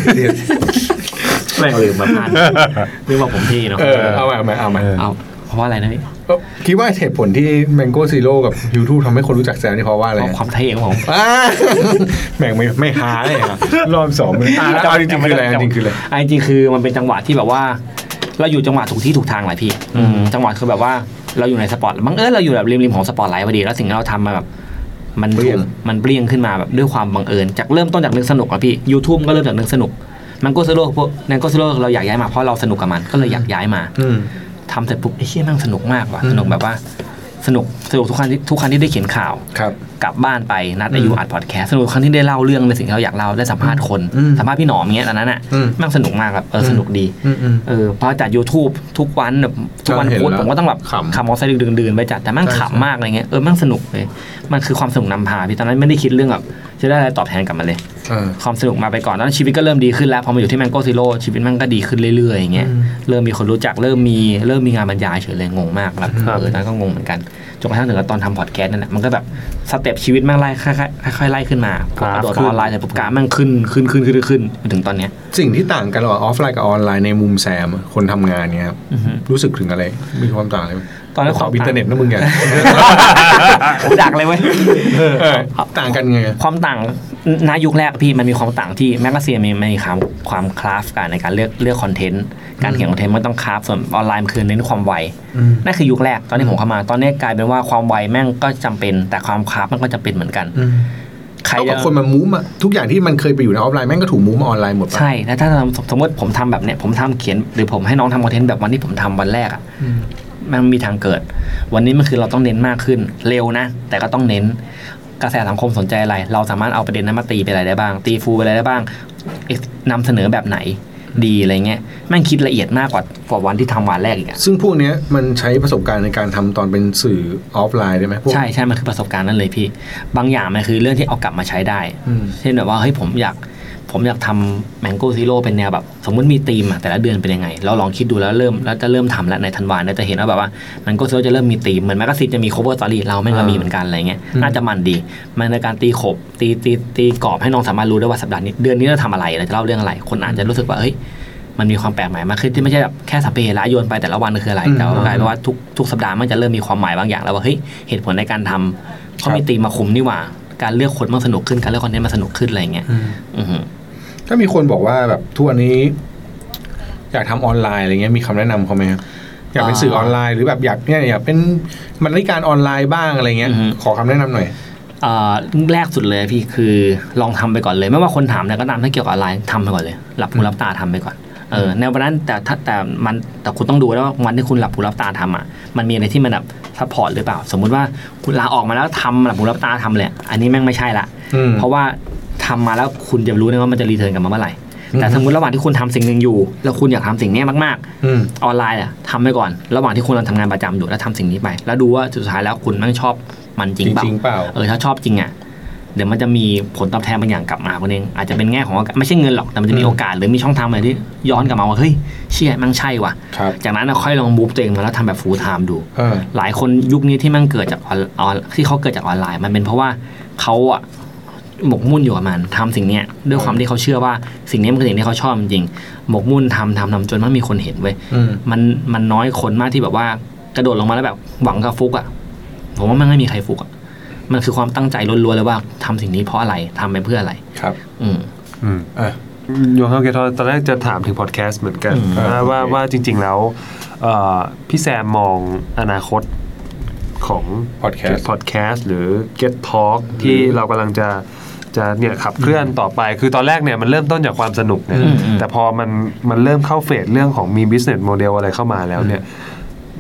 แม่งลืมมาพลาดลืมว่าผมพี่เนาะเอาใหม่เอาใหม่เอาใหม่เอาเพราะว่าอะไรนะพี่คิดว่าเหตุผลที่ Mango Zero กับ YouTube ทำให้คนรู้จักแซมนี่เพราะว่าอะไรความเท่ของผมแม่งไม่ไม่ฮาเลยครับรอบสองมันอ่าจริงๆคืออะไรจริงๆคืออะไรจริงๆคือมันเป็นจังหวะที่แบบว่าเราอยู่จังหวะถูกที่ถูกทางหลายพี่จังหวะคือแบบว่าเราอยู่ในสปอตบังเอิญเราอยู่แบบริมๆของสปอตไลท์พอดีแล้วสิ่งที่เราทำมาแบบมันมันเปรี้ยงขึ้นมาแบบด้วยความบังเอิญจากเริ่มต้นจากนึกสนุกอะพี่ YouTube ก็เริ่มจากนึกสนุก Mango Zero พวก Mango Zero เราอยากย้ายมาเพราะเราสนุกกับมันก็เลยอยากย้ายมาทำเสร็จปุ๊บไอ้เชี่ยแม่งสนุกมากว่ะสนุกแบบว่าสนุกสนุกทุกครั้งที่ทุกครั้งที่ได้เขียนข่าวกลับบ้านไปนัดอายุอัดพอดแคสต์สนุกครั้งที่ได้เล่าเรื่องในสิ่งที่เราอยากเล่าได้สัมภาษณ์คนสัมภาษณ์พี่หนอมอย่างเงี้ยตอนนั้นอ่ะแม่งสนุกมากแบบเออสนุกดีเออพอจัด YouTube ทุกวันแบบทุกวันพุธผมก็ต้องแบบขับมอเตอร์ไซค์ดึงๆไปจัดแต่แม่งขำมากอะไรเงี้ยเออแม่งสนุกเลยมันคือความสนุกนำพาพี่ตอนนั้นไม่ได้คิดเรื่องแบบจะได้อะไรตอบแทนกลับมาเลยความสนุกมาไปก่อนตอนนั้นชีวิตก็เริ่มดีขึ้นแล้วพอมาอยู่ที่ Mango Zero ชีวิตมันก็ดีขึ้นเรื่อยๆอย่างเงี้ยเริ่มมีคนรู้จักเริ่มมีเริ่มมีงานบรรยายเฉยเลยงงมากแล้วเออตอนนั้นก็งงเหมือนกันจนกระทั่งถึงตอนทำพอดแคสต์นั่นแหละมันก็แบบสเต็ปชีวิตแม่งไล่ค่อยๆไล่ขึ้นมาพอกระโดดออนไลน์แต่ปุ๊บกราฟแม่งขึ้นขึ้นขึ้นขึ้นขึ้นถึงตอนเนี้ยสิ่งที่ต่างกันระหว่างออฟไลน์กับออนไลน์ในมุมแซมคนทำงานเนี้ยครับรู้สึกถึงอะไรมีความต่างอะไรตอนนั้นขออินเทอร์เน็ตนะมึงอย่างผมดักเลยเว้ยต่างกันไงความต่างณยุคแรกพี่มันมีความต่างที่แมกกาซีนมีมีความความคราฟกันในการเลือกเลือกคอนเทนต์การเขียนคอนเทนต์มันต้องคราฟส่วนออนไลน์มันคือเน้นความไวนั่นคือยุคแรกตอนที่ผมเข้ามาตอนนี้กลายเป็นว่าความไวแม่งก็จำเป็นแต่ความคราฟมันก็จำเป็นเหมือนกันใครจะคนมามูฟอะทุกอย่างที่มันเคยไปอยู่ในออฟไลน์แม่งก็ถูกมูฟมาออนไลน์หมดใช่แล้วถ้าสมมติผมทำแบบเนี้ยผมทำเขียนหรือผมให้น้องทำคอนเทนต์แบบวันที่ผมทำวันแรกอะมันมีทางเกิดวันนี้มันคือเราต้องเน้นมากขึ้นเร็วนะแต่ก็ต้องเน้นกระแสสังคมสนใจอะไรเราสามารถเอาประเด็นนั้นมาตีไปอะไรได้บ้างตีฟูไปอะไรได้บ้างนำเสนอแบบไหนดีอะไรเงี้ยแม่งคิดละเอียดมากกว่ากว่าวันที่ทำวันแรกอีกซึ่งพวกนี้มันใช้ประสบการณ์ในการทำตอนเป็นสื่อออฟไลน์ได้ไหมใช่ใช่มันคือประสบการณ์นั่นเลยพี่บางอย่างมันคือเรื่องที่เอากลับมาใช้ได้เช่นแบบว่าเฮ้ยผมอยากผมอยากทำ Mango Zero เป็นแนวแบบสมมติมีธีมแต่ละเดือนเป็นยังไงเราลองคิดดูแล้วเริ่มแล้วจะเริ่มทำแล้วในธันวาคมจะเห็นว่าแบบว่า Mango Zero จะเริ่มมีธีมเหมือนแมกกาซีนจะมี cover story เราแม่งก็มีเหมือนกันอะไรเงี้ยน่าจะมันดีมันในการตีขบตีตีตีกรอบให้น้องสามารถรู้ได้ว่าสัปดาห์นี้เดือนนี้เราทำอะไรเราจะเล่าเรื่องอะไรคนอาจจะรู้สึกว่าเฮ้ยมันมีความแปลกใหม่มากขึ้นที่ไม่ใช่แบบแค่สัพเพเหระโยนไปแต่ละวันคืออะไรแต่กลายเป็นว่าทุกทุกสัปดาห์มันจะเริ่มมีความหมายบางอย่างแล้วว่าเฮ้ยเหตุผลในการทำเขามีธีมมาคุมนี่หว่าการเลือกคนมันสนุกขึ้นการเลือกคอนเทนต์มันสนุกขึ้นอะไรเงี้ยถ้ามีคนบอกว่าแบบทุกวันนี้อยากทำออนไลน์อะไรเงี้ยมีคำแนะนำเขาไหมครับอยากเป็นสื่อออนไลน์หรือแบบอยากเนี่ยอยากเป็นบรรณาธิการออนไลน์บ้างอะไรเงี้ยขอคำแนะนำหน่อยแรกสุดเลยพี่คือลองทำไปก่อนเลยไม่ว่าคนถามเนี่ยก็ตามถ้าเกี่ยวกับออนไลน์ทำไปก่อนเลยหลับหูหลับตาทำไปก่อนเออในวันนั้นแต่ถ้าแต่มันแต่คุณต้องดูแล้วว่าวันที่คุณหลับหูหลับตาทำอ่ะมันมีอะไรที่มันแบบซัพพอร์ตหรือเปล่าสมมุติว่าคุณลาออกมาแล้วทำหลับหูหลับตาทำเลยอันนี้แม่งไม่ใช่ละเพราะว่าทำมาแล้วคุณจะรู้ได้ว่ามันจะรีเทิร์นกลับมาเมื่อไหร่แต่สมมติระหว่างที่คุณทำสิ่งหนึ่งอยู่แล้วคุณอยากทำสิ่งนี้มากๆออนไลน์อ่ะทำไปก่อนระหว่างที่คุณกำลังทำงานประจำอยู่แล้วทำสิ่งนี้ไปแล้วดูว่าสุดท้ายแล้วคุณแม่งชอบมันจริงเปล่าเออถ้าชอบจริงอ่ะเดี๋ยวมันจะมีผลตอบแทนบางอย่างกลับมาคนเองอาจจะเป็นแง่ของไม่ใช่เงินหรอกแต่มันจะมีโอกาสหรือมีช่องทางอะไรที่ย้อนกลับมาว่าเฮ้ยเชี่ยมันใช่ว่ะจากนั้นค่อยลองมูฟตัวเองมาแล้วทำแบบฟูลไทม์ดูหลายคนยุคนี้ที่มันเกิดจากออนที่เขาเกิดจากออนไลน์มันเป็นเพราะว่าเขาอะหมกมุ่นอยู่กับมันทำสิ่งนี้ด้วยความที่เขาเชื่อว่าสิ่งนี้มันคือสิ่งที่เขาชอบจริงหมกมุ่นทำทำทำจนมันมีคนเห็นเว้ยมันมันน้อยคนมากที่แบบว่ากระโดดลงมาแล้วแบบหวังกับฟุกอะผมว่ามันไม่มีใครฟุกอะมันคือความตั้งใจล้วนๆเลยว่าทำสิ่งนี้เพราะอะไรทำไปเพื่ออะไรครับอืมอืมอ่ะโยฮันเกทอตอนแรกจะถามถึงพอดแคสต์เหมือนกันว่าว่าว่าจริงๆแล้วพี่แซมมองอนาคตของพอดแคสต์พอดแคสต์หรือ Get Talk ที่เรากำลังจะจะเนี่ยขับเคลื่อนต่อไปคือตอนแรกเนี่ยมันเริ่มต้นจากความสนุกเนี่ยแต่พอมันมันเริ่มเข้าเฟสเรื่องของมี business model อะไรเข้ามาแล้วเนี่ย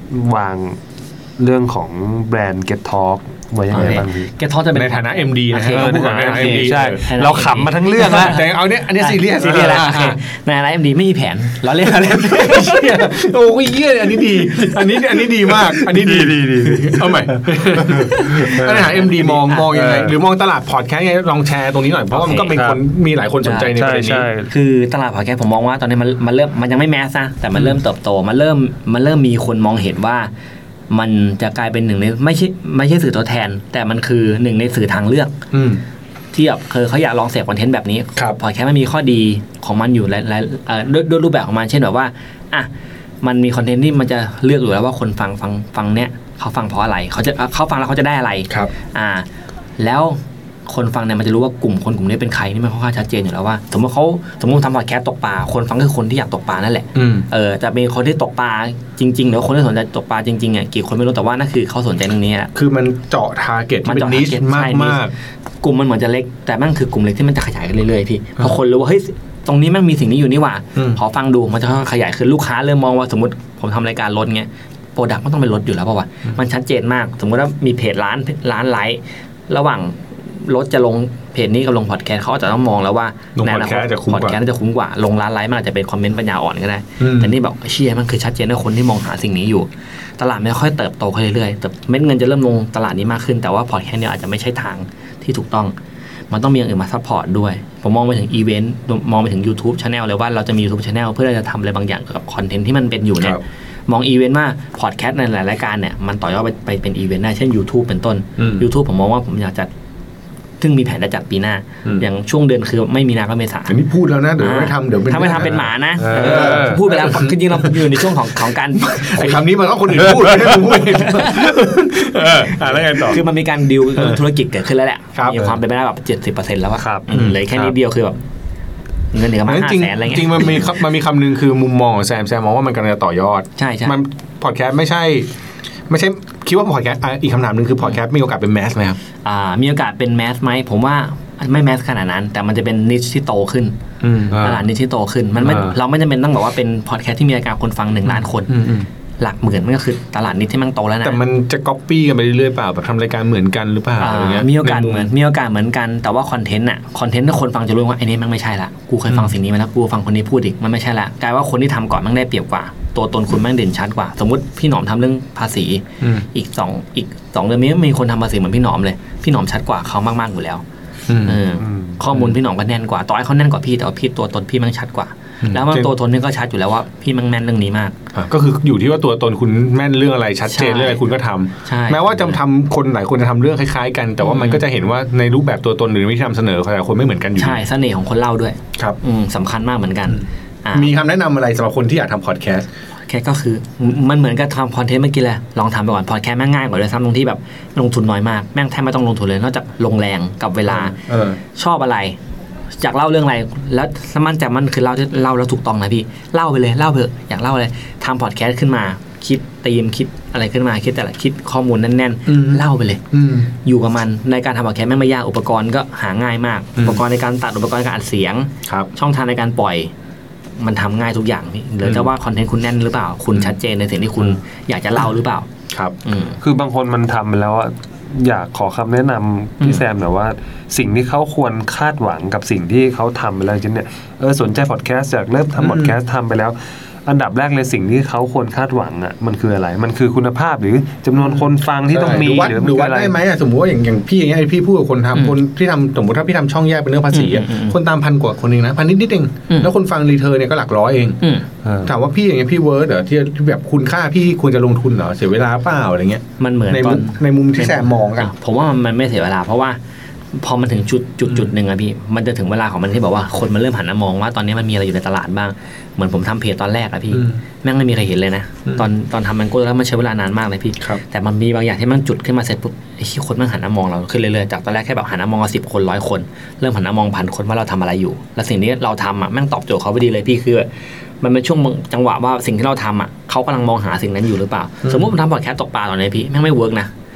วางเรื่องของแบรนด์ Get Talk ไว้ยังไงบ้างพี่ Get Talk จะเป็นในฐานะ เอ็ม ดี นะฮะในฐานะ เอ็ม ดี ใช่ในฐานะเราขำมาทั้งเรื่องแล้วแต่เอาเนี้ยอันนี้ซีเรียสซีเรียสแล้วโอเคในฐานะ เอ็ม ดี ไม่มีแผนเราเล่นเราเล่นโอ้ยเยี่ยอันนี้ดีอันนี้อันนี้ดีมากอันนี้ดีดีดีเอาใหม่ในฐานะ เอ็ม ดี มองมองยังไงหรือมองตลาดพอดแคสต์ไงลองแชร์ตรงนี้หน่อยเพราะว่ามันก็เป็นคนมีหลายคนสนใจในประเด็นนี้คือตลาดพอดแคสต์ผมมองว่าตอนนี้มันมันเริ่มมันยังไม่แมสนะแต่มันเริ่มเติบโตมันเริ่มมันเริ่มมีคนมองเห็นว่ามันจะกลายเป็นหนึ่งในไม่ใช่ไม่ใช่สื่อตัวแทนแต่มันคือหนึ่งในสื่อทางเลือกที่แบบเคยเขาอยากลองเสพคอนเทนต์แบบนี้พอดแคสต์มันมีข้อดีของมันอยู่หลายๆด้วยด้วยรูปแบบของมันเช่นแบบว่าอ่ะมันมีคอนเทนต์ที่มันจะเลือกอยู่แล้วว่าคนฟังฟังฟังเนี้ยเขาฟังเพราะอะไรเขาจะเขาฟังแล้วเขาจะได้อะไรครับอ่าแล้วคนฟังเนี่ยมันจะรู้ว่ากลุ่มคนกลุ่มนี้เป็นใครนี่มันค่อนข้างชัดเจนอยู่แล้วว่าสมมติเขาสมมติทำพอดแคสต์ตกปลาคนฟังก็คือคนที่อยากตกปลานั่นแหละเออจะมีคนที่ตกปลาจริงๆหรือคนที่สนใจตกปลาจริงๆอ่ะกี่คนไม่รู้แต่ว่านั่นคือเขาสนใจเรื่องนี้แหละคือมันเจาะทาร์เก็ตเป็นนิชมากมากกลุ่มมันเหมือนจะเล็กแต่มันคือกลุ่มเล็กที่มันจะขยายกันเรื่อยๆพี่พอคนรู้ว่าเฮ้ยตรงนี้มันมีสิ่งนี้อยู่นี่หว่าขอฟังดูมันจะค่อยๆขยายคือลูกค้าเริ่มมองว่าสมมติผมทำรายการรถเงี้ยโปรดักต์มันต้องเป็นรถอยู่แล้วป่ะวะมันชัดเจนมากสมมติว่ามีเพจร้านร้านไลฟ์ระหว่างรถจะลงเพจนี้กับลงพอดแคสต์เขาจะต้องมองแล้วว่าลงพอดแคสต์จะคุ้มกว่าพอดแคสต์จะคุ้มกว่าลงร้านไลฟ์มันอาจจะเป็นคอมเมนต์ปัญญาอ่อนก็ได้แต่นี่แบบเชี่ยมันคือชัดเจนว่าคนที่มองหาสิ่งนี้อยู่ตลาดไม่ค่อยเติบโตขึ้นเรื่อยๆแต่เม็ดเงินจะเริ่มลงตลาดนี้มากขึ้นแต่ว่าพอดแคสต์เนี่ยอาจจะไม่ใช่ทางที่ถูกต้องมันต้องมีอย่างอื่นมาซัพพอร์ตด้วยผมมองไปถึงอีเวนต์มองไปถึง YouTube Channel เลยว่าเราจะมี YouTube Channel เพื่อจะทำอะไรบางอย่างเกี่ยวกับคอนเทนต์ที่มันเป็นอยู่เนี่ยมองอีเวนต์ว่าพอดแคสต์ในหลายรายการเนี่ยมันต่อยอดไปไปเป็นอีเวนต์ได้เช่น YouTube เป็นต้น YouTube ผมมองว่าผมอยากจัดซึ่งมีแผนจะจัดปีหน้าอย่างช่วงเดือนคือไม่มีนาก็เมษาอันนี้พูดแล้วนะเดี๋ยวไม่ทำเดี๋ยวถ้าไม่ทำเป็นหมานะพูดไปแล้วจริงๆเราอยู่ในช่วงของของการไอ้คำนี้มันก็คนอื่นพูดไม่ได้ผมพูดเองแล้วไงต่อคือมันมีการดีลธุรกิจเกิดขึ้นแล้วแหละมีความเป็นไปได้แบบเจ็ดสิบเปอร์เซ็นต์แล้วว่าเลยแค่นี้เดียวคือแบบเงินเหลือมาห้าแสนอะไรเงี้ยจริงมันมีมันมีคำนึงคือมุมมองของแซมแซมมองว่ามันกำลังจะต่อยอดใช่ใช่มันพอดแคสต์ไม่ใช่ไม่ใช่คิดว่าพอดแคสต์อีกคำถามนึงคือพอดแคสต์มีโอกาสเป็นแมสไหมครับอ่ามีโอกาสเป็นแมสไหมผมว่าไม่แมสขนาดนั้นแต่มันจะเป็นนิชที่โตขึ้นตลาดนิชที่โตขึ้นมันไม่เราไม่จำเป็นต้องบอกว่าเป็นพอดแคสต์ที่มีรายการคนฟังหนึ่งล้านคนหลักหมื่นมันก็คือตลาดนิชที่มันโตแล้วนะแต่มันจะก๊อปปี้กันไปเรื่อยๆเปล่าแบบทำรายการเหมือนกันหรือเปล่าอะไรเงี้ยมีโอกาสเหมือนมีโอกาสเหมือนกันแต่ว่าคอนเทนต์อะคอนเทนต์ที่คนฟังจะรู้ว่าไอ้นี่มันไม่ใช่ละกูเคยฟังสิ่งนี้มาแล้วกูฟังคนนี้พูดอีกมันไม่ใช่ละกลายว่าคนที่ทำก่อนมันได้เปรียบกว่าตัวตนคุณแม่งเด่นชัดกว่าสมมติพี่หนอมทำเรื่องภาษีอีกสองอีกสองเดือนนี้มีคนทำภาษีเหมือนพี่หนอมเลยพี่หนอมชัดกว่าเขามากๆอยู่แล้วข้อมูลพี่หนอมก็แน่นกว่าต่อให้เขาแน่นกว่าพี่แต่ว่าพี่ตัวตนพี่มันชัดกว่าแล้วมันตัวตนนี่ก็ชัดอยู่แล้วว่าพี่มันแม่นเรื่องนี้มากก็คืออยู่ที่ว่าตัวตนคุณแม่นเรื่องอะไรชัดเจนเรื่องอะไรคุณก็ทำแม้ว่าจะทำคนหลายคนจะทำเรื่องคล้ายๆกันแต่ว่ามันก็จะเห็นว่าในรูปแบบตัวตนหรือวิธีนำเสนอแต่ละคนไม่เหมือนกันอยู่ใช่เสน่ห์ของคนเล่าด้วยครับสำคัญมากเหมือนกันมีคำแนะนำอะไรสำหรับคนที่อยากทำพอดแคสต์แค่ก็คือมันเหมือนกับทำคอนเทนต์เมื่อกี้แหละลองทำไปก่อนพอดแคสต์แม่งง่ายกว่าเลยซ้ำตรงที่แบบลงทุนน้อยมากแม่งแทบไม่ต้องลงทุนเลยนอกจากลงแรงกับเวลาชอบอะไรอยากเล่าเรื่องอะไรแล้วมั่นใจมันคือเล่าเล่าแล้วถูกต้องนะพี่เล่าไปเลยเล่าเถอะอยากเล่าอะไรทำพอดแคสต์ขึ้นมาคิดธีมคิดอะไรขึ้นมาคิดแต่ละคิดข้อมูลแน่นๆเล่าไปเลยอยู่กับมันในการทำพอดแคสต์ไม่ยากอุปกรณ์ก็หาง่ายมากอุปกรณ์ในการตัดอุปกรณ์ในการอัดเสียงช่องทางในการปล่อยมันทำง่ายทุกอย่างพี่เหลือจะว่าคอนเทนต์คุณแน่นหรือเปล่าคุณชัดเจนในสิ่งที่คุณอยากจะเล่าหรือเปล่าครับคือบางคนมันทำไปแล้วอยากขอคำแนะนำพี่แซมหน่อยว่าสิ่งที่เขาควรคาดหวังกับสิ่งที่เขาทำไปแล้วจริงเนี่ยเออสนใจพอดแคสต์อยากเริ่มทำพอดแคสต์ทำไปแล้วอันดับแรกเลยสิ่งที่เขาควรคาดหวังอ่ะมันคืออะไรมันคือคุณภาพหรือจำนวนคนฟังที่ต้องมีหรือวัดได้ไหมสมมติว่าอย่างอย่างพี่อย่างเงี้ยพี่พูดกับคนทำคนที่ทำสมมติถ้าพี่ทำช่องแยกเป็นเรื่องภาษีคนตามพันกว่าคนเองนะพันนิดนิดเองแล้วคนฟังรีเทิร์นเนี่ยก็หลักร้อยเองถามว่าพี่อย่างเงี้ยพี่เวิร์ดเหรอที่แบบคุณค่าพี่ควรจะลงทุนเหรอเสียเวลาเปล่าอะไรเงี้ยมันเหมือนในมุมในมุมที่แซมมองกันผมว่ามันไม่เสียเวลาเพราะว่าพอมันถึงจุดจุดจุดหนึ่งอะพี่มันจะถึงเวลาของมันที่บอกว่าคนมันเริ่มหันมามองว่าตอนนี้มันมีอะไรอยู่ในตลาดบ้างเหมือนผมทำเพจตอนแรกอะพี่แม่งไม่มีใครเห็นเลยนะตอนตอนทำมันก็แล้วมันใช้เวลานานมากเลยพี่แต่มันมีบางอย่างที่มันจุดขึ้นมาเสร็จปุ๊บไอ้คนมันหันมามองเราขึ้นเรื่อยๆจากตอนแรกแค่แบบหันมามองสิบคนร้อยคนเริ่มหันมามองพันคนว่าเราทำอะไรอยู่และสิ่งนี้เราทำอะแม่งตอบโจทย์เขาพอดีเลยพี่คือมันเป็นช่วงจังหวะว่าสิ่งที่เราทำอะเขากำลังมองหาสิ่งนั้นอยู่หรือเปล่าสมมติผมทำพอดแคสต์ตกปลาตอนนี้พี่แม่งไม่เวิร์กนะ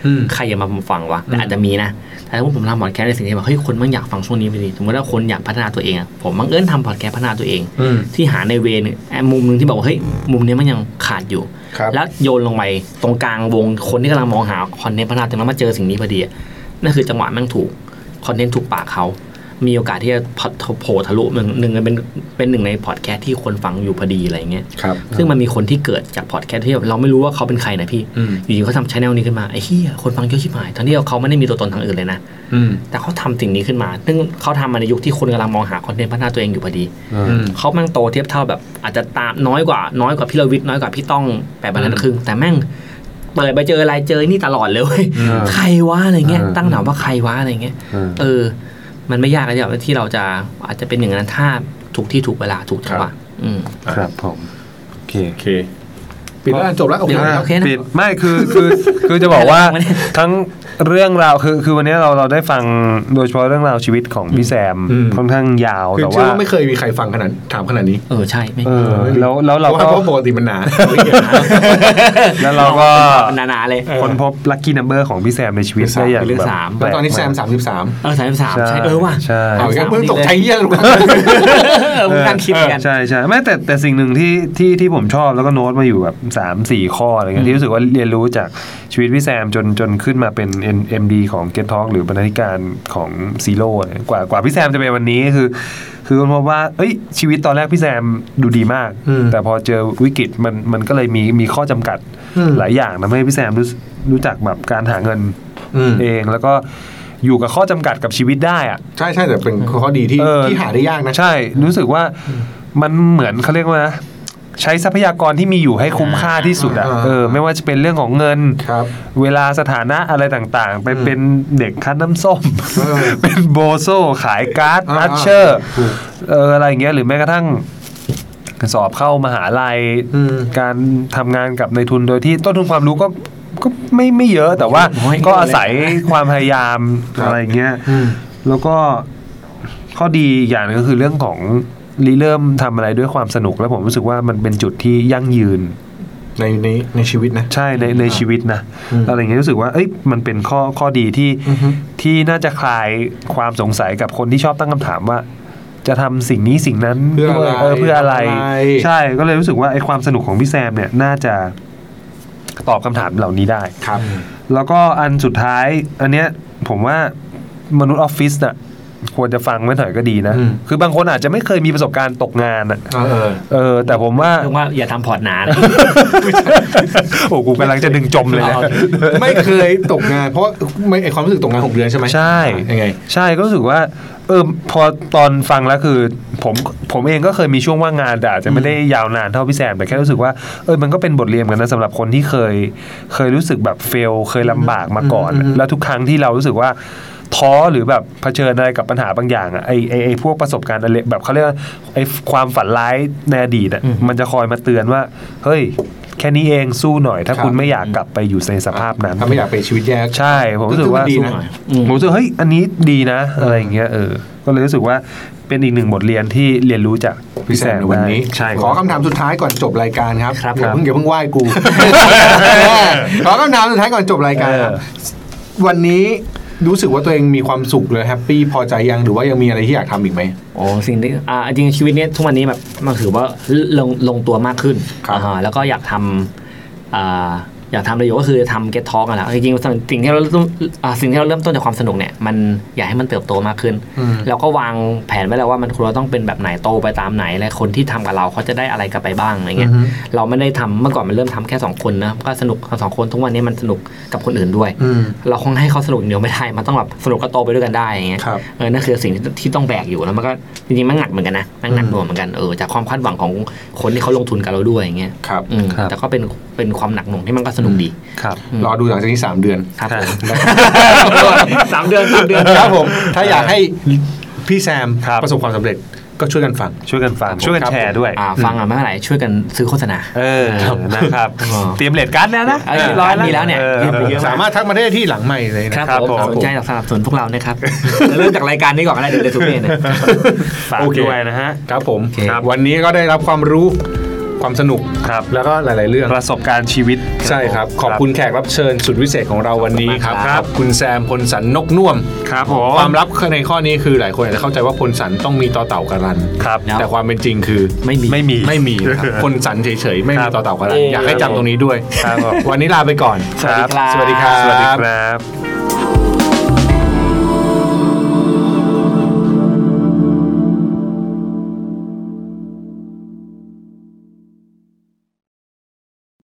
ใครจะมาฟังวะแต่อาจจะมีนะแต่ถ้าผมทำพอดแคสต์ในสิ่งที่แบบเฮ้ยคนมันอยากฟังช่วงนี้ไปดิสมมติว่าคนอยากพัฒนาตัวเองอะผมบังเอิญทำพอดแคสต์พัฒนาตัวเองที่หาในเวนึงมุมนึงที่บอกว่าเฮ้ยมุมนี้มันยังขาดอยู่แล้วโยนลงไปตรงกลางวงคนที่กำลังมองหาคอนเทนต์พัฒนาตัวเองแล้วมาเจอสิ่งนี้พอดีนั่นคือจังหวะแม่งถูกคอนเทนต์ถูกปากเขามีโอกาสที่จะโผล่ทะลุหนึ่งหนึ่งเป็นเป็นหนึ่งในพอดแคสต์ที่คนฟังอยู่พอดีอะไรเงี้ยซึ่งมันมีคนที่เกิดจากพอดแคสต์ที่เราไม่รู้ว่าเขาเป็นใครนะพี่อยู่ๆเขาทำช่องนี้ขึ้นมาไอ้เหี้ยคนฟังเยอะชิบหายทั้งที่เขาไม่ได้มีตัวตนทางอื่นเลยนะแต่เขาทำสิ่งนี้ขึ้นมาซึ่งเขาทำมาในยุคที่คนกำลังมองหาคอนเทนต์พัฒนาตัวเองอยู่พอดีเขาแม่งโตเทียบเท่าแบบอาจจะตามน้อยกว่าน้อยกว่าพี่รวิทย์น้อยกว่าพี่ต้องแปดบรรทัดครึ่งแต่แม่งเปิดไปเจออะไรเจอนี่ตลอดเลยใครวะอะไรเงี้ยตั้งถามว่าใครวะอะไรเงี้ยเออมันไม่ยากเลยที่เราจะอาจจะเป็นอย่างนั้นถ้าถูกที่ถูกเวลาถูกจังหวะครับผมโอเคโอเคปิดแล้วจบแล้วโอเคโอเคปิดไม่คือคือคือจะบอกว่าทั้งเรื่องราวคือคือวันนี้เราเราได้ฟังโดยเฉพาะเรื่องราวชีวิตของพี่แซมค่อนข้างยาวแต่ว่าไม่เคยมีใครฟังขนาดถามขนาดนี้เออใช่ไม่แล้วแล้วเราก็เพราะปกติมันหนาแล้วเราก็หนาๆเลยค้นพบลัคกี้นัมเบอร์ของพี่แซมในชีวิตได้อย่างแบบแล้วตอนนี้แซมสามสิบสามเออสามสิบสามใช่เออว่ะใช่เอาแค่เพิ่งตกใจเหี้ยเลยเออการคิดกันใช่ใช่ไม่แต่แต่สิ่งหนึ่งที่ที่ที่ผมชอบแล้วก็โน้ตมาอยู่แบบสามสี่ข้ออะไรเงี้ยที่รู้สึกว่าเรียนรู้จากชีวิตพี่แซมจนจนขึ้นมาเป็น เอ็ม ดี ของ Get Talk หรือบรรณาธิการของ Zero กว่ากว่าพี่แซมจะเป็นวันนี้คือคือเพราะว่าเอ้ยชีวิตตอนแรกพี่แซมดูดีมากแต่พอเจอวิกฤตมันมันก็เลยมีมีข้อจำกัดหลายอย่างทำให้พี่แซมรู้รู้จักแบบการหาเงินเองแล้วก็อยู่กับข้อจำกัดกับชีวิตได้อะใช่ใช่แต่เป็นข้อดีที่ที่หาได้ยากนะใช่รู้สึกว่ามันเหมือนเขาเรียกว่านะใช้ทรัพยากรที่มีอยู่ให้คุ้มค่าที่สุดอ่ะเออไม่ว่าจะเป็นเรื่องของเงินเวลาสถานะอะไรต่างๆไปเป็นเด็กคั้นน้ำส้มเป็นโบโซขายการ์ดอัชเชอร์เอออะไรอย่างเงี้ยหรือแม้กระทั่งสอบเข้ามหาลัยการทำงานกับนายทุนโดยที่ต้นทุนความรู้ก็ก็ไม่ไม่เยอะแต่ว่าก็อาศัยความพยายามอะไรเงี้ยแล้วก็ข้อดีอย่างนึงก็คือเรื่องของรีเริ่มทำอะไรด้วยความสนุกแล้วผมรู้สึกว่ามันเป็นจุดที่ยั่งยืนในในในชีวิตนะใช่ในในชีวิตนะอะไรอย่างเงี้ยรู้สึกว่าเอ้ยมันเป็นข้อข้อดีที่ที่น่าจะคลายความสงสัยกับคนที่ชอบตั้งคำถามว่าจะทำสิ่งนี้สิ่งนั้นเพื่ออะไรเออเพื่ออะไรใช่ก็เลยรู้สึกว่าไอ้ความสนุกของพี่แซมเนี่ยน่าจะตอบคำถามเหล่านี้ได้ครับแล้วก็อันสุดท้ายอันเนี้ยผมว่ามนุษย์ออฟฟิศน่ะควรจะฟังไว้หน่อยก็ดีนะคือบางคนอาจจะไม่เคยมีประสบการณ์ตกงานอ่ะเออเออแต่ผมว่าว่าอย่าทำพอร์ตนานโอ้กูกำลังจะดึงจมเลยนะไม่เคยตกงานเพราะไม่ไอความรู้สึกตกงานหกเดือนใช่ไหมใช่ยังไงใช่ก็รู้สึกว่าเออพอตอนฟังแล้วคือผมผมเองก็เคยมีช่วงว่างงานแต่อาจจะไม่ได้ยาวนานเท่าพี่แซมแต่แค่รู้สึกว่าเออมันก็เป็นบทเรียนกันนะสำหรับคนที่เคยเคยรู้สึกแบบเฟลเคยลำบากมาก่อนแล้วทุกครั้งที่เรารู้สึกว่าท้อหรือแบบเผชิญอะไรกับปัญหาบางอย่างอ่ะไอไอไอพวกประสบการณ์อะไรแบบเขาเรียกว่าไอความฝันร้ายในอดีตอ่ะมันจะคอยมาเตือนว่าเฮ้ยแค่นี้เองสู้หน่อยถ้าคุณไม่อยากกลับไปอยู่ในสภาพนั้นถ้าไม่อยากไปชีวิตแย่ใช่ผมรู้สึกว่าผมรู้สึกเฮ้ยอันนี้ดีนะอะไรอย่างเงี้ยเออก็เลยรู้สึกว่าเป็นอีกหนึ่งบทเรียนที่เรียนรู้จากพี่แซมในวันนี้ขอคำถามสุดท้ายก่อนจบรายการครับอย่าเพิ่งอย่าเพิ่งไหว้กูขอคำถามสุดท้ายก่อนจบรายการวันนี้รู้สึกว่าตัวเองมีความสุขเลยแฮปปี้พอใจยังหรือว่ายังมีอะไรที่อยากทำอีกไหมอ๋อสิ่งที่อ่าจริงชีวิตนี้ทุกวันนี้แบบมันถือว่าลงลงตัวมากขึ้นอ่าแล้วก็อยากทำอ่าอยากทำประโยชน์ก็คือทำ Get Talk กันแล้วจริงๆสิ่งที่เราสิ่งที่เราเริ่มต้นจากความสนุกเนี่ยมันอยากให้มันเติบโตมากขึ้นแล้วก็วางแผนไว้แล้วว่ามันควรต้องเป็นแบบไหนโตไปตามไหนและคนที่ทำกับเราเขาจะได้อะไรกลับไปบ้างอะไรเงี้ยเราไม่ได้ทำเมื่อก่อนมันเริ่มทำแค่สองคนนะก็สนุกทั้งสองคนทุกวันนี้มันสนุกกับคนอื่นด้วยเราคงให้เขาสนุกเดียวไม่ได้มันต้องแบบสนุกก็โตไปด้วยกันได้อย่างเงี้ยเออนั่นคือสิ่งที่ต้องแบกอยู่แล้วมันก็จริงๆมันหนักเหมือนกันนะมันหนักหน่วงเหมือนกันเออจากความคาดหวังของคนที่เขาลงทุนกับเราด้วยอย่างเงี้ยแต่ก็เป็นเป็นความหนักหน่วงที่มันก็สนุกดีรอดูหลังจากนี้สามเดือนครับสามเดือนสามเดือนครับผมถ้าอยากให้พี่แซมประสบความสำเร็จก็ช่วยกันฟังช่วยกันฟังช่วยกันแชร์ด้วยฟังอ่ะเมื่อไหร่ช่วยกันซื้อโฆษณาเออนะครับเตรียมเลทการ์ดแล้วนะร้อยมีแล้วเนี่ยสามารถทักมาได้ที่หลังใหม่เลยนะครับผมสนใจสนับสนุนพวกเรานะครับเริ่มจากรายการนี้ก่อนก็ได้เดี๋ยวทุกเดือนฝากด้วยนะฮะครับผมวันนี้ก็ได้รับความรู้ความสนุกครับแล้วก็หลายๆเรื่องประสบการณ์ชีวิตใช่ครับขอบคุณแขกรับเชิญสุดวิเศษของเราวันนี้ครับขอบคุณแซมพลสันนกน่วมครับผมความลับในข้อนี้คือหลายคนอาจจะเข้าใจว่าพลสันต้องมีต่อเต่าการันครับแต่ความเป็นจริงคือไม่มีไม่มีไม่มีครับพลสันเฉยๆไม่มีต่อเต่าการันเอ่ออยากให้จำตรงนี้ด้วยครับผมวันนี้ลาไปก่อนสวัสดีครับสวัสดีครับสวัสดีครับ